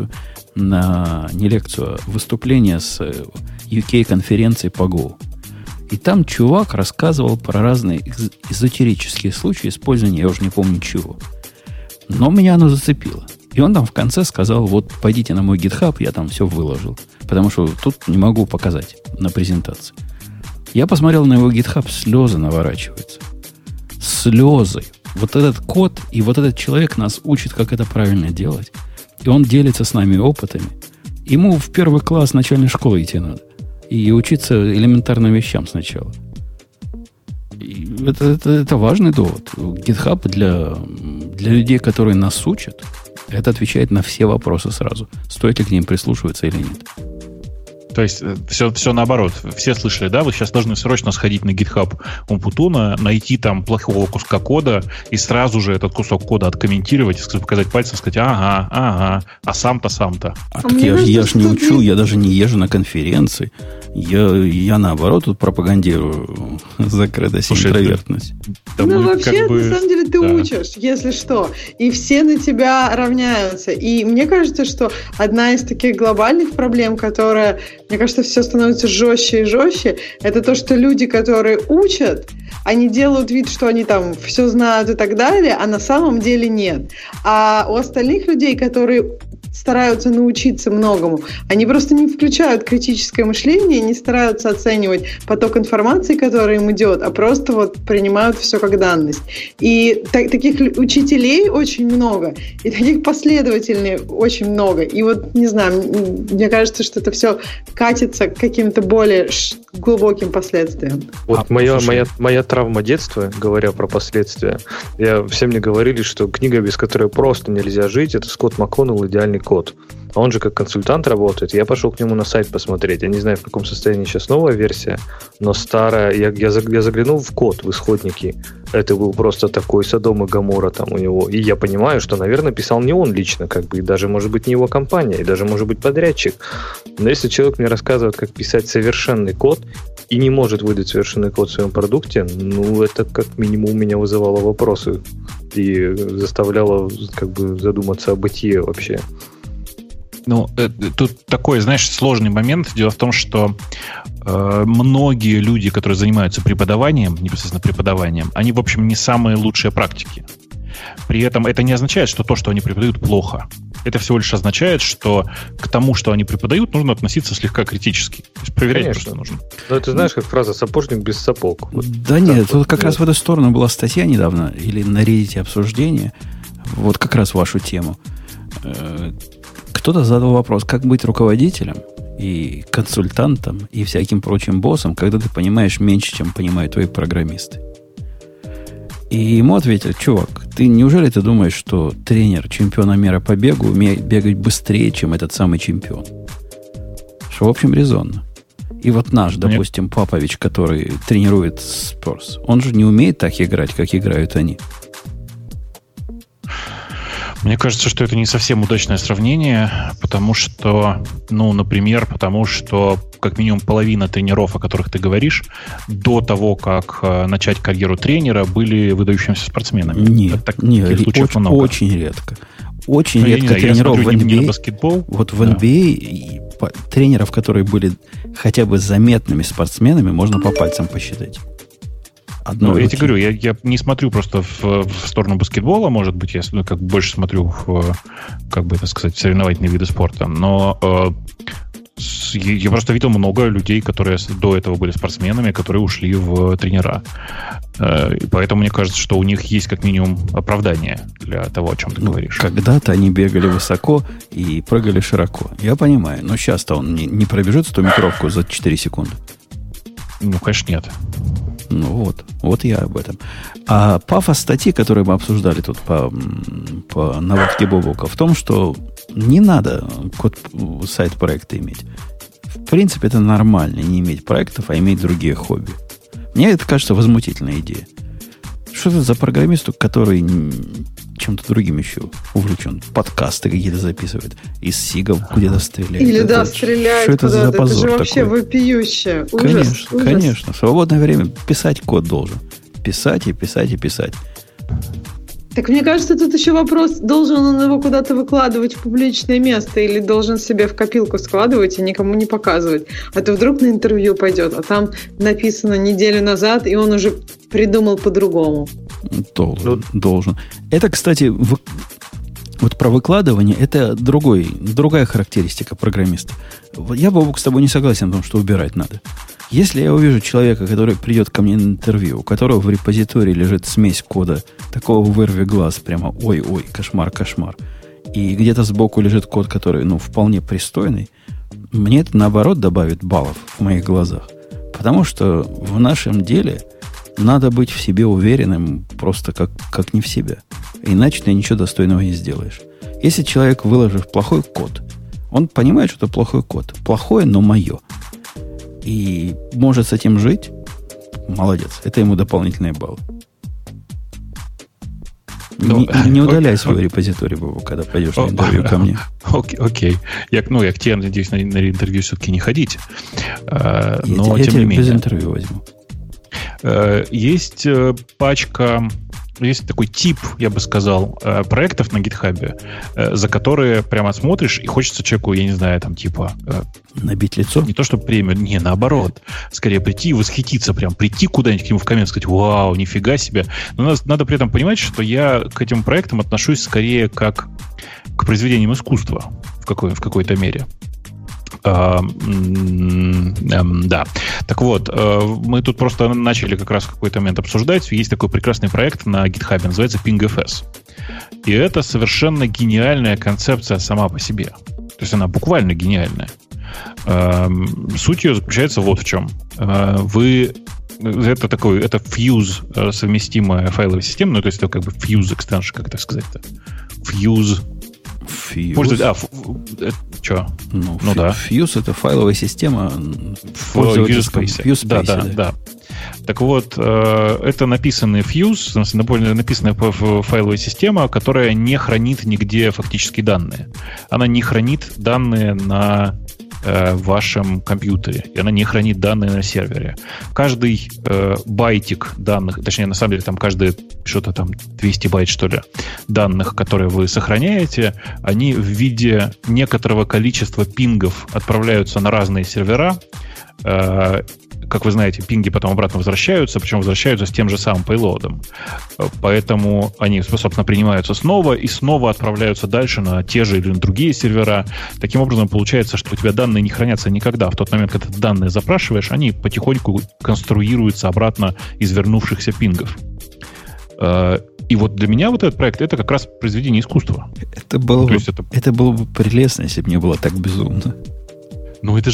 выступление с UK-конференции по Go. И там чувак рассказывал про разные эзотерические случаи использования, я уже не помню чего. Но меня оно зацепило. И он там в конце сказал, вот пойдите на мой GitHub, я там все выложил. Потому что тут не могу показать на презентации. Я посмотрел на его GitHub, слезы наворачиваются. Слезы. Вот этот код и вот этот человек нас учит, как это правильно делать. И он делится с нами опытами. Ему в первый класс начальной школы идти надо. И учиться элементарным вещам сначала. И это важный довод. GitHub для людей, которые нас учат, это отвечает на все вопросы сразу. Стоит ли к ним прислушиваться или нет. То есть все наоборот. Все слышали, да? Вы сейчас должны срочно сходить на GitHub Умпутуна, найти там плохого куска кода и сразу же этот кусок кода откомментировать, показать пальцем, сказать, ага, а сам-то. А так я ж не учу, я даже не езжу на конференции. Я наоборот тут пропагандирую закрытость и интровертность. Вообще, на самом деле, ты учишь, если что. И все на тебя равняются. И мне кажется, что одна из таких глобальных проблем, которая, мне кажется, все становится жестче и жестче, это то, что люди, которые учат, они делают вид, что они там все знают и так далее, а на самом деле нет. А у остальных людей, которые стараются научиться многому, они просто не включают критическое мышление, не стараются оценивать поток информации, который им идет, а просто вот принимают все как данность. И таких учителей очень много, и таких последователей очень много. И вот, не знаю, мне кажется, что это все катится к каким-то более глубоким последствиям. Вот моя травма детства, говоря про последствия, все мне говорили, что книга, без которой просто нельзя жить, это Скотт МакКоннелл «Идеальный код». А он же как консультант работает. Я пошел к нему на сайт посмотреть. Я не знаю, в каком состоянии сейчас новая версия, но старая. Я заглянул в код, в исходники. Это был просто такой Содом и Гоморра там у него. И я понимаю, что, наверное, писал не он лично, и даже, может быть, не его компания, и даже, может быть, подрядчик. Но если человек мне рассказывает, как писать совершенный код, и не может выдать совершенный код в своем продукте, это как минимум у меня вызывало вопросы и заставляло задуматься о бытие вообще. Тут такой, сложный момент. Дело в том, что многие люди, которые занимаются преподаванием, непосредственно преподаванием, они, в общем, не самые лучшие практики. При этом это не означает, что то, что они преподают, плохо. Это всего лишь означает, что к тому, что они преподают, нужно относиться слегка критически. То есть проверять просто нужно. Но это знаешь, как фраза «сапожник без сапог». Да нет, тут как раз в эту сторону была статья недавно, или на Reddit обсуждение, вот как раз вашу тему. Кто-то задал вопрос, как быть руководителем и консультантом и всяким прочим боссом, когда ты понимаешь меньше, чем понимают твои программисты. И ему ответили, чувак, неужели ты думаешь, что тренер чемпиона мира по бегу умеет бегать быстрее, чем этот самый чемпион? Что, в общем, резонно. И вот наш, допустим, Папович, который тренирует Спорс, он же не умеет так играть, как играют они. Мне кажется, что это не совсем удачное сравнение, потому что, как минимум половина тренеров, о которых ты говоришь, до того, как начать карьеру тренера, были выдающимися спортсменами. Нет, очень редко. Очень редко тренеров в NBA. Вот в NBA тренеров, которые были хотя бы заметными спортсменами, можно по пальцам посчитать. Я тебе говорю, я не смотрю просто в сторону баскетбола, может быть, я как больше смотрю в, как бы это сказать, соревновательные виды спорта, но я просто видел много людей, которые до этого были спортсменами, которые ушли в тренера. И поэтому мне кажется, что у них есть как минимум оправдание для того, о чем ты говоришь. Когда-то они бегали высоко и прыгали широко. Я понимаю, но сейчас-то он не пробежит 100-метровку за 4 секунды. Ну, конечно, нет. Ну вот я об этом. А пафос статьи, которую мы обсуждали тут по наводке Бобука, в том, что не надо сайт проекта иметь. В принципе, это нормально не иметь проектов, а иметь другие хобби. Мне это кажется возмутительная идея. Что это за программист, который чем-то другим еще увлечен? Подкасты какие-то записывает, из сигов где-то стреляет. Или стреляет. Что это за позор такой? Это же вообще вопиюще. Ужас. Ужас. Конечно. В свободное время писать код должен. Писать и писать и писать. Так мне кажется, тут еще вопрос, должен он его куда-то выкладывать в публичное место или должен себе в копилку складывать и никому не показывать. А то вдруг на интервью пойдет, а там написано неделю назад, и он уже придумал по-другому. Должен. Это, кстати, вот про выкладывание, это другая характеристика программиста. Я, Бобук, с тобой не согласен в том, что убирать надо. Если я увижу человека, который придет ко мне на интервью, у которого в репозитории лежит смесь кода, такого вырви глаз, прямо ой-ой, кошмар, и где-то сбоку лежит код, который, вполне пристойный, мне это, наоборот, добавит баллов в моих глазах. Потому что в нашем деле надо быть в себе уверенным просто как не в себя. Иначе ты ничего достойного не сделаешь. Если человек, выложив плохой код, он понимает, что это плохой код. Плохое, но мое. И может с этим жить, молодец. Это ему дополнительные баллы. Не удаляй свой репозиторий, когда пойдешь на интервью ко мне. Окей. Я к тебе, надеюсь, на интервью все-таки не ходить. Но я тем не менее. Без интервью возьму. Есть пачка... Есть такой тип, я бы сказал, проектов на GitHub, за которые прямо смотришь, и хочется человеку, я не знаю, там типа... Набить лицо? Не то, что премию, не, наоборот. Скорее прийти и восхититься, прям прийти куда-нибудь к нему в коммент, сказать, вау, нифига себе. Но надо при этом понимать, что я к этим проектам отношусь скорее как к произведениям искусства в какой-то мере. Да. Так вот, мы тут просто начали как раз в какой-то момент обсуждать. Есть такой прекрасный проект на GitHub, называется PingFS. И это совершенно гениальная концепция сама по себе. То есть она буквально гениальная. Суть ее заключается вот в чем. Это Fuse совместимая файловая система, то есть это как бы Fuse extension, как это сказать-то? Fuse. Что? Да. Fuse — это файловая система в Fuse. Да. Так вот, это написанный Fuse, написанная файловая система, которая не хранит нигде фактически данные. Она не хранит данные на вашем компьютере, и она не хранит данные на сервере. Каждый байтик данных, точнее, на самом деле, там каждые что-то там 200 байт, что ли, данных, которые вы сохраняете, они в виде некоторого количества пингов отправляются на разные сервера. Как вы знаете, пинги потом обратно возвращаются, причем возвращаются с тем же самым пейлодом. Поэтому они, собственно, принимаются снова и снова отправляются дальше на те же или на другие сервера. Таким образом, получается, что у тебя данные не хранятся никогда. В тот момент, когда ты данные запрашиваешь, они потихоньку конструируются обратно из вернувшихся пингов. И вот для меня вот этот проект — это как раз произведение искусства. Это было бы прелестно, если бы не было так безумно. Это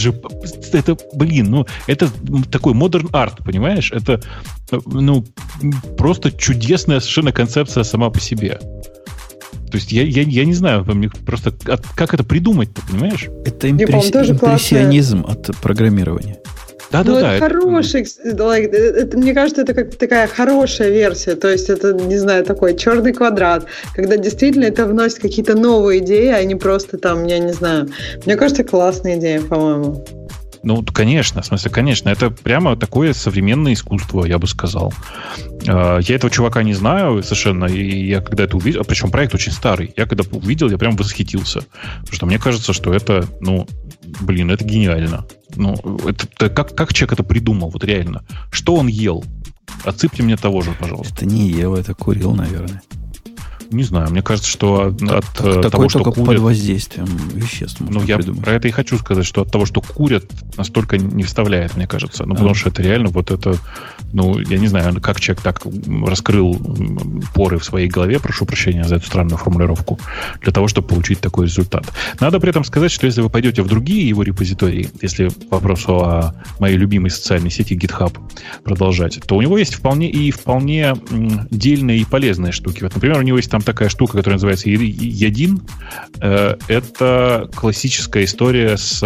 такой modern art, понимаешь? Это, просто чудесная совершенно концепция сама по себе. То есть я не знаю, просто как это придумать-то, понимаешь? Это импрессионизм от программирования. Это хороший, мне кажется, это как такая хорошая версия, то есть это, не знаю, такой черный квадрат, когда действительно это вносит какие-то новые идеи, а не просто там, я не знаю. Мне кажется, классная идея, по-моему. Конечно, это прямо такое современное искусство, я бы сказал. Я этого чувака не знаю совершенно, и я когда это увидел, причем проект очень старый, я когда увидел, я прям восхитился, потому что мне кажется, что это, это гениально. Это как человек это придумал, вот реально. Что он ел? отсыпьте мне того же, пожалуйста. Это не ел, это курил, наверное. Не знаю, мне кажется, что от того, что курят... под воздействием веществ можно придумать. Я про это и хочу сказать, что от того, что курят, настолько не вставляет, мне кажется. Потому что это реально вот это... я не знаю, как человек так раскрыл поры в своей голове, прошу прощения за эту странную формулировку, для того, чтобы получить такой результат. Надо при этом сказать, что если вы пойдете в другие его репозитории, если к вопросу о моей любимой социальной сети GitHub продолжать, то у него есть вполне дельные и полезные штуки. Вот, например, у него есть там такая штука, которая называется Yadin. Это классическая история с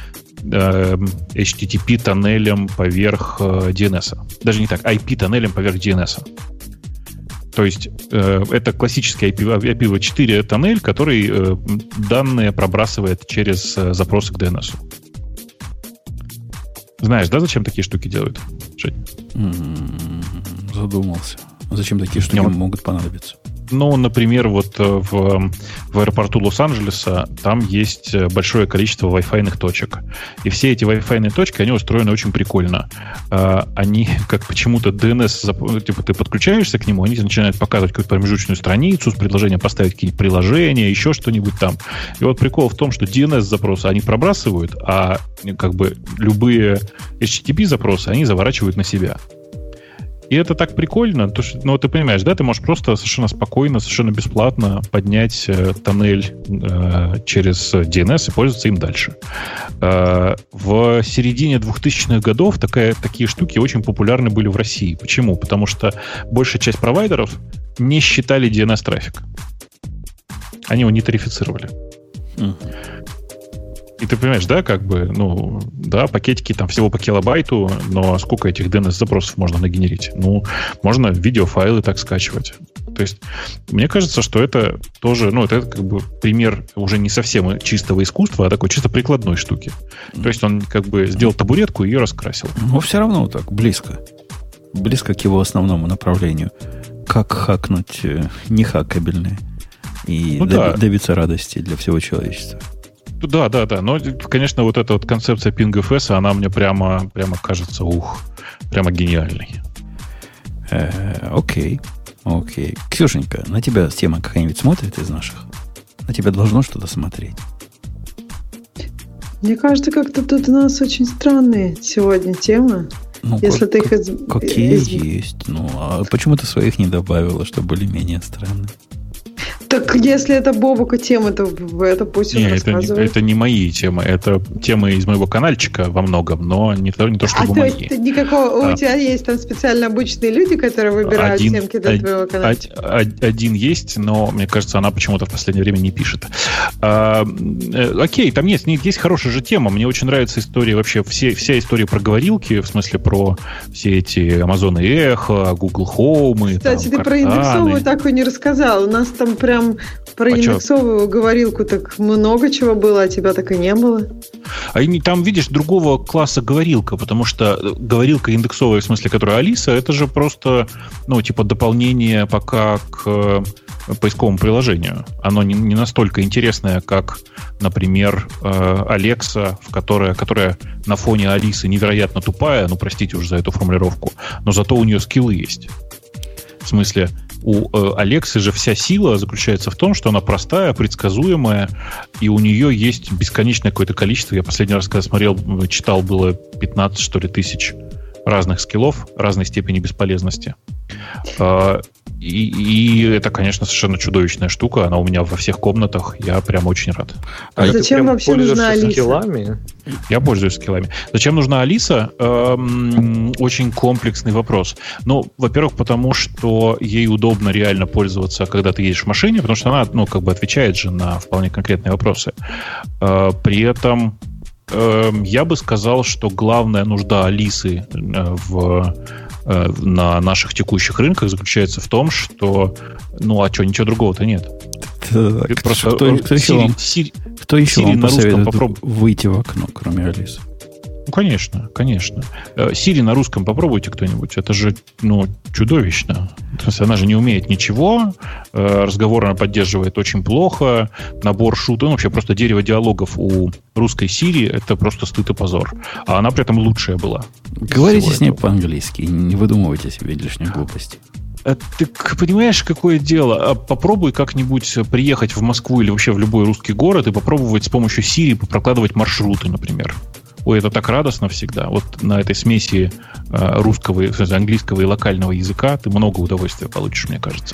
HTTP-тоннелем поверх DNS. Даже не так, IP-тоннелем поверх DNS. То есть это классический IPv4 тоннель, который данные пробрасывает через запросы к DNS. Знаешь, да, зачем такие штуки делают, Жень? Задумался. Зачем такие штуки могут понадобиться? Например, вот в аэропорту Лос-Анджелеса там есть большое количество Wi-Fi-ных точек. И все эти Wi-Fi-ные точки, они устроены очень прикольно. Они, как почему-то DNS, типа ты подключаешься к нему, они начинают показывать какую-то промежуточную страницу с предложением поставить какие-нибудь приложения, еще что-нибудь там. И вот прикол в том, что DNS-запросы они пробрасывают, а как бы любые HTTP-запросы они заворачивают на себя. И это так прикольно, то, что, ты понимаешь, да, ты можешь просто совершенно спокойно, совершенно бесплатно поднять тоннель через DNS и пользоваться им дальше. В середине 2000-х годов такие штуки очень популярны были в России. Почему? Потому что большая часть провайдеров не считали DNS-трафик. Они его не тарифицировали. И ты понимаешь, да, пакетики там всего по килобайту, но сколько этих DNS-запросов можно нагенерить? Можно видеофайлы так скачивать. То есть, мне кажется, что это тоже, это как бы пример уже не совсем чистого искусства, а такой чисто прикладной штуки. То есть, он как бы сделал табуретку и ее раскрасил. Но все равно так, близко. Близко к его основному направлению. Как хакнуть нехакабельные и добиться радости для всего человечества. Да. Но, конечно, вот эта вот концепция PingFS, она мне прямо кажется, прямо гениальной. Окей. Ксюшенька, на тебя тема какая-нибудь смотрит из наших? На тебя должно что-то смотреть. Мне кажется, как-то тут у нас очень странные сегодня темы. Если ты их какие есть? А почему ты своих не добавила, что были менее странные? Так если это Бобука тема, то это пусть он рассказывает. Это не мои темы. Это темы из моего канальчика во многом, но не то чтобы мои. У тебя есть там специально обычные люди, которые выбирают темки для твоего канальчика? Один есть, но, мне кажется, она почему-то в последнее время не пишет. Окей, там есть хорошая же тема. Мне очень нравится история вообще, вся история про говорилки, в смысле про все эти Amazon Echo, Google Home. Кстати, ты про индексовую так и не рассказал. У нас там прям про индексовую говорилку так много чего было, а тебя так и не было. Там, видишь, другого класса говорилка, потому что говорилка индексовая, в смысле, которая Алиса, это же просто, дополнение пока к поисковому приложению. Оно не настолько интересное, как, например, Alexa, которая на фоне Алисы невероятно тупая, простите уже за эту формулировку, но зато у нее скиллы есть. В смысле, у Алексы же вся сила заключается в том, что она простая, предсказуемая, и у нее есть бесконечное какое-то количество. Я последний раз, когда читал, было 15, что ли, тысяч разных скиллов, разной степени бесполезности. И это, конечно, совершенно чудовищная штука. Она у меня во всех комнатах. Я прям очень рад. Зачем вообще нужна Алиса? Скиллами? Я пользуюсь скиллами. Зачем нужна Алиса? Очень комплексный вопрос. Во-первых, потому что ей удобно реально пользоваться, когда ты едешь в машине, потому что она, отвечает же на вполне конкретные вопросы. При этом я бы сказал, что главная нужда Алисы на наших текущих рынках заключается в том, что ничего другого-то нет. Так, кто еще вам посоветует выйти в окно, кроме Алисы? Ну, конечно, конечно. Siri на русском попробуйте кто-нибудь. Это же, чудовищно. То есть она же не умеет ничего, разговор она поддерживает очень плохо, набор шуток, вообще просто дерево диалогов у русской Siri — это просто стыд и позор. А она при этом лучшая была. Говорите с ней по-английски, не выдумывайте себе лишних глупостей. Ты понимаешь, какое дело? Попробуй как-нибудь приехать в Москву или вообще в любой русский город и попробовать с помощью Siri прокладывать маршруты, например. Ой, это так радостно всегда. Вот на этой смеси русского, английского и локального языка ты много удовольствия получишь, мне кажется.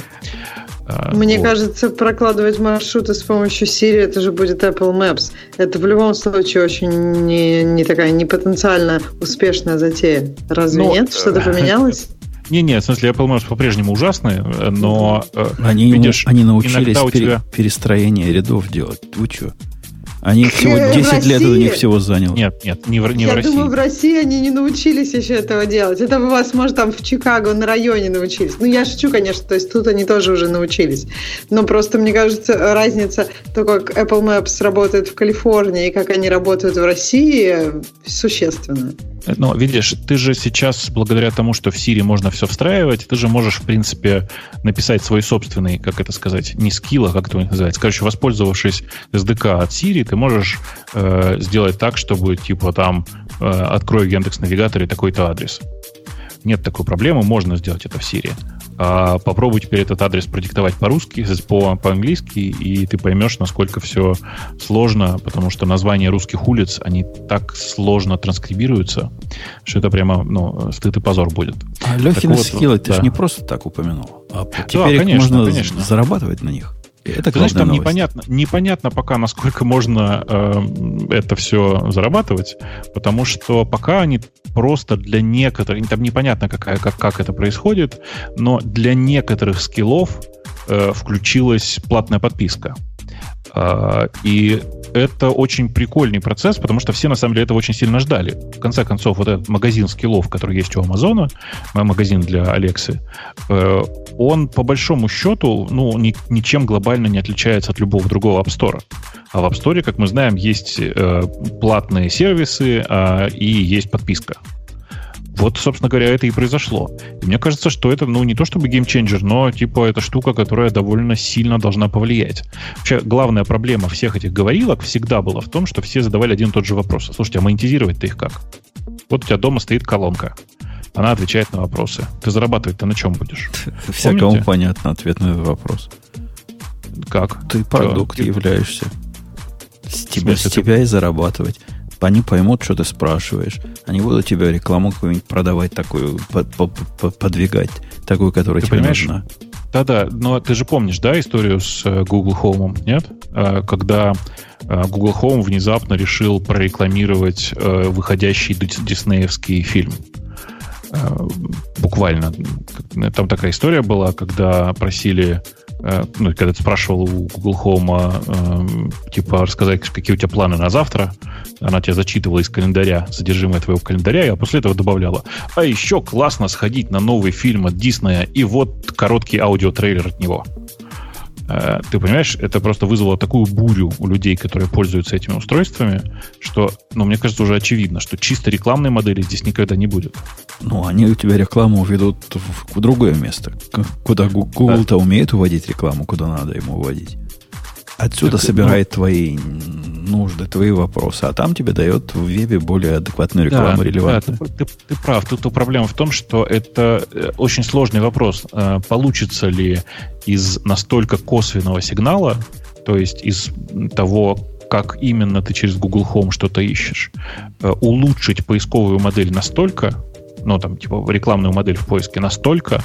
Мне кажется, прокладывать маршруты с помощью Siri, это же будет Apple Maps. Это в любом случае очень не такая не потенциально успешная затея. Разве нет? Что-то поменялось? Не, в смысле, Apple Maps по-прежнему ужасные, но они научились перестроение рядов делать. Вы что? Они всего 10 лет у них всего заняло. Нет, не в России. Я думаю, в России они не научились еще этого делать. Это у вас, может, там в Чикаго на районе научились. Я шучу, конечно, то есть тут они тоже уже научились. Но просто, мне кажется, разница, то, как Apple Maps работает в Калифорнии и как они работают в России, существенная. Но, видишь, ты же сейчас, благодаря тому, что в Siri можно все встраивать, ты же можешь, в принципе, написать свой собственный, как это сказать, не скилл, а как это называется. Короче, воспользовавшись SDK от Siri, ты можешь сделать так, чтобы, типа, там, открой в Яндекс.Навигаторе такой-то адрес. Нет такой проблемы, можно сделать это в Siri. А попробуй теперь этот адрес продиктовать по-русски, по-английски, и ты поймешь, насколько все сложно, потому что названия русских улиц, они так сложно транскрибируются, что это прямо, стыд и позор будет. А Лехины скиллы ты же не просто так упомянул, а теперь можно зарабатывать на них. Это, знаешь, там непонятно пока, насколько можно это все зарабатывать, потому что пока они просто для некоторых, там непонятно, как это происходит, но для некоторых скиллов включилась платная подписка. И это очень прикольный процесс, потому что все, на самом деле, этого очень сильно ждали. В конце концов, вот этот магазин скиллов, который есть у Амазона, магазин для Алексы, он, по большому счету, ничем глобально не отличается от любого другого App Store. А в App Store, как мы знаем, есть платные сервисы и есть подписка. Вот, собственно говоря, это и произошло. И мне кажется, что это, не то чтобы геймченджер, но, это штука, которая довольно сильно должна повлиять. Вообще, главная проблема всех этих говорилок всегда была в том, что все задавали один и тот же вопрос. Слушайте, а монетизировать-то их как? Вот у тебя дома стоит колонка. Она отвечает на вопросы. Ты зарабатывать-то на чем будешь? Всякому понятно ответ на этот вопрос. Как? Ты продукт являешься. С тебя и зарабатывать. Они поймут, что ты спрашиваешь. Они будут тебе рекламу какую-нибудь продавать такую, подвигать, такую, которая тебе нужна. Да-да, но ты же помнишь, да, историю с Google Home, нет? Когда Google Home внезапно решил прорекламировать выходящий диснеевский фильм. Буквально. Там такая история была, когда просили... когда ты спрашивал у Google Home, рассказать, какие у тебя планы на завтра, она тебе зачитывала из календаря содержимое твоего календаря, а после этого добавляла: а еще классно сходить на новый фильм от Диснея, и вот короткий аудиотрейлер от него. Ты понимаешь, это просто вызвало такую бурю у людей, которые пользуются этими устройствами, что, мне кажется, уже очевидно, что чисто рекламной модели здесь никогда не будет. Они у тебя рекламу ведут в другое место, куда Google-то умеет уводить рекламу, куда надо ему уводить. Отсюда собирает твои нужды, твои вопросы, а там тебе дает в вебе более адекватную рекламу, релевантную. Да, ты прав. Тут проблема в том, что это очень сложный вопрос. Получится ли из настолько косвенного сигнала, то есть из того, как именно ты через Google Home что-то ищешь, улучшить поисковую модель настолько, рекламную модель в поиске настолько,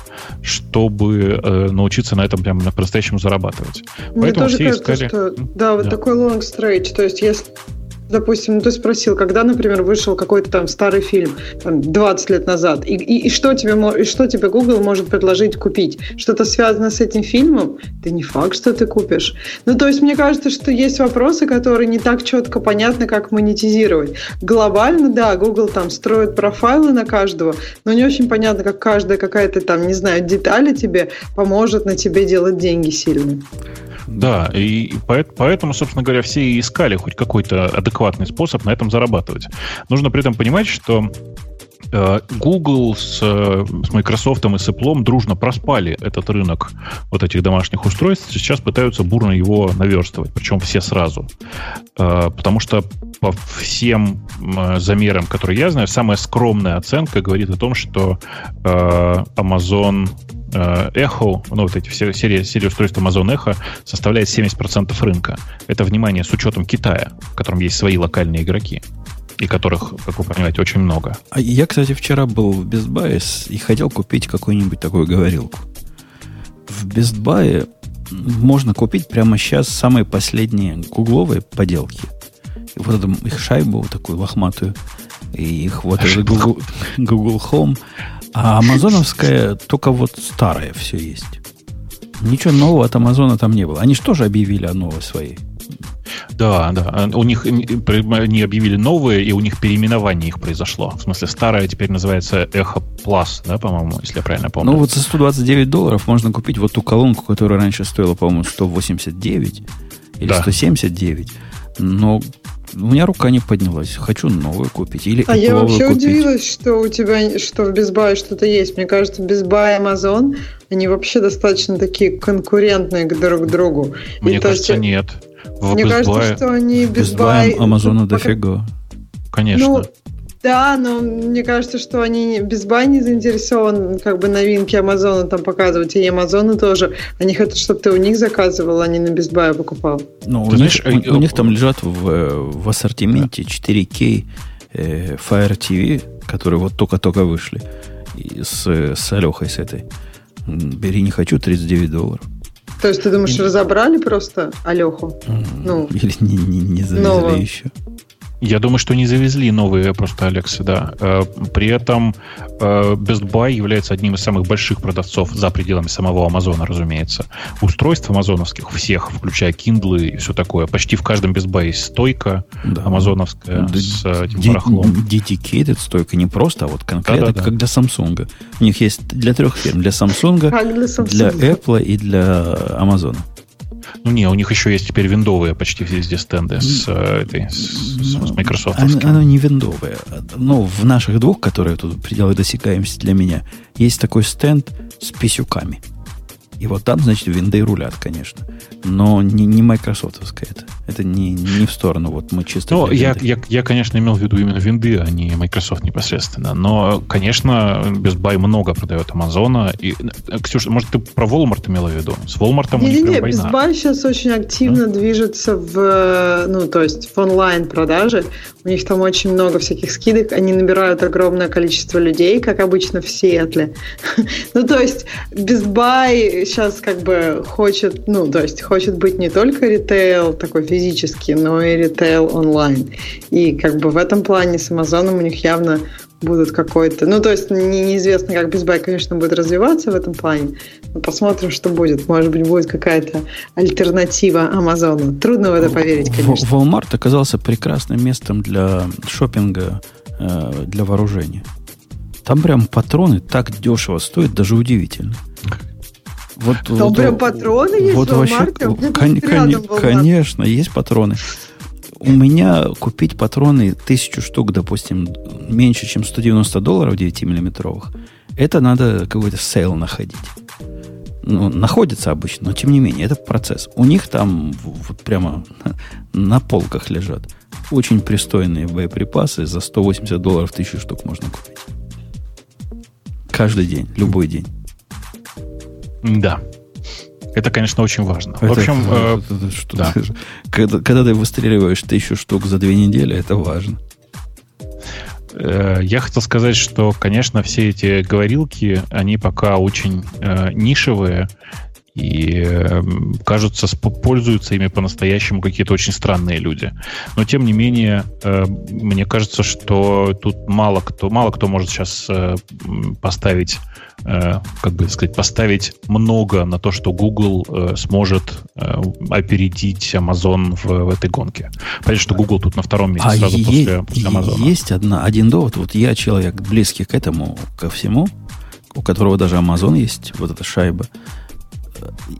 чтобы научиться на этом прямо по-настоящему зарабатывать. Мне поэтому тоже все кажется, искали... такой long stretch, то есть если... Допустим, ты спросил, когда, например, вышел какой-то там старый фильм, 20 лет назад, и что тебе Google может предложить купить? Что-то связано с этим фильмом? Да не факт, что ты купишь. То есть, мне кажется, что есть вопросы, которые не так четко понятны, как монетизировать. Глобально, да, Google там строит профайлы на каждого, но не очень понятно, как каждая какая-то там, не знаю, деталь тебе поможет на тебе делать деньги сильно. Да, и поэтому, собственно говоря, все и искали хоть какой-то адекватный способ на этом зарабатывать. Нужно при этом понимать, что Google с Microsoft и с Apple дружно проспали этот рынок вот этих домашних устройств. Сейчас пытаются бурно его наверстывать, причем все сразу. Потому что по всем замерам, которые я знаю, самая скромная оценка говорит о том, что Amazon Echo, ну вот эти все серии устройств Amazon Echo составляет 70% рынка. Это, внимание, с учетом Китая, в котором есть свои локальные игроки. И которых, как вы понимаете, очень много. А я, кстати, вчера был в Best Buy и хотел купить какую-нибудь такую говорилку. В Best Buy можно купить прямо сейчас самые последние гугловые поделки. И вот эту их шайбу такую лохматую, и их вот этот Google Home. А амазоновская только вот старая все есть. Ничего нового от Амазона там не было. Они же тоже объявили о новой своей. Да. У них они объявили новые, и у них переименование их произошло. В смысле, старая теперь называется Echo Plus, да, по-моему, если я правильно помню. Ну, вот за $129 можно купить вот ту колонку, которая раньше стоила, по-моему, 189 или 179. Но у меня рука не поднялась. Хочу новую купить. Или я вообще удивилась, что у тебя, что в Best Buy что-то есть. Мне кажется, Best Buy и Amazon, они вообще достаточно такие конкурентные друг к другу. Мне кажется, нет. Мне кажется, что они Best Buy... Амазона дофига. Конечно. Ну, да, но мне кажется, что они Best Buy не заинтересован как бы новинки Амазона там показывать, и Амазоны тоже. Они хотят, чтобы ты у них заказывал, а не на Best Buy покупал. Ну, у них там лежат в ассортименте 4K Fire TV, которые вот только-только вышли. И с Алехой с этой. Бери, не хочу, $39. То есть ты думаешь, разобрали просто Алеху? Или не завезли еще? Я думаю, что не завезли новые просто Алексы, да. При этом Best Buy является одним из самых больших продавцов за пределами самого Амазона, разумеется. Устройств амазоновских всех, включая Kindle и все такое. Почти в каждом Best Buy есть стойка амазоновская с этим барахлом. Dedicated стойка, не просто, а вот конкретно, как для Samsung. У них есть для 3 фирм. Для Samsung, для Apple и для Амазона. Ну, не, у них еще есть теперь виндовые почти везде стенды с Microsoft. Оно не виндовое. Но в наших двух, которые тут пределы досекаемости для меня, есть такой стенд с писюками. И вот там, значит, винды рулят, конечно. Но не майкрософтовская это. Это не в сторону. Вот мы чисто... Ну, я, конечно, имел в виду именно винды, а не Microsoft непосредственно. Но, конечно, Best Buy много продает Амазона. И, Ксюша, может, ты про Walmart имела в виду? С Walmart у них прям война. Best Buy сейчас очень активно движется то есть в онлайн-продаже. У них там очень много всяких скидок. Они набирают огромное количество людей, как обычно в Сиэтле. Ну, то есть Best Buy сейчас как бы хочет быть не только ритейл такой физический, но и ритейл онлайн. И как бы в этом плане с Амазоном у них явно будут какой-то... Ну, то есть неизвестно, как Best Buy, конечно, будет развиваться в этом плане. Но посмотрим, что будет. Может быть, будет какая-то альтернатива Амазону. Трудно в это поверить, конечно. Walmart оказался прекрасным местом для шопинга, для вооружения. Там прям патроны так дешево стоят, даже удивительно. Там прям патроны есть в Walmart? Конечно, есть патроны. У меня купить патроны 1000 штук, допустим, меньше, чем $190 9-миллиметровых, это надо какой-то сейл находить. Ну, находится обычно, но тем не менее, это процесс. У них там вот прямо на полках лежат очень пристойные боеприпасы. За $180 1000 штук можно купить. Каждый день, любой день. Да. Это, конечно, очень важно. В общем, да. Когда ты выстреливаешь 1000 штук за 2 недели, это важно. Я хотел сказать, что, конечно, все эти говорилки, они пока очень нишевые и, кажется, пользуются ими по-настоящему какие-то очень странные люди. Но, тем не менее, мне кажется, что тут мало кто может сейчас поставить много на то, что Google сможет опередить Amazon в этой гонке. Понятно, что Google тут на втором месте сразу после Amazon. Есть один довод. Вот я человек близкий к этому, ко всему, у которого даже Amazon есть, вот эта шайба. Ты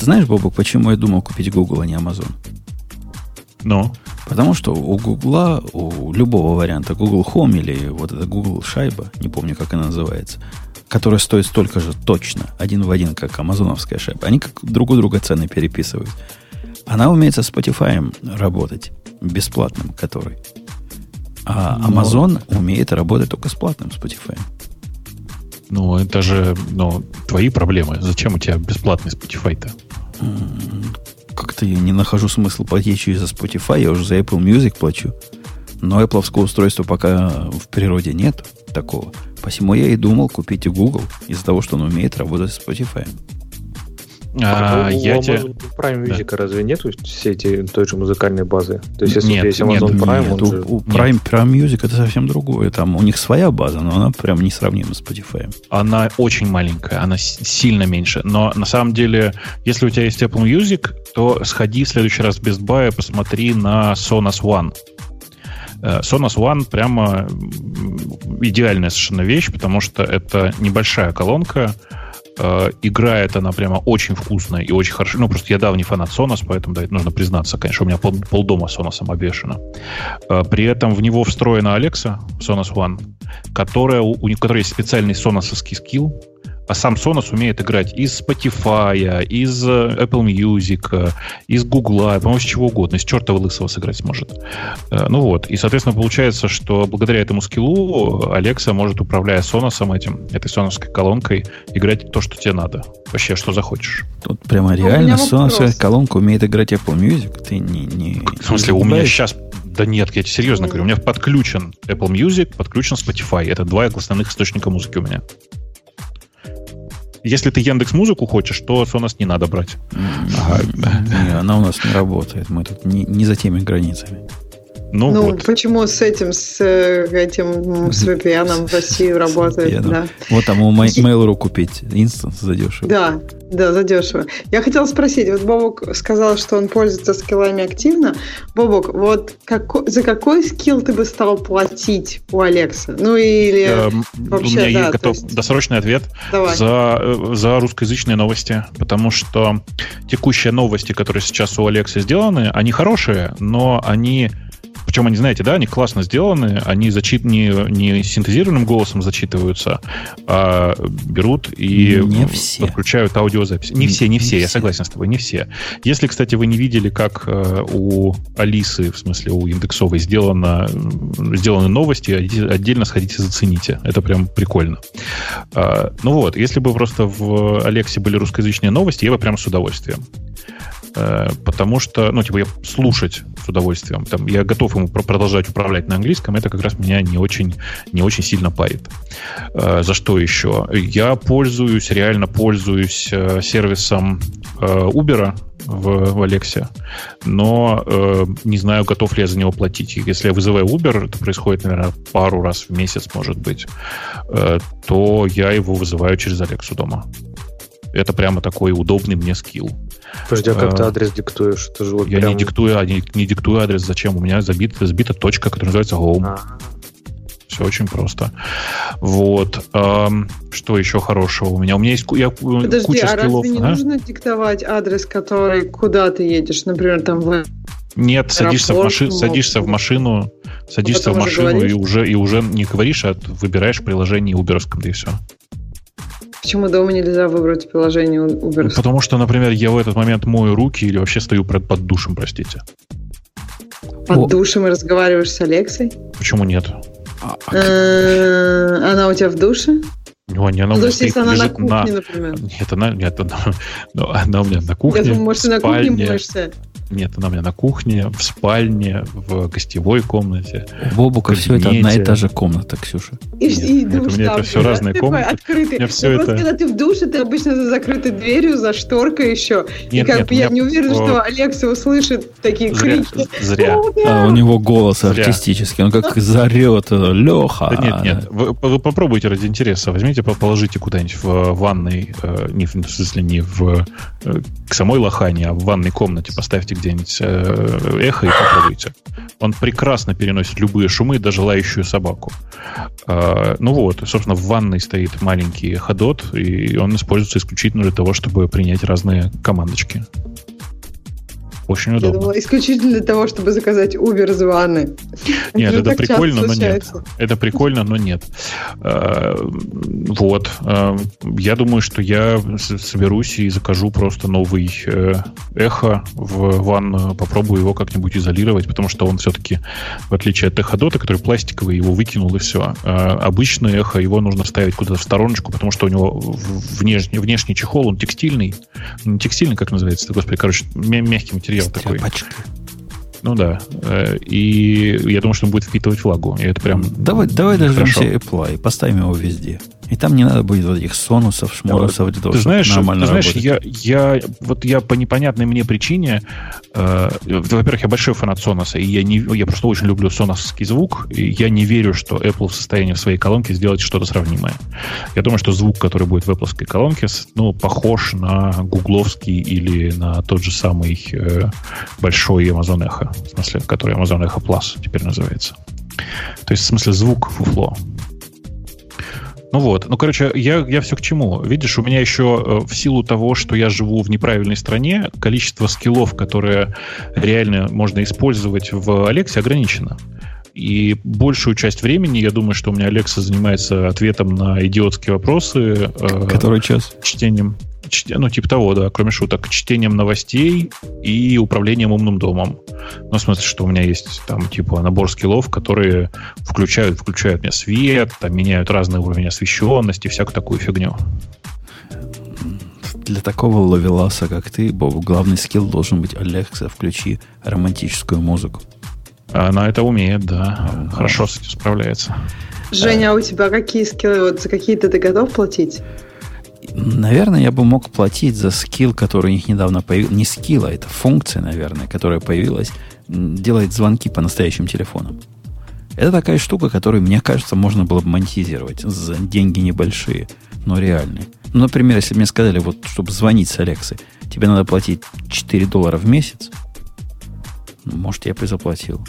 знаешь, Бобок, почему я думал купить Google, а не Amazon? Ну? Потому что у Google, у любого варианта, Google Home или вот эта Google шайба, не помню, как она называется, которая стоит столько же точно, один в один, как амазоновская шайба, они как друг у друга цены переписывают. Она умеет со Spotify работать, бесплатным который. А Amazon умеет работать только с платным Spotify. Ну, это же твои проблемы. Зачем у тебя бесплатный Spotify-то? Как-то я не нахожу смысла платить через Spotify, я уже за Apple Music плачу. Но Apple'овского устройства пока в природе нет такого. Посему я и думал купить и Google из-за того, что он умеет работать с Spotify. У Prime Music разве нету всей той же музыкальной базы? То есть, если есть Amazon Prime, у Prime Music это совсем другое. Там у них своя база, но она прям несравнима с Spotify. Она очень маленькая, она сильно меньше. Но на самом деле, если у тебя есть Apple Music, то сходи в следующий раз в Best Buy и посмотри на Sonos One. Sonos One прямо идеальная совершенно вещь, потому что это небольшая колонка. Играет она прямо очень вкусно и очень хорошо. Ну, просто я давний фанат Sonos, поэтому, да, это нужно признаться, конечно, у меня полдома Sonos обвешено. При этом в него встроена Alexa, Sonos One, у которой есть специальный соносовский скилл, а сам Sonos умеет играть из Spotify, из Apple Music, из Google, по-моему, из чего угодно, из чертова лысого сыграть сможет. Ну вот, и, соответственно, получается, что благодаря этому скиллу Alexa может, управляя Sonos'ом этой соносской колонкой, играть то, что тебе надо. Вообще, что захочешь. Тут прямо реально соносская колонка умеет играть Apple Music? Ты не в смысле, у меня сейчас... Да нет, я тебе серьезно говорю, у меня подключен Apple Music, подключен Spotify. Это два основных источника музыки у меня. Если ты Яндекс.Музыку хочешь, то Sonos не надо брать. Не, она у нас не работает. Мы тут не за теми границами. Ну вот. Почему с VPN в России работает? Да. Вот там у Mail.ru купить инстанс задешево. Да, задешево. Я хотела спросить, вот Бобок сказал, что он пользуется скиллами активно. Бобок, вот за какой скилл ты бы стал платить у Алекса? Ну или вообще, у меня есть готов досрочный ответ за русскоязычные новости, потому что текущие новости, которые сейчас у Алекса сделаны, они хорошие, но они... Причем они, знаете, да, они классно сделаны, они не синтезированным голосом зачитываются, а берут и подключают аудиозапись. Не все, я согласен с тобой, не все. Если, кстати, вы не видели, как у Алисы, в смысле у Индексовой, сделаны новости, отдельно сходите, зацените. Это прям прикольно. Ну вот, если бы просто в Алексе были русскоязычные новости, я бы прям с удовольствием. Потому что, я слушать с удовольствием. Я готов ему продолжать управлять на английском. Это как раз меня не очень сильно парит. За что еще? Я реально пользуюсь сервисом Uber в Алексе, но не знаю, готов ли я за него платить. Если я вызываю Uber, это происходит, наверное, пару раз в месяц, может быть, то я его вызываю через Алексу дома. Это прямо такой удобный мне скилл. Подожди, а как ты адрес диктуешь? Это же вот я прям... не диктую адрес. Зачем? У меня забита точка, которая называется Home. Все очень просто. Вот. Что еще хорошего у меня? У меня есть куча скиллов. Разве не нужно диктовать адрес, куда ты едешь? Например, там в... Нет, садишься в машину и уже не говоришь, а выбираешь приложение Uber'овском, да и все. Почему дома нельзя выбрать приложение Uber? Потому что, например, я в этот момент мою руки или вообще стою под душем, простите. Под душем и разговариваешь с Алексой? Почему нет? Она у тебя в душе? Не, она то есть, если она на кухне, например? Нет, она у меня на кухне. Я думаю, может, ты на кухне моешься? Нет, она у меня на кухне, в спальне, в гостевой комнате. У Бобука все это одна и та же комната, Ксюша. И душ там. Это все разные комнаты. Открытый. Просто когда ты в душе, ты обычно за закрытой дверью, за шторкой еще. Я не уверен, что Алекса услышит такие крики. Зря. У него голос артистический. Он как зарет. Леха. Нет. Вы попробуйте ради интереса. Возьмите, положите куда-нибудь в ванной, в смысле не к самой лохане, а в ванной комнате поставьте где-нибудь эхо и попробуйте. Он прекрасно переносит любые шумы, даже лающую собаку. Ну вот, собственно, в ванной стоит маленький эходот, и он используется исключительно для того, чтобы принять разные командочки. Очень удобно. Я думала, исключительно для того, чтобы заказать Uber из ванны. Нет, это прикольно, но нет. Это прикольно, но нет. Вот. Я думаю, что я соберусь и закажу просто новый эхо в ванну, попробую его как-нибудь изолировать, потому что он все-таки, в отличие от эходота, который пластиковый, его выкинул и все. Обычное эхо, его нужно ставить куда-то в стороночку, потому что у него внешний чехол, он текстильный. Не текстильный, как называется? Господи, короче, мягкий материал. Такой. Ну да. И я думаю, что он будет впитывать влагу. И это прям давай дождемся Apple и поставим его везде. И там не надо будет вот этих сонусов, шмонусов. Ты знаешь, я по непонятной мне причине, во-первых, я большой фанат Sonos, и я просто очень люблю соносский звук, и я не верю, что Apple в состоянии в своей колонке сделать что-то сравнимое. Я думаю, что звук, который будет в Apple'ской колонке, похож на гугловский или на тот же самый большой Amazon Echo, в смысле, который Amazon Echo Plus теперь называется. То есть, в смысле, звук фуфло. Ну вот, короче, я все к чему. Видишь, у меня еще в силу того, что я живу в неправильной стране, количество скиллов, которые реально можно использовать в Alexa, ограничено. И большую часть времени, я думаю, что у меня Alexa занимается ответом на идиотские вопросы. Который час? Чтением. Ну, типа того, да, кроме шуток. Чтением новостей и управлением умным домом. Ну, в смысле, что у меня есть там, типа, набор скиллов, которые включают мне свет, там, меняют разный уровень освещенности, всякую такую фигню. Для такого ловеласа, как ты, Боб, главный скилл должен быть: Alexa, включи романтическую музыку. Она это умеет, да. Хорошо с этим справляется. Женя, а у тебя какие скиллы? Вот за какие-то ты готов платить? Наверное, я бы мог платить за скилл, который у них недавно появился. Не скилл, а это функция, наверное, которая появилась. Делает звонки по настоящим телефонам. Это такая штука, которую, мне кажется, можно было бы монетизировать за деньги небольшие, но реальные. Ну, например, если бы мне сказали, вот, чтобы звонить с Алексой, тебе надо платить $4 в месяц, может, я бы и заплатил.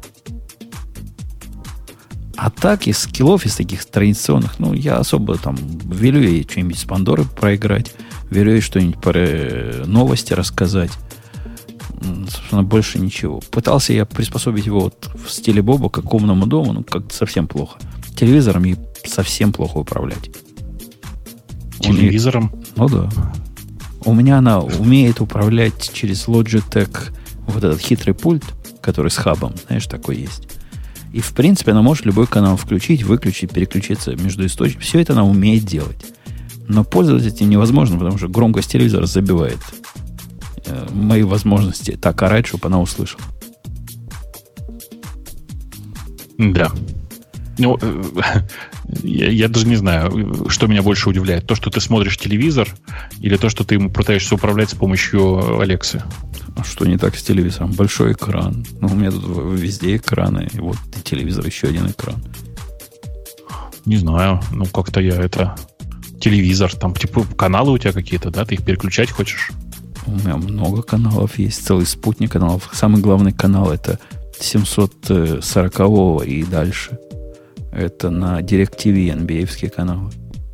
А так, из скиллов, из таких традиционных, я особо там велю ей что-нибудь с Пандоры проиграть, велю ей что-нибудь про новости рассказать. Собственно, больше ничего. Пытался я приспособить его вот в стиле Боба к умному дому, как-то совсем плохо. Телевизором ей совсем плохо управлять. Телевизором? Да. У меня она умеет управлять через Logitech вот этот хитрый пульт, который с хабом, знаешь, такой есть. И, в принципе, она может любой канал включить, выключить, переключиться между источниками. Все это она умеет делать. Но пользоваться этим невозможно, потому что громкость телевизора забивает мои возможности так орать, чтобы она услышала. Да. Я даже не знаю, что меня больше удивляет. То, что ты смотришь телевизор, или то, что ты ему пытаешься управлять с помощью Алексы? А что не так с телевизором? Большой экран. У меня тут везде экраны. И вот и телевизор, еще один экран. Не знаю. Как-то я это... Телевизор, там, типа, каналы у тебя какие-то, да? Ты их переключать хочешь? У меня много каналов есть. Целый спутник каналов. Самый главный канал — это 740 и дальше. Это на DirecTV NBA-евские каналы.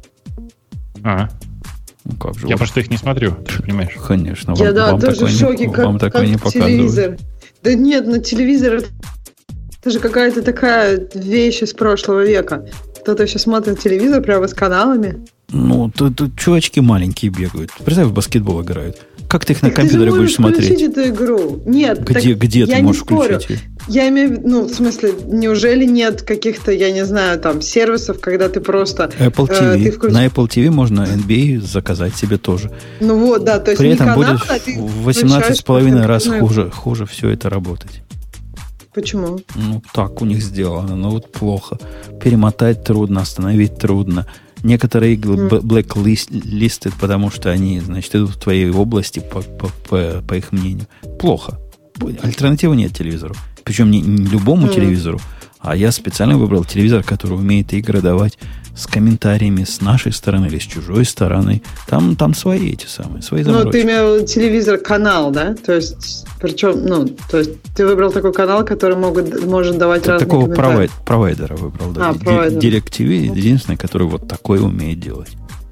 Как же? Я просто их не смотрю, ты же понимаешь. Конечно. Я тоже в шоке, вам такое не телевизор. Да нет, телевизор это же какая-то такая вещь из прошлого века. Кто-то еще смотрит телевизор прямо с каналами. Тут чувачки маленькие бегают. Представь, в баскетбол играют. Как ты их на компьютере будешь смотреть? Ты можешь включить эту игру. Нет. Где ты можешь включить ее? Я имею в виду, в смысле, неужели нет каких-то, я не знаю, там, сервисов, когда ты просто... Apple TV. На Apple TV можно NBA заказать себе тоже. Да, то есть при этом канал, будет в 18,5 раз хуже все это работать. Почему? Так у них сделано. Плохо. Перемотать трудно, остановить трудно. Некоторые иглы blacklisted, потому что они, идут в твоей области, по их мнению. Плохо. Альтернативы нет телевизору. Причем не любому телевизору, а я специально выбрал телевизор, который умеет игры давать с комментариями с нашей стороны или с чужой стороны. Там свои эти самые, свои заморочки. Ты имел телевизор-канал, да? То есть Причем, то есть ты выбрал такой канал, который может давать разные такого комментарии. Провайдера выбрал. Да. Провайдер. DirecTV единственный, который вот такой умеет делать.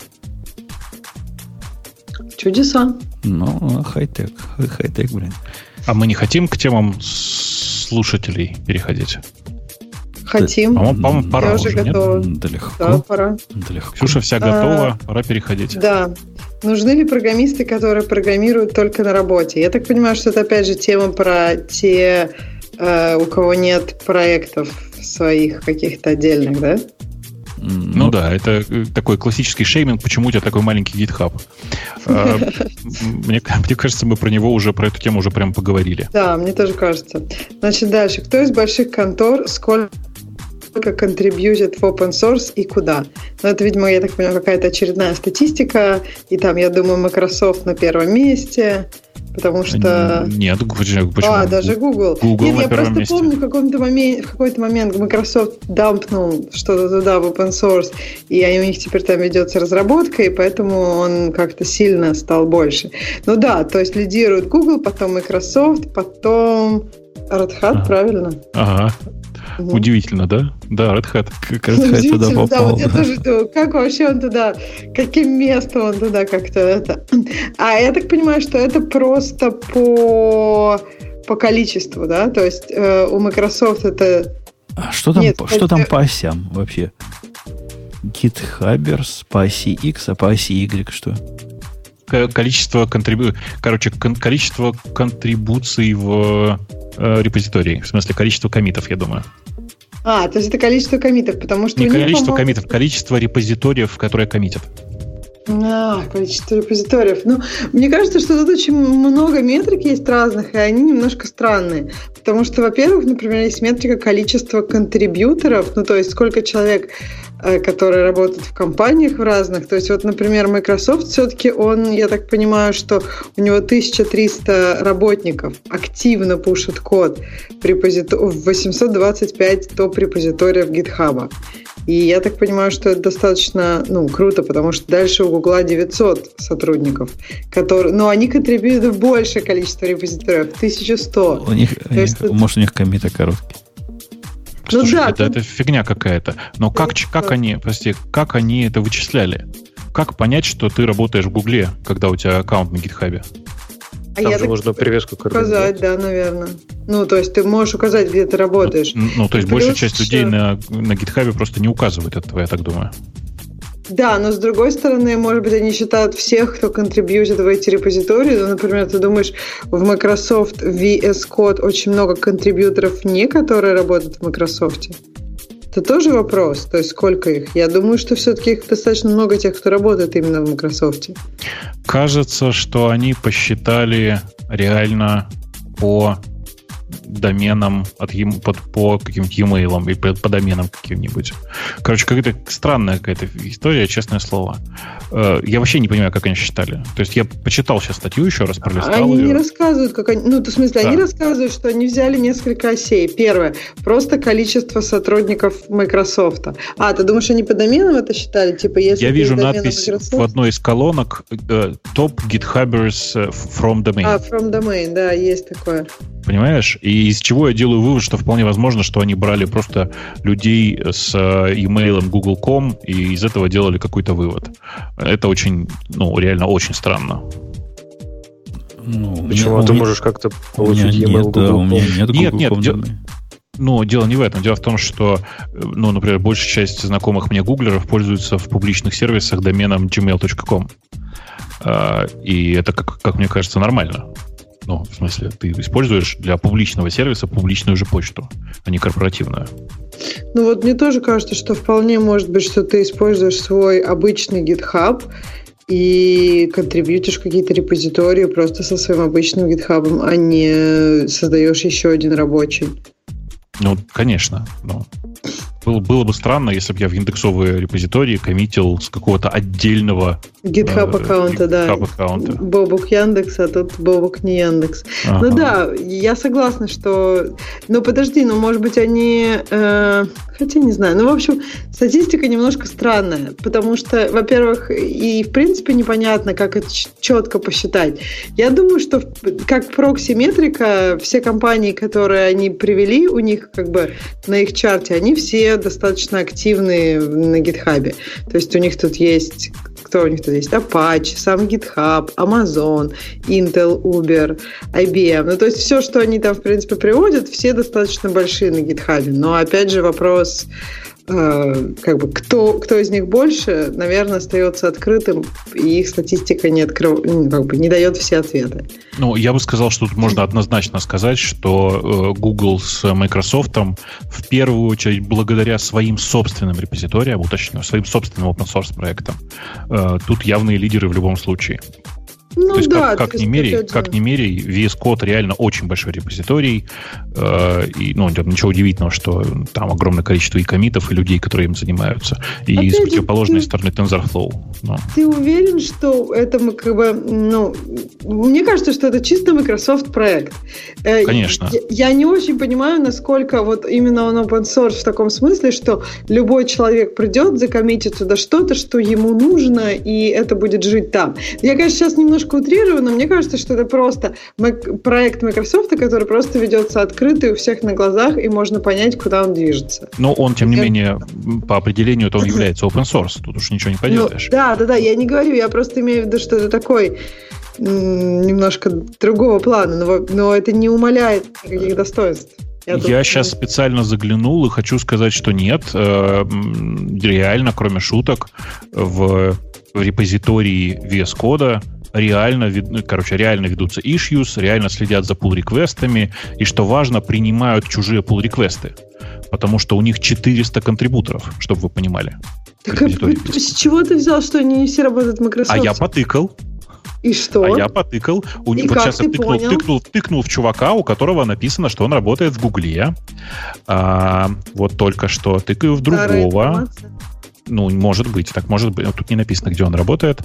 Чудеса. Хай-тек, блин. А мы не хотим к темам слушателей переходить? Хотим. По-моему, пора Я уже, готова. Да легко. Да, пора. Да легко. Ксюша вся готова, пора переходить. Да. Нужны ли программисты, которые программируют только на работе? Я так понимаю, что это опять же тема про те, у кого нет проектов своих каких-то отдельных, да? Ну да, это такой классический шейминг, почему у тебя такой маленький GitHub. Мне кажется, мы про эту тему уже прям поговорили. Да, мне тоже кажется. Значит, дальше. Кто из больших контор сколько контрибьютит в open source и куда? Это, видимо, я так понимаю, какая-то очередная статистика. И там, я думаю, Microsoft на первом месте. Потому что... Нет, почему? Даже Google. Нет, я просто месте. Помню, в какой-то момент Microsoft дампнул что-то туда в open source, и у них теперь там ведется разработка, и поэтому он как-то сильно стал больше. То есть лидирует Google, потом Microsoft, потом Red Hat, правильно? Ага. Удивительно, да? Да, Red Hat. Как Red Hat туда попал. Да, вот я тоже думаю, как вообще он туда, каким местом он туда как-то это... А я так понимаю, что это просто по количеству, да? То есть у Microsoft это... А что там по осям вообще? GitHubers по оси X, а по оси Y что? Количество контрибуций в репозитории. В смысле, количество коммитов, я думаю. То есть это количество коммитов, потому что... Не количество коммитов, количество репозиториев, которые коммитят. Количество репозиториев. Мне кажется, что тут очень много метрик есть разных, и они немножко странные. Потому что, во-первых, например, есть метрика количества контрибьюторов, то есть сколько человек, которые работают в компаниях в разных. То есть, вот, например, Microsoft все-таки я так понимаю, что у него 1300 работников активно пушит код в 825 топ-репозиториев GitHub. И я так понимаю, что это достаточно круто, потому что дальше у Гугла 900 сотрудников, которые, они контрибьютят большее количество репозиториев, 1100. Может, у них коммиты короткие. Слушай, это фигня какая-то. Но как они это вычисляли? Как понять, что ты работаешь в Гугле, когда у тебя аккаунт на GitHub? Там же можно привязку к указать, да, наверное. То есть ты можешь указать, где ты работаешь. То есть большая часть людей на GitHub просто не указывает этого, я так думаю. Да, но с другой стороны, может быть, они считают всех, кто контрибьютит в эти репозитории. Например, ты думаешь, в Microsoft VS Code очень много контрибьюторов, которые работают в Microsoft? Это тоже вопрос. То есть сколько их? Я думаю, что все-таки их достаточно много тех, кто работает именно в Microsoft. Кажется, что они посчитали реально по доменам, по каким-то e-mail и по доменам каким-нибудь. Короче, какая-то странная история, честное слово. Я вообще не понимаю, как они считали. То есть я почитал сейчас статью еще раз, пролистал Они ее. не рассказывают, как они... Они рассказывают, что они взяли несколько осей. Первое, просто количество сотрудников Microsoft. Ты думаешь, они по доменам это считали? Если я вижу надпись в одной из колонок Top GitHubers from Domain. From Domain, да, есть такое. Понимаешь? И из чего я делаю вывод, что вполне возможно, что они брали просто людей с имейлом Google.com и из этого делали какой-то вывод. Это очень, реально очень странно. Почему? Ты можешь как-то получить e-mail Google.com? У меня нет Google.com. Нет, дело не в этом. Дело в том, что, например, большая часть знакомых мне гуглеров пользуются в публичных сервисах доменом gmail.com. И это, как мне кажется, нормально. В смысле, ты используешь для публичного сервиса публичную же почту, а не корпоративную. Мне тоже кажется, что вполне может быть, что ты используешь свой обычный GitHub и контрибьютишь какие-то репозитории просто со своим обычным GitHub, а не создаешь еще один рабочий. Конечно. Было бы странно, если бы я в индексовые репозитории коммитил с какого-то отдельного GitHub аккаунта, да. Бобук Яндекс, а тут Бобук не Яндекс. Ага. Ну да, я согласна, что... Ну подожди, может быть они... Хотя не знаю. В общем, статистика немножко странная, потому что, во-первых, и в принципе непонятно, как это четко посчитать. Я думаю, что как прокси-метрика, все компании, которые они привели, у них как бы на их чарте, они все достаточно активны на GitHub. То есть у них тут есть... Кто у них тут есть? Apache, сам GitHub, Amazon, Intel, Uber, IBM. Ну, то есть все, что они там, в принципе, приводят, все достаточно большие на GitHub. Но, опять же, вопрос, как бы, кто из них больше, наверное, остается открытым, и их статистика не дает все ответы. Ну, я бы сказал, что тут можно однозначно сказать, что Google с Microsoft в первую очередь благодаря своим собственным репозиториям, уточню, своим собственным open-source проектам, тут явные лидеры в любом случае. Ну, то есть, да, как ни меряй, VS Code реально очень большой репозиторий. И, ничего удивительного, что там огромное количество и коммитов, и людей, которые им занимаются. И опять с противоположной стороны TensorFlow. Ты уверен, что это как бы... мне кажется, что это чисто Microsoft проект. Конечно. Я не очень понимаю, насколько вот именно он open source в таком смысле, что любой человек придет, закоммитит туда что-то, что ему нужно, и это будет жить там. Я, конечно, сейчас немножко утрирую, но мне кажется, что это просто проект Microsoft, который просто ведется открытый у всех на глазах, и можно понять, куда он движется. Но он, тем не менее, по определению, он является open source. Тут уж ничего не поделаешь. Да, я не говорю, я просто имею в виду, что это такой немножко другого плана, но это не умаляет никаких достоинств. Я сейчас специально заглянул и хочу сказать, что нет. Реально, кроме шуток, в репозитории VS Code реально ведутся issues, реально следят за pull-реквестами, и, что важно, принимают чужие pull-реквесты, потому что у них 400 контрибуторов, чтобы вы понимали. Так с чего ты взял, что они не все работают в Microsoft? А я потыкал. И что? А я потыкал. Вот сейчас я тыкнул в чувака, у которого написано, что он работает в Гугле. Вот только что тыкаю в другого. Может быть. Тут не написано, где он работает,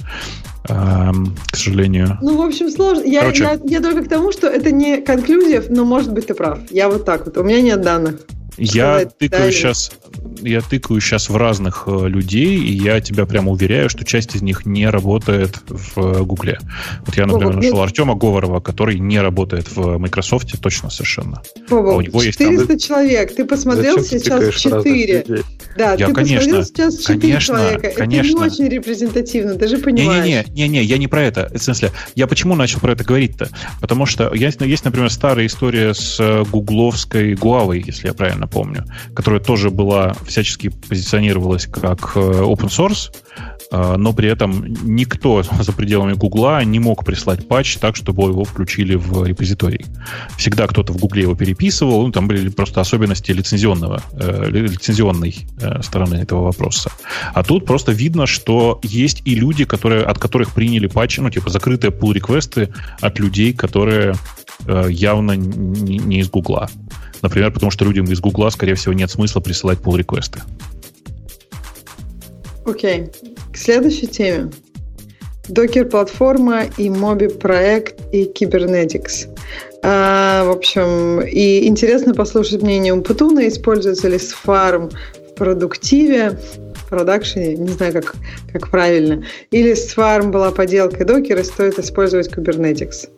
к сожалению. В общем, сложно. Я только к тому, что это не конклюзив, но, может быть, ты прав. Я вот так вот. У меня нет данных. Я тыкаю сейчас в разных людей, и я тебя прямо уверяю, что часть из них не работает в Гугле. Вот я, например, нашел Артема Говорова, который не работает в Microsoft точно совершенно. У него 400 человек. Ты посмотрел сейчас 4. Да, ты посмотрел сейчас 4 человека. Конечно. Это не очень репрезентативно, ты же понимаешь. Не, я не про это. В смысле, я почему начал про это говорить-то? Потому что есть, например, старая история с гугловской Гуавой, если я правильно помню, которая тоже всячески позиционировалась как open source, но при этом никто за пределами Гугла не мог прислать патч так, чтобы его включили в репозиторий. Всегда кто-то в Гугле его переписывал, там были просто особенности лицензионной стороны этого вопроса. А тут просто видно, что есть и люди, от которых приняли патчи, закрытые pull-реквесты от людей, которые явно не из Гугла. Например, потому что людям из Гугла, скорее всего, нет смысла присылать pull-реквесты. Окей. К следующей теме. Докер-платформа и Mobi-проект и Kubernetes. В общем, и интересно послушать мнение Умпутуна, используется ли Swarm в продуктиве, в продакшене, не знаю, как правильно. Или Swarm была поделкой докера, стоит использовать Kubernetes.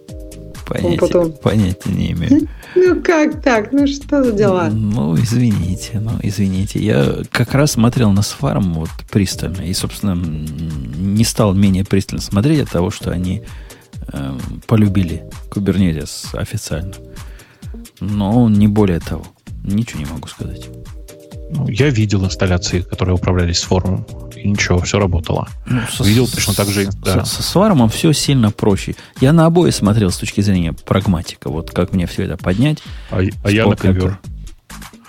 Понятия не имею. Как так? Что за дела? Извините. Я как раз смотрел на Swarm пристально и, собственно, не стал менее пристально смотреть от того, что они полюбили Kubernetes официально. Но не более того. Ничего не могу сказать. Я видел инсталляции, которые управлялись Swarm, и ничего, все работало. Видел точно так же. Да. Со Swarm все сильно проще. Я на обои смотрел с точки зрения прагматика. Вот как мне все это поднять. А я на ковер.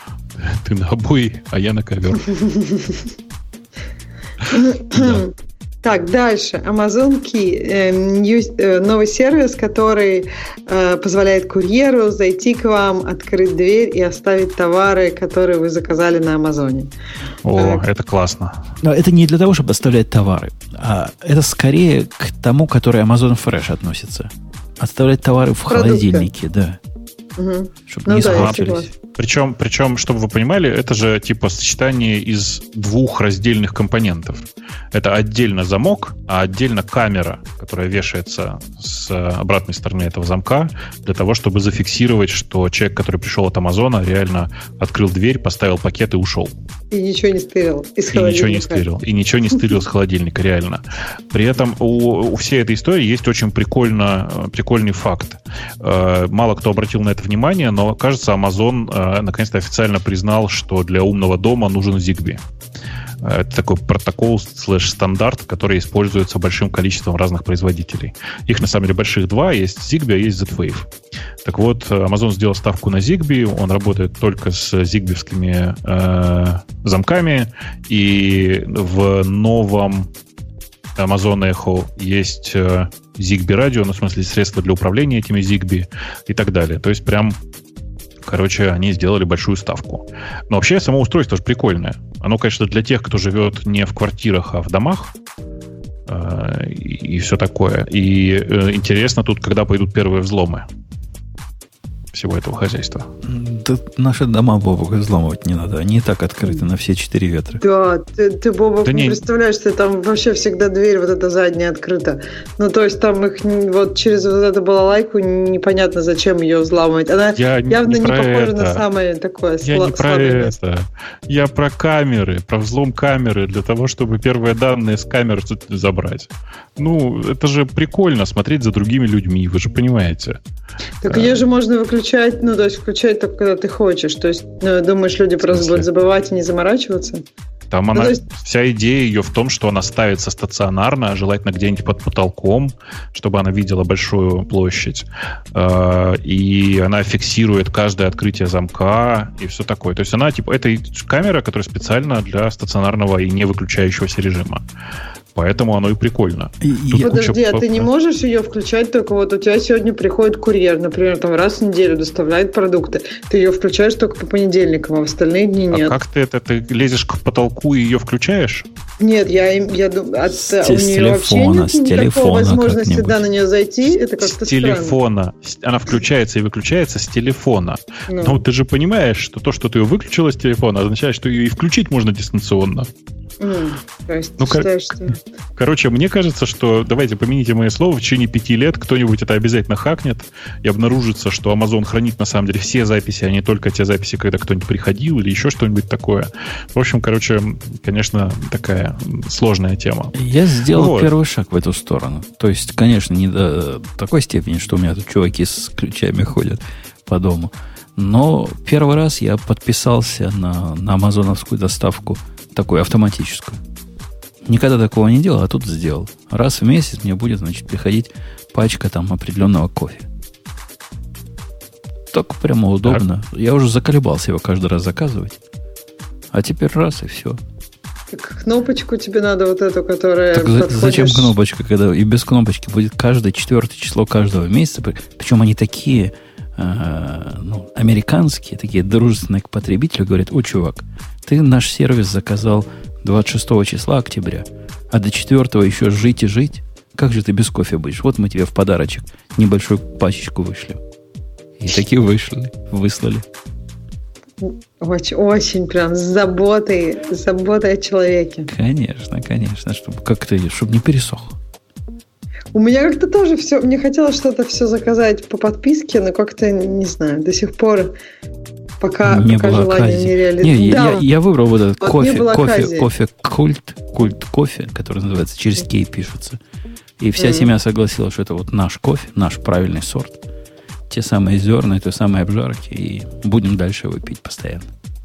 Ты на обои, а я на ковер. Так, дальше. Amazon Key. Новый сервис, который позволяет курьеру зайти к вам, открыть дверь и оставить товары, которые вы заказали на Амазоне. О, это классно. Но это не для того, чтобы оставлять товары, а это скорее к тому, который Amazon Fresh относится. Оставлять товары в холодильнике, да. Угу. Чтобы не схватывались. Причем, чтобы вы понимали, это же типа сочетание из двух раздельных компонентов. Это отдельно замок, а отдельно камера, которая вешается с обратной стороны этого замка для того, чтобы зафиксировать, что человек, который пришел от Амазона, реально открыл дверь, поставил пакет и ушел. И ничего не стырил из холодильника. И ничего не стырил с холодильника, реально. При этом у всей этой истории есть очень прикольный факт. Мало кто обратил на это внимание, но, кажется, Amazon наконец-то официально признал, что для умного дома нужен Zigbee. Это такой протокол /стандарт, который используется большим количеством разных производителей. Их, на самом деле, больших два. Есть Zigbee, а есть Z-Wave. Так вот, Amazon сделал ставку на Zigbee. Он работает только с зигбиевскими замками. И в новом Amazon Echo есть Zigbee радио, ну, в смысле, средства для управления этими Zigbee и так далее. То есть, прям, короче, они сделали большую ставку. Но вообще, само устройство тоже прикольное. Оно, конечно, для тех, кто живет не в квартирах, а в домах и все такое. И интересно тут, когда пойдут первые взломы всего этого хозяйства. Да наши дома, Бобок, взломывать не надо. Они и так открыты на все 4 ветра. Да, ты Бобок, да не представляешь, что там вообще всегда дверь вот эта задняя открыта. Ну, то есть там их вот через вот эту балалайку непонятно, зачем ее взламывать. Она явно не похожа на самое такое слабое. Я не про это. Я про камеры, про взлом камеры для того, чтобы первые данные с камер забрать. Ну, это же прикольно смотреть за другими людьми, вы же понимаете. Так ее же можно выключать, ну, то есть включать только когда ты хочешь. То есть, думаешь, люди просто будут забывать и не заморачиваться? Там вся идея ее в том, что она ставится стационарно, желательно где-нибудь под потолком, чтобы она видела большую площадь. И она фиксирует каждое открытие замка и все такое. То есть она, типа, это камера, которая специально для стационарного и не выключающегося режима. Поэтому оно и прикольно. Подожди, а ты не можешь ее включать только вот у тебя сегодня приходит курьер, например, там раз в неделю доставляет продукты. Ты ее включаешь только по понедельникам, а в остальные дни нет. А как ты это? Ты лезешь к потолку и ее включаешь? Нет, я думаю, у нее вообще нет никакой возможности на нее зайти. Это как-то с телефона. Она включается и выключается с телефона. Но ты же понимаешь, что то, что ты ее выключила с телефона, означает, что ее и включить можно дистанционно. Короче, мне кажется, что давайте помените мои слова, в течение 5 лет кто-нибудь это обязательно хакнет и обнаружится, что Amazon хранит на самом деле все записи, а не только те записи, когда кто-нибудь приходил или еще что-нибудь такое. В общем, короче, конечно, такая сложная тема. Я сделал первый шаг в эту сторону. То есть, конечно, не до такой степени, что у меня тут чуваки с ключами ходят по дому. Но первый раз я подписался на амазоновскую доставку, такую автоматическую. Никогда такого не делал, а тут сделал. Раз в месяц мне будет, значит, приходить пачка там определенного кофе. Так прямо удобно. Так. Я уже заколебался его каждый раз заказывать. А теперь раз и все. Так кнопочку тебе надо вот эту, которая так подходишь... Зачем кнопочка, когда и без кнопочки будет каждое 4 число каждого месяца? Причем они такие... американские, такие дружественные к потребителю, говорят: о, чувак, ты наш сервис заказал 26 числа октября, а до 4 еще жить и жить. Как же ты без кофе будешь? Вот мы тебе в подарочек небольшую пачечку вышлем. И такие выслали. Очень, очень прям с заботой о человеке. Конечно, чтобы не пересох. У меня как-то тоже все... Мне хотелось что-то все заказать по подписке, но как-то, не знаю, до сих пор пока желание не реализовано. Я выбрал вот этот культ кофе, который называется, через кей пишется. И вся семья согласилась, что это вот наш кофе, наш правильный сорт. Те самые зерна, те самые обжарки. И будем дальше его пить постоянно.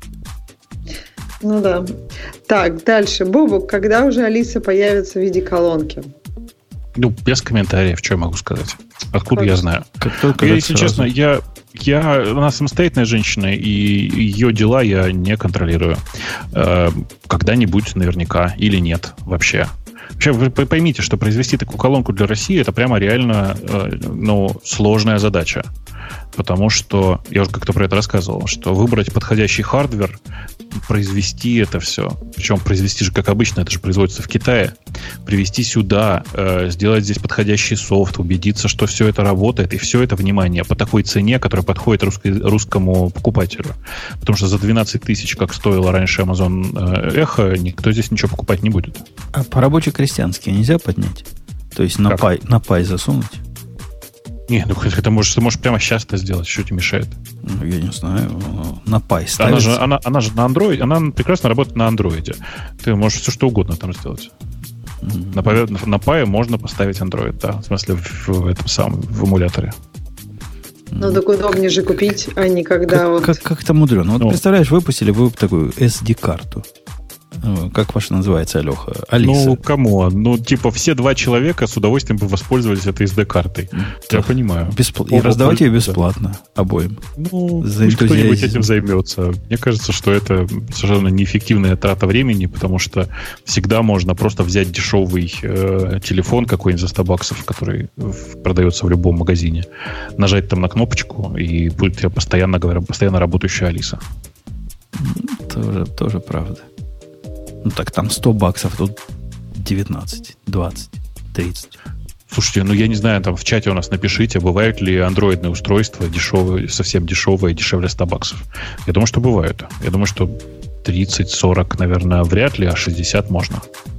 Ну да. Так, дальше. Бобук, когда уже Алиса появится в виде колонки? Ну, без комментариев, что я могу сказать. Откуда я знаю? Если честно, она самостоятельная женщина, и ее дела я не контролирую. Когда-нибудь наверняка или нет вообще. Вообще, вы поймите, что произвести такую колонку для России это прямо реально сложная задача. Потому что, я уже как-то про это рассказывал, что выбрать подходящий хардвер, произвести это все, причем произвести же, как обычно, это же производится в Китае, привезти сюда, сделать здесь подходящий софт, убедиться, что все это работает, и все это, внимание, по такой цене, которая подходит русскому покупателю. Потому что за 12 тысяч, как стоило раньше Amazon Echo, никто здесь ничего покупать не будет. А по-рабоче-крестьянски нельзя поднять? То есть на пай засунуть? Не, ну ты можешь прямо сейчас это сделать, что тебе мешает? Ну, я не знаю, на Pi ставится. Она же на Android, она прекрасно работает на Android. Ты можешь все что угодно там сделать. На Pi можно поставить Android, да, в смысле в этом самом, в эмуляторе. Ну, так удобнее же купить, а не когда как-то мудрено. Вот представляешь, выпустили вы такую SD-карту. Как ваш называется, Алеха? Алиса. Ну, кому? Ну, типа, все 2 человека с удовольствием бы воспользовались этой SD-картой. Я понимаю. И раздавать ее бесплатно обоим. Ну, пусть кто-нибудь этим займется. Мне кажется, что это совершенно неэффективная трата времени, потому что всегда можно просто взять дешевый телефон какой-нибудь за $100, который продается в любом магазине, нажать там на кнопочку, и будет у тебя постоянно работающая Алиса. Тоже правда. Ну так там $100, тут 19, 20, 30. Слушайте, ну я не знаю, там в чате у нас напишите, бывают ли андроидные устройства дешевые, совсем дешевые, дешевле $100. Я думаю, что бывают. Я думаю, что 30-40, наверное, вряд ли, а 60 можно.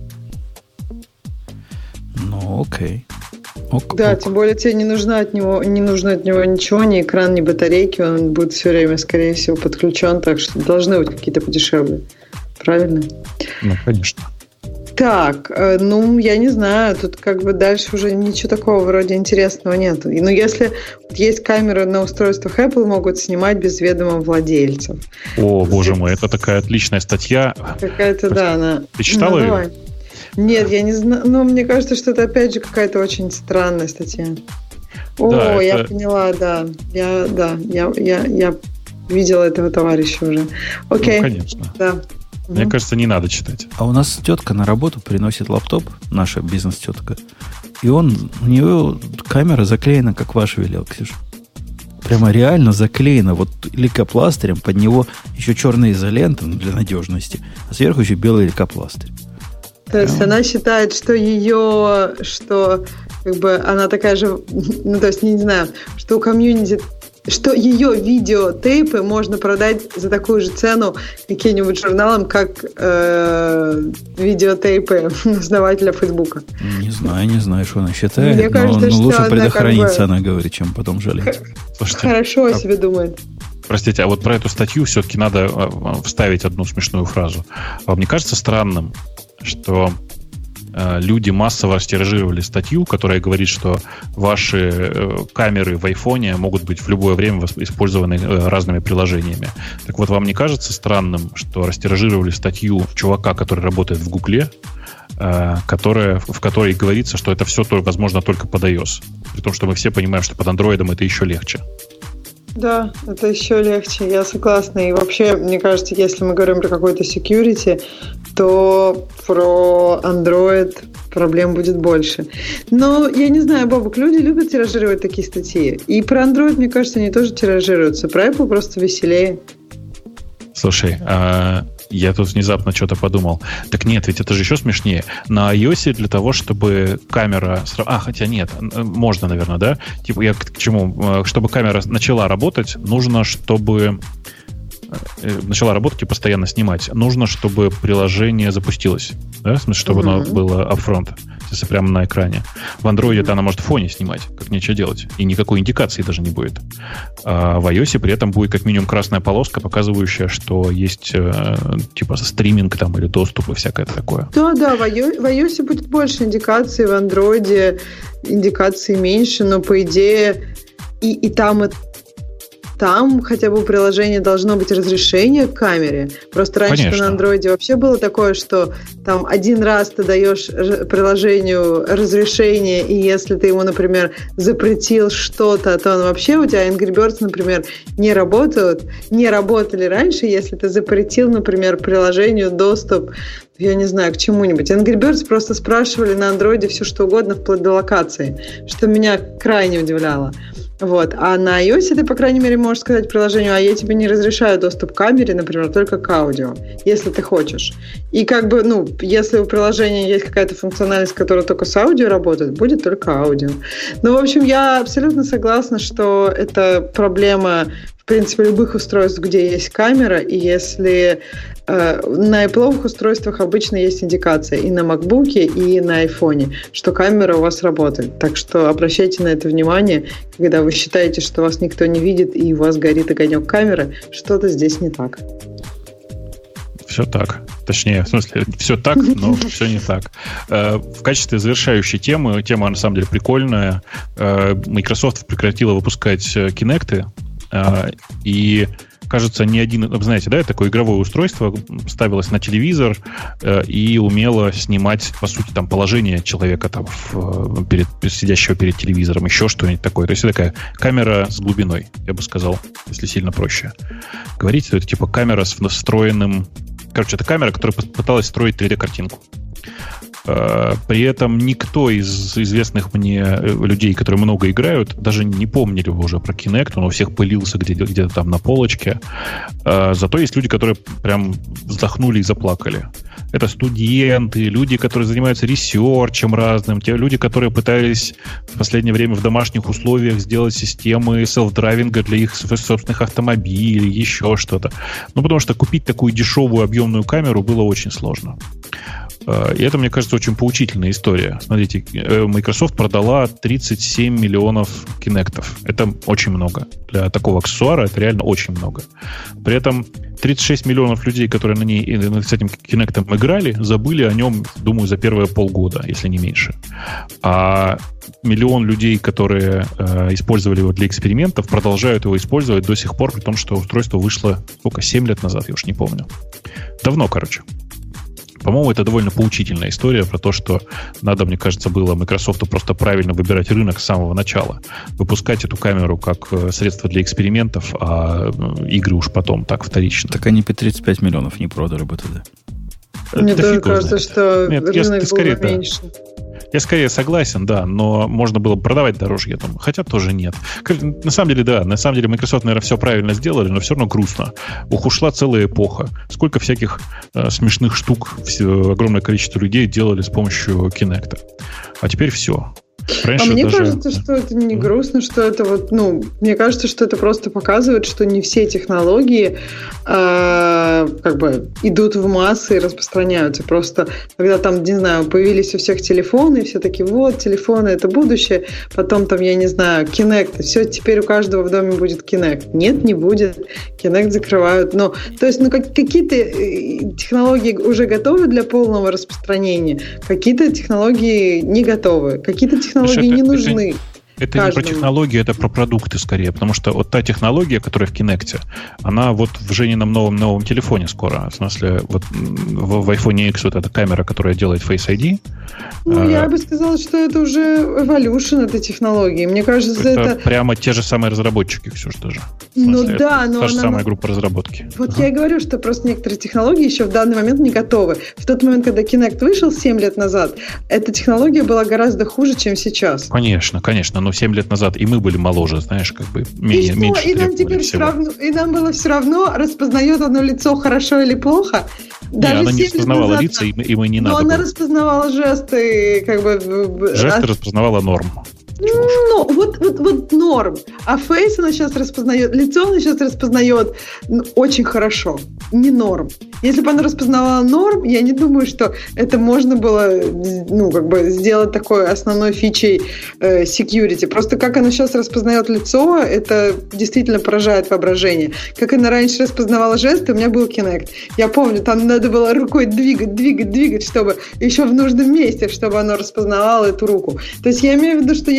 Ну, окей. Да, тем более тебе не нужно от него ничего, ни экран, ни батарейки, он будет все время, скорее всего, подключен, так что должны быть какие-то подешевле. Правильно? Ну, конечно. Так, ну, я не знаю, тут как бы дальше уже ничего такого вроде интересного нет. Но если есть камеры на устройствах Apple, могут снимать без ведома владельцев. О, боже мой, это такая отличная статья. Какая-то, да, она... Ты читала ее? Давай. Нет, я не знаю, но мне кажется, что это опять же какая-то очень странная статья. Да, я поняла, да. Я видела этого товарища уже. Окей. Ну, конечно. Да. Мне кажется, не надо читать. А у нас тетка на работу приносит лаптоп, наша бизнес-тетка, и у нее камера заклеена, как ваш велел, Ксюша. Прямо реально заклеена, вот лейкопластырем, под него еще черная изолента для надежности, а сверху еще белый лейкопластырь. То есть она считает, что как бы она такая же, ну то есть не знаю, что у комьюнити, что ее видеотейпы можно продать за такую же цену каким-нибудь журналам, как видеотейпы основателя Фейсбука. Не знаю, что она считает, мне кажется, но лучше она предохраниться, она говорит, чем потом жалеть. Слушайте, хорошо о себе думает. Простите, а вот про эту статью все-таки надо вставить одну смешную фразу. Вам не кажется странным, что люди массово растиражировали статью, которая говорит, что ваши камеры в айфоне могут быть в любое время использованы разными приложениями? Так вот, вам не кажется странным, что растиражировали статью чувака, который работает в Гугле, в которой говорится, что это все возможно только под iOS? При том, что мы все понимаем, что под Android это еще легче. Да, это еще легче, я согласна. И вообще, мне кажется, если мы говорим про какой-то security, то про Android проблем будет больше. Но я не знаю, Бобок, люди любят тиражировать такие статьи. И про Android, мне кажется, они тоже тиражируются. Про Apple просто веселее. Слушай, я тут внезапно что-то подумал. Так нет, ведь это же еще смешнее. На iOS для того, чтобы камера... хотя нет, можно, наверное, да? Типа я к чему? Чтобы камера начала работать, нужно, чтобы... начала работать и постоянно снимать. Нужно, чтобы приложение запустилось. Да? В смысле, чтобы оно было upfront. Если прямо на экране. В Android она может в фоне снимать, как нечего делать. И никакой индикации даже не будет. А в iOS при этом будет как минимум красная полоска, показывающая, что есть типа стриминг там или доступ и всякое такое. Да, в iOS будет больше индикаций, в Android индикаций меньше, но по идее и там там хотя бы у приложения должно быть разрешение к камере. Просто раньше на Android вообще было такое, что там один раз ты даешь приложению разрешение, и если ты ему, например, запретил что-то, то он вообще, у тебя Angry Birds, например, не работали раньше, если ты запретил, например, приложению доступ, я не знаю, к чему-нибудь. Angry Birds просто спрашивали на Android все что угодно, вплоть до локации, что меня крайне удивляло. Вот. А на iOS ты, по крайней мере, можешь сказать приложению, а я тебе не разрешаю доступ к камере, например, только к аудио, если ты хочешь. И как бы, если у приложения есть какая-то функциональность, которая только с аудио работает, будет только аудио. Ну, в общем, я абсолютно согласна, что это проблема, в принципе, любых устройств, где есть камера, и если на Apple устройствах обычно есть индикация и на MacBook, и на iPhone, что камера у вас работает. Так что обращайте на это внимание, когда вы считаете, что вас никто не видит, и у вас горит огонек камеры, что-то здесь не так. Все так. Точнее, в смысле, все так, но все не так. В качестве завершающей темы, тема на самом деле прикольная. Microsoft прекратила выпускать Kinect, и кажется, не один, знаете, да, такое игровое устройство ставилось на телевизор и умело снимать, по сути, там положение человека там сидящего перед телевизором, еще что-нибудь такое. То есть это такая камера с глубиной, я бы сказал, если сильно проще говорить. То это типа камера с встроенным... Короче, это камера, которая пыталась строить 3D-картинку. При этом никто из известных мне людей, которые много играют, даже не помнили уже про Kinect, он у всех пылился где-то там на полочке. Зато есть люди, которые прям вздохнули и заплакали. Это студенты, люди, которые занимаются ресерчем разным, те люди, которые пытались в последнее время в домашних условиях сделать системы селф-драйвинга для их собственных автомобилей, еще что-то. Потому что купить такую дешевую объемную камеру было очень сложно. И это, мне кажется, очень поучительная история. Смотрите, Microsoft продала 37 миллионов Kinect'ов. Это очень много. Для такого аксессуара это реально очень много. При этом 36 миллионов людей, которые с этим Kinect'ом играли, забыли о нем, думаю, за первые полгода, если не меньше. А миллион людей, которые использовали его для экспериментов, продолжают его использовать до сих пор, при том, что устройство вышло, 7 лет назад, я уж не помню. Давно, короче. По-моему, это довольно поучительная история про то, что надо, мне кажется, было Microsoft просто правильно выбирать рынок с самого начала. Выпускать эту камеру как средство для экспериментов, а игры уж потом так вторично. Так они по 35 миллионов не продали бы тогда. Мне тоже кажется, что рынок был меньше. Я скорее согласен, да, но можно было бы продавать дороже, я думаю. Хотя тоже нет. На самом деле, да, на самом деле Microsoft, наверное, все правильно сделали, но все равно грустно. Ушла целая эпоха. Сколько всяких смешных штук огромное количество людей делали с помощью Kinect. А теперь все. Раньше мне кажется, что это не грустно, что это мне кажется, что это просто показывает, что не все технологии идут в массы и распространяются. Просто когда там, не знаю, появились у всех телефоны, и все таки телефоны это будущее, потом там, я не знаю, Kinect, все, теперь у каждого в доме будет Kinect. Нет, не будет. Kinect закрывают. Какие-то технологии уже готовы для полного распространения, какие-то технологии не готовы, какие-то технологии не нужны. Это каждому. Не про технологии, это про продукты скорее, потому что вот та технология, которая в Kinect, она вот в Женином новом телефоне скоро. В смысле, вот в iPhone X вот эта камера, которая делает Face ID. Я бы сказала, что это уже evolution этой технологии. Мне кажется, это прямо те же самые разработчики, Ксюш, даже. Но та же самая группа разработки. Вот я и говорю, что просто некоторые технологии еще в данный момент не готовы. В тот момент, когда Kinect вышел 7 лет назад, эта технология была гораздо хуже, чем сейчас. Конечно. Но 7 лет назад и мы были моложе, знаешь, меньше. И нам теперь все равно, и нам было все равно, распознает одно лицо хорошо или плохо. Даже она не распознавала лица, и мы не надо. Но она распознавала жесты, Жесты распознавала норм. Вот норм. А фейс она сейчас распознает, лицо она сейчас распознает очень хорошо. Не норм. Если бы она распознавала норм, я не думаю, что это можно было сделать такой основной фичей security. Просто как она сейчас распознает лицо, это действительно поражает воображение. Как она раньше распознавала жесты, у меня был Kinect. Я помню, там надо было рукой двигать, чтобы еще в нужном месте, чтобы она распознавала эту руку. То есть я имею в виду, что есть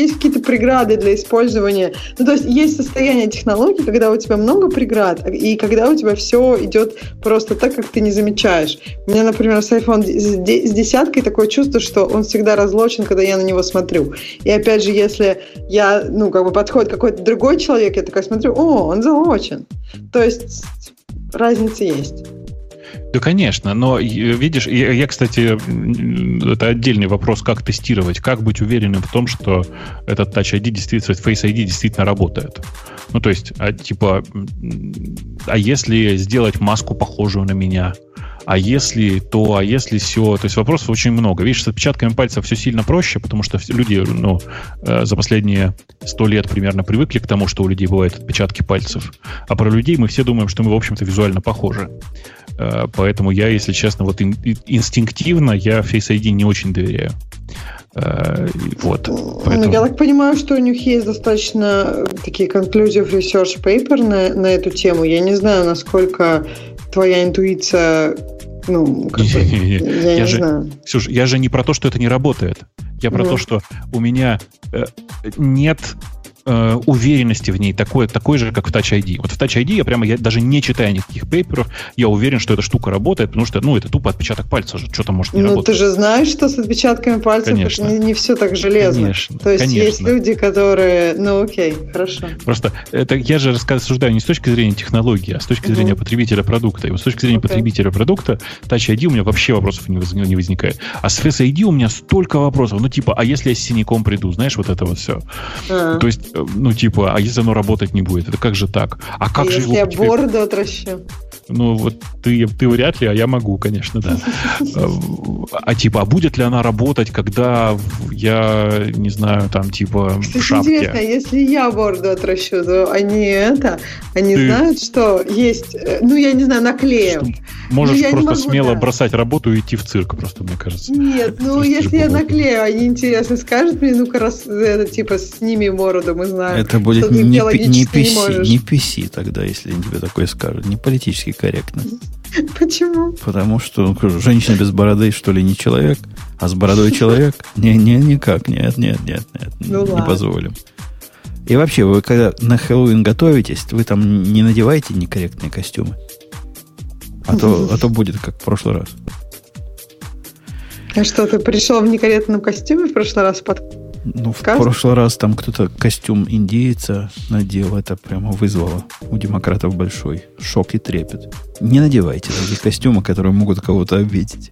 есть какие-то преграды для использования. Ну, то есть есть состояние технологий, когда у тебя много преград, и когда у тебя все идет просто так, как ты не замечаешь. У меня, например, с iPhone с 10 такое чувство, что он всегда разлочен, когда я на него смотрю. И опять же, если я, подходит какой-то другой человек, я такая смотрю, он залочен. То есть разница есть. Да, конечно, но, видишь, я, кстати, это отдельный вопрос, как тестировать, как быть уверенным в том, что этот Touch ID действительно, Face ID действительно работает. Ну, то есть, если сделать маску, похожую на меня, а если то, а если сё. То есть вопросов очень много. Видишь, с отпечатками пальцев все сильно проще, потому что люди за последние 100 лет примерно привыкли к тому, что у людей бывают отпечатки пальцев. А про людей мы все думаем, что мы, в общем-то, визуально похожи. Поэтому я, если честно, инстинктивно я Face ID не очень доверяю. Поэтому... Я так понимаю, что у них есть достаточно такие conclusive research paper на эту тему. Я не знаю, насколько твоя интуиция... я не знаю. Ксюш, я же не про то, что это не работает. Я про то, что у меня нет уверенности в ней такой же, как в Touch ID. Вот в Touch ID я даже не читая никаких пейперов, я уверен, что эта штука работает, потому что, это тупо отпечаток пальца же, что там может не работать. Ты же знаешь, что с отпечатками пальцев не все так железно. Конечно, то есть есть люди, которые... окей, хорошо. Просто я же рассуждаю не с точки зрения технологии, а с точки зрения потребителя продукта. И вот с точки зрения потребителя продукта Touch ID у меня вообще вопросов не возникает. А с Face ID у меня столько вопросов. А если я с синяком приду, знаешь, вот это вот все. То есть а если оно работать не будет? Это как же так? А как же если я бороду отращу? Ты вряд ли, а я могу, конечно, да. А будет ли она работать, когда я, не знаю, Кстати, в шапке? интересно, если я бороду отращу, то они знают, что есть, я не знаю, наклеем. Можешь просто смело бросать работу и идти в цирк, просто, мне кажется. Нет, если я наклею, они интересно скажут мне, сними бороду, мы знаем. Это будет не PC тогда, если они тебе такое скажут. Не политически корректно. Почему? Потому что женщина без бороды, что ли, не человек, а с бородой человек? Никак, нет, не позволим. И вообще, вы когда на Хэллоуин готовитесь, вы там не надеваете некорректные костюмы? А то будет как в прошлый раз. А что, ты пришел в некорректном костюме в прошлый раз в прошлый раз там кто-то костюм индейца надел. Это прямо вызвало у демократов большой шок и трепет. Не надевайте такие костюмы, которые могут кого-то обидеть.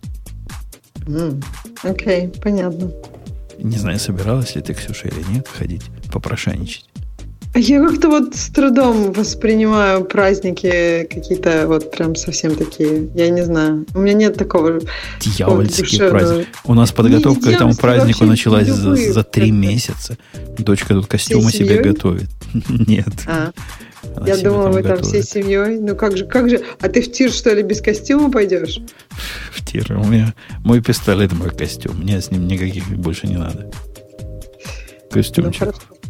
Окей, понятно. Не знаю, собиралась ли ты, Ксюша, или нет, ходить, попрошайничать. Я как-то с трудом воспринимаю праздники какие-то прям совсем такие. Я не знаю. У меня нет такого... Дьявольский праздник. У нас подготовка к этому празднику началась за 3 месяца. Дочка тут костюмы себе готовит. Нет. Я думала, вы там всей семьей. Как же? А ты в тир, что ли, без костюма пойдешь? В тир. У меня мой пистолет, мой костюм. Мне с ним никаких больше не надо. Костюмчик.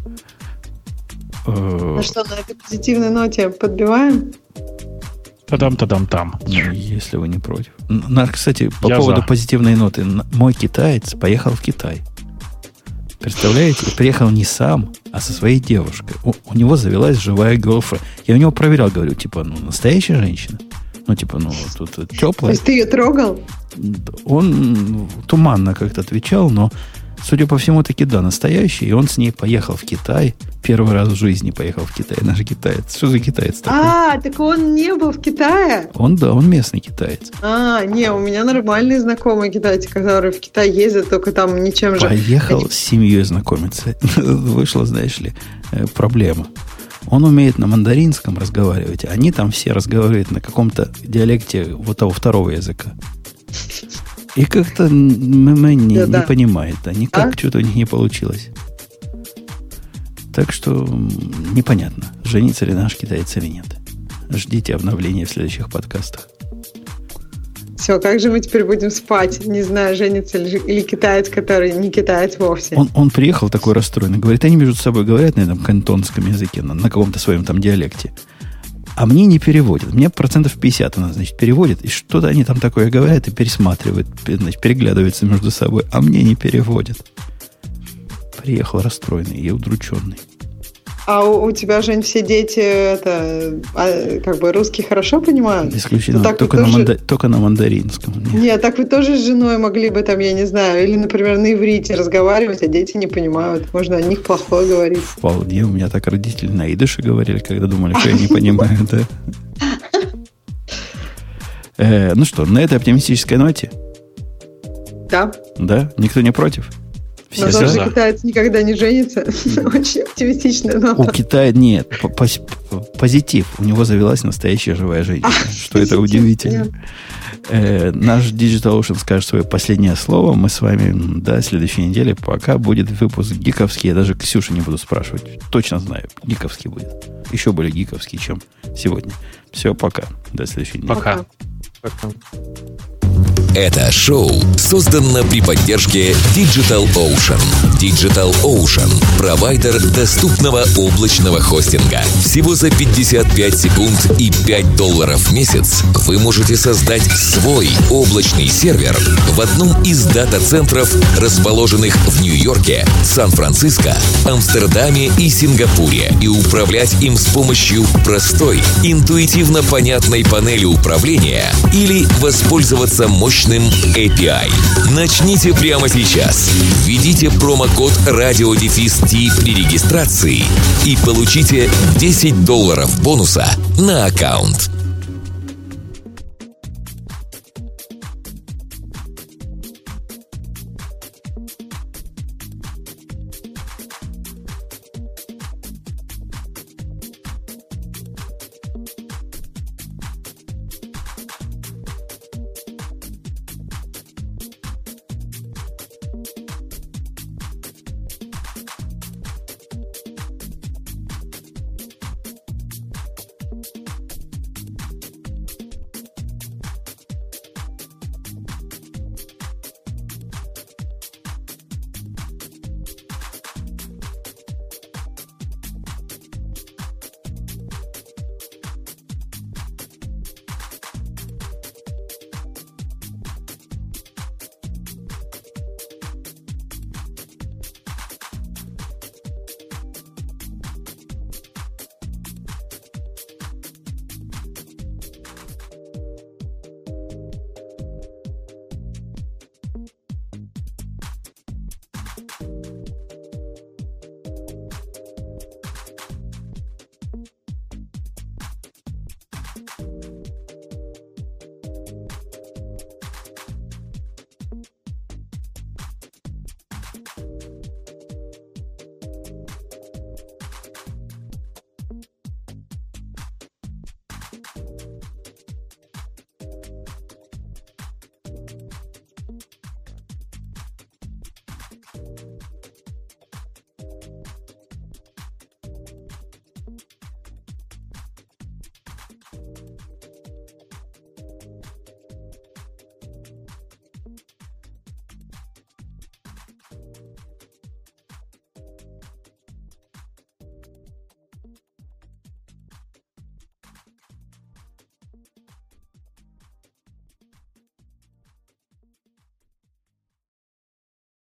Ну что, на этой позитивной ноте подбиваем? Та-дам-та-дам-там. Если вы не против. Кстати, по поводу позитивной ноты. Мой китаец поехал в Китай. Представляете? Приехал не сам, а со своей девушкой. У него завелась живая girlfriend. Я у него проверял, говорю, настоящая женщина? Тут теплая. То есть ты ее трогал? Он туманно как-то отвечал, но судя по всему, таки да, настоящий. И он с ней поехал в Китай. Первый раз в жизни поехал в Китай. Наш китаец. Что за китаец такой? Так он не был в Китае? Он местный китаец. У меня нормальные знакомые китайцы, которые в Китай ездят, только там ничем же... Поехал с семьей знакомиться. Вышла, знаешь ли, проблема. Он умеет на мандаринском разговаривать, а они там все разговаривают на каком-то диалекте того второго языка. И как-то не понимает, никак что-то у них не получилось. Так что непонятно, женится ли наш китаец или нет. Ждите обновления в следующих подкастах. Все, как же мы теперь будем спать? Не знаю, женится или китаец, который не китаец вовсе. Он приехал такой расстроенный. Говорит, они между собой говорят на этом кантонском языке, на каком-то своем там диалекте. А мне не переводят. Мне 50% она, переводит. И что-то они там такое говорят и пересматривают, переглядываются между собой. А мне не переводят. приехал расстроенный и удрученный. А у тебя, Жень, все дети как бы русский хорошо понимают? Исключительно только на мандаринском. Нет, так вы тоже с женой могли бы там, я не знаю, или, например, на иврите разговаривать, а дети не понимают. Можно о них плохое говорить. Вполне. У меня так родители на идыше говорили, когда думали, что я не понимаю, да. Ну что, на этой оптимистической ноте? Да. Да? Никто не против? Но тоже китаец никогда не женится. Очень оптимистичная нота. У Китая нет. Позитив. У него завелась настоящая живая женщина. Что это удивительно. Наш DigitalOcean скажет свое последнее слово. Мы с вами до следующей недели. Пока будет выпуск гиковский. Я даже Ксюшу не буду спрашивать. Точно знаю. Гиковский будет. Еще более гиковский, чем сегодня. Все, пока. До следующей недели. Пока. Это шоу создано при поддержке DigitalOcean. DigitalOcean – провайдер доступного облачного хостинга. Всего за 55 секунд и $5 в месяц вы можете создать свой облачный сервер в одном из дата-центров, расположенных в Нью-Йорке, Сан-Франциско, Амстердаме и Сингапуре, и управлять им с помощью простой, интуитивно понятной панели управления или воспользоваться мощным API. Начните прямо сейчас. Введите промокод RadioDefist при регистрации и получите $10 бонуса на аккаунт.